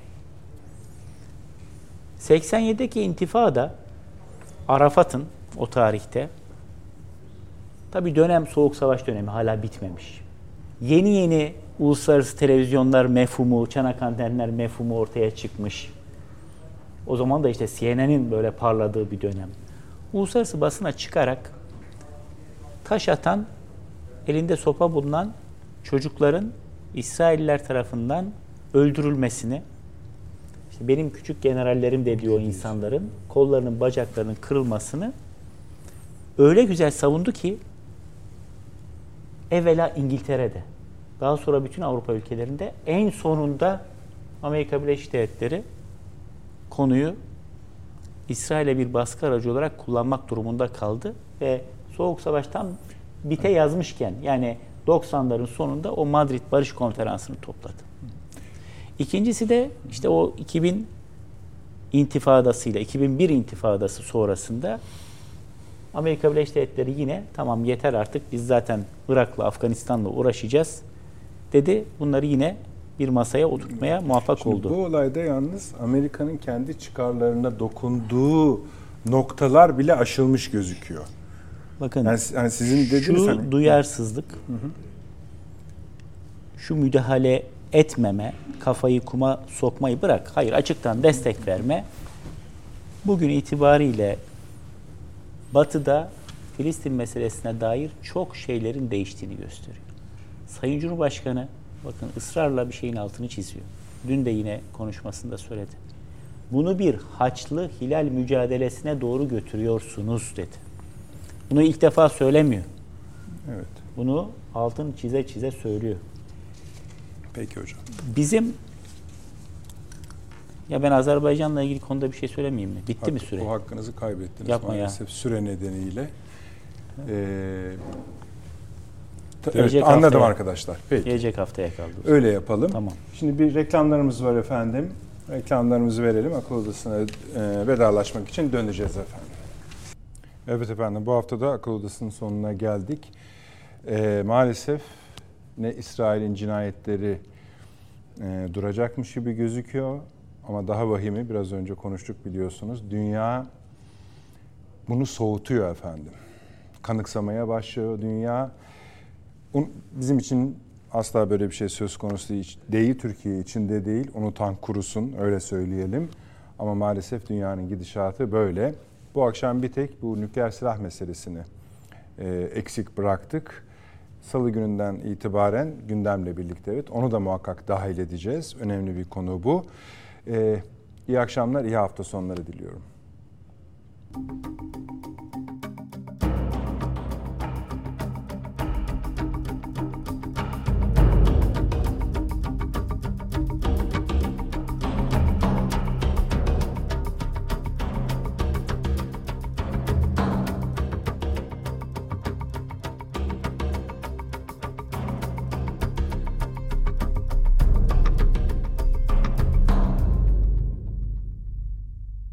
87'deki intifada, Arafat'ın o tarihte, tabii dönem Soğuk Savaş dönemi hala bitmemiş. Yeni uluslararası televizyonlar mefhumu, çanak antenler mefhumu ortaya çıkmış. O zaman da işte CNN'in böyle parladığı bir dönem. Uluslararası basına çıkarak taş atan elinde sopa bulunan çocukların İsrailler tarafından öldürülmesini, işte benim küçük generallerim dediği o insanların kollarının, bacaklarının kırılmasını öyle güzel savundu ki evvela İngiltere'de, daha sonra bütün Avrupa ülkelerinde, en sonunda Amerika Birleşik Devletleri konuyu İsrail'e bir baskı aracı olarak kullanmak durumunda kaldı ve Soğuk Savaş'tan bite yazmışken, yani 90'ların sonunda o Madrid Barış Konferansı'nı topladı. İkincisi de işte o 2000 intifadasıyla, 2001 intifadası sonrasında Amerika Birleşik Devletleri yine tamam yeter artık, biz zaten Irak'la, Afganistan'la uğraşacağız dedi. Bunları yine bir masaya oturtmaya muvaffak Şimdi oldu. Bu olayda yalnız Amerika'nın kendi çıkarlarına dokunduğu noktalar bile aşılmış gözüküyor. Bakın yani sizin dediğiniz şu hani... duyarsızlık, şu müdahale etmeme, kafayı kuma sokmayı bırak, hayır açıktan destek verme, bugün itibariyle Batı'da Filistin meselesine dair çok şeylerin değiştiğini gösteriyor. Sayın Cumhurbaşkanı bakın ısrarla bir şeyin altını çiziyor. Dün de yine konuşmasında söyledi. Bunu bir Haçlı Hilal mücadelesine doğru götürüyorsunuz dedi. Bunu ilk defa söylemiyor. Evet. Bunu altın çize çize söylüyor. Peki hocam. Bizim ya ben Azerbaycan'la ilgili konuda bir şey söylemeyeyim mi? Bitti mi süre? O hakkınızı kaybettiniz Yapma ya. maalesef süre nedeniyle. Gelecek anladım haftaya. arkadaşlar. Peki. Gelecek haftaya kaldı. Öyle yapalım. Tamam. Şimdi bir reklamlarımız var efendim. Reklamlarımızı verelim. Akıl Odası'na vedalaşmak için döneceğiz efendim. Evet efendim, bu hafta da Akıl Odası'nın sonuna geldik. Maalesef ne İsrail'in cinayetleri duracakmış gibi gözüküyor. Ama daha vahimi, biraz önce konuştuk biliyorsunuz. Dünya bunu soğutuyor efendim. Kanıksamaya başlıyor dünya. Bizim için asla böyle bir şey söz konusu değil. Türkiye için de değil. Unutan kurusun, öyle söyleyelim. Ama maalesef dünyanın gidişatı böyle. Bu akşam bir tek bu nükleer silah meselesini eksik bıraktık. Salı gününden itibaren gündemle birlikte, evet, onu da muhakkak dahil edeceğiz. Önemli bir konu bu. İyi akşamlar, iyi hafta sonları diliyorum.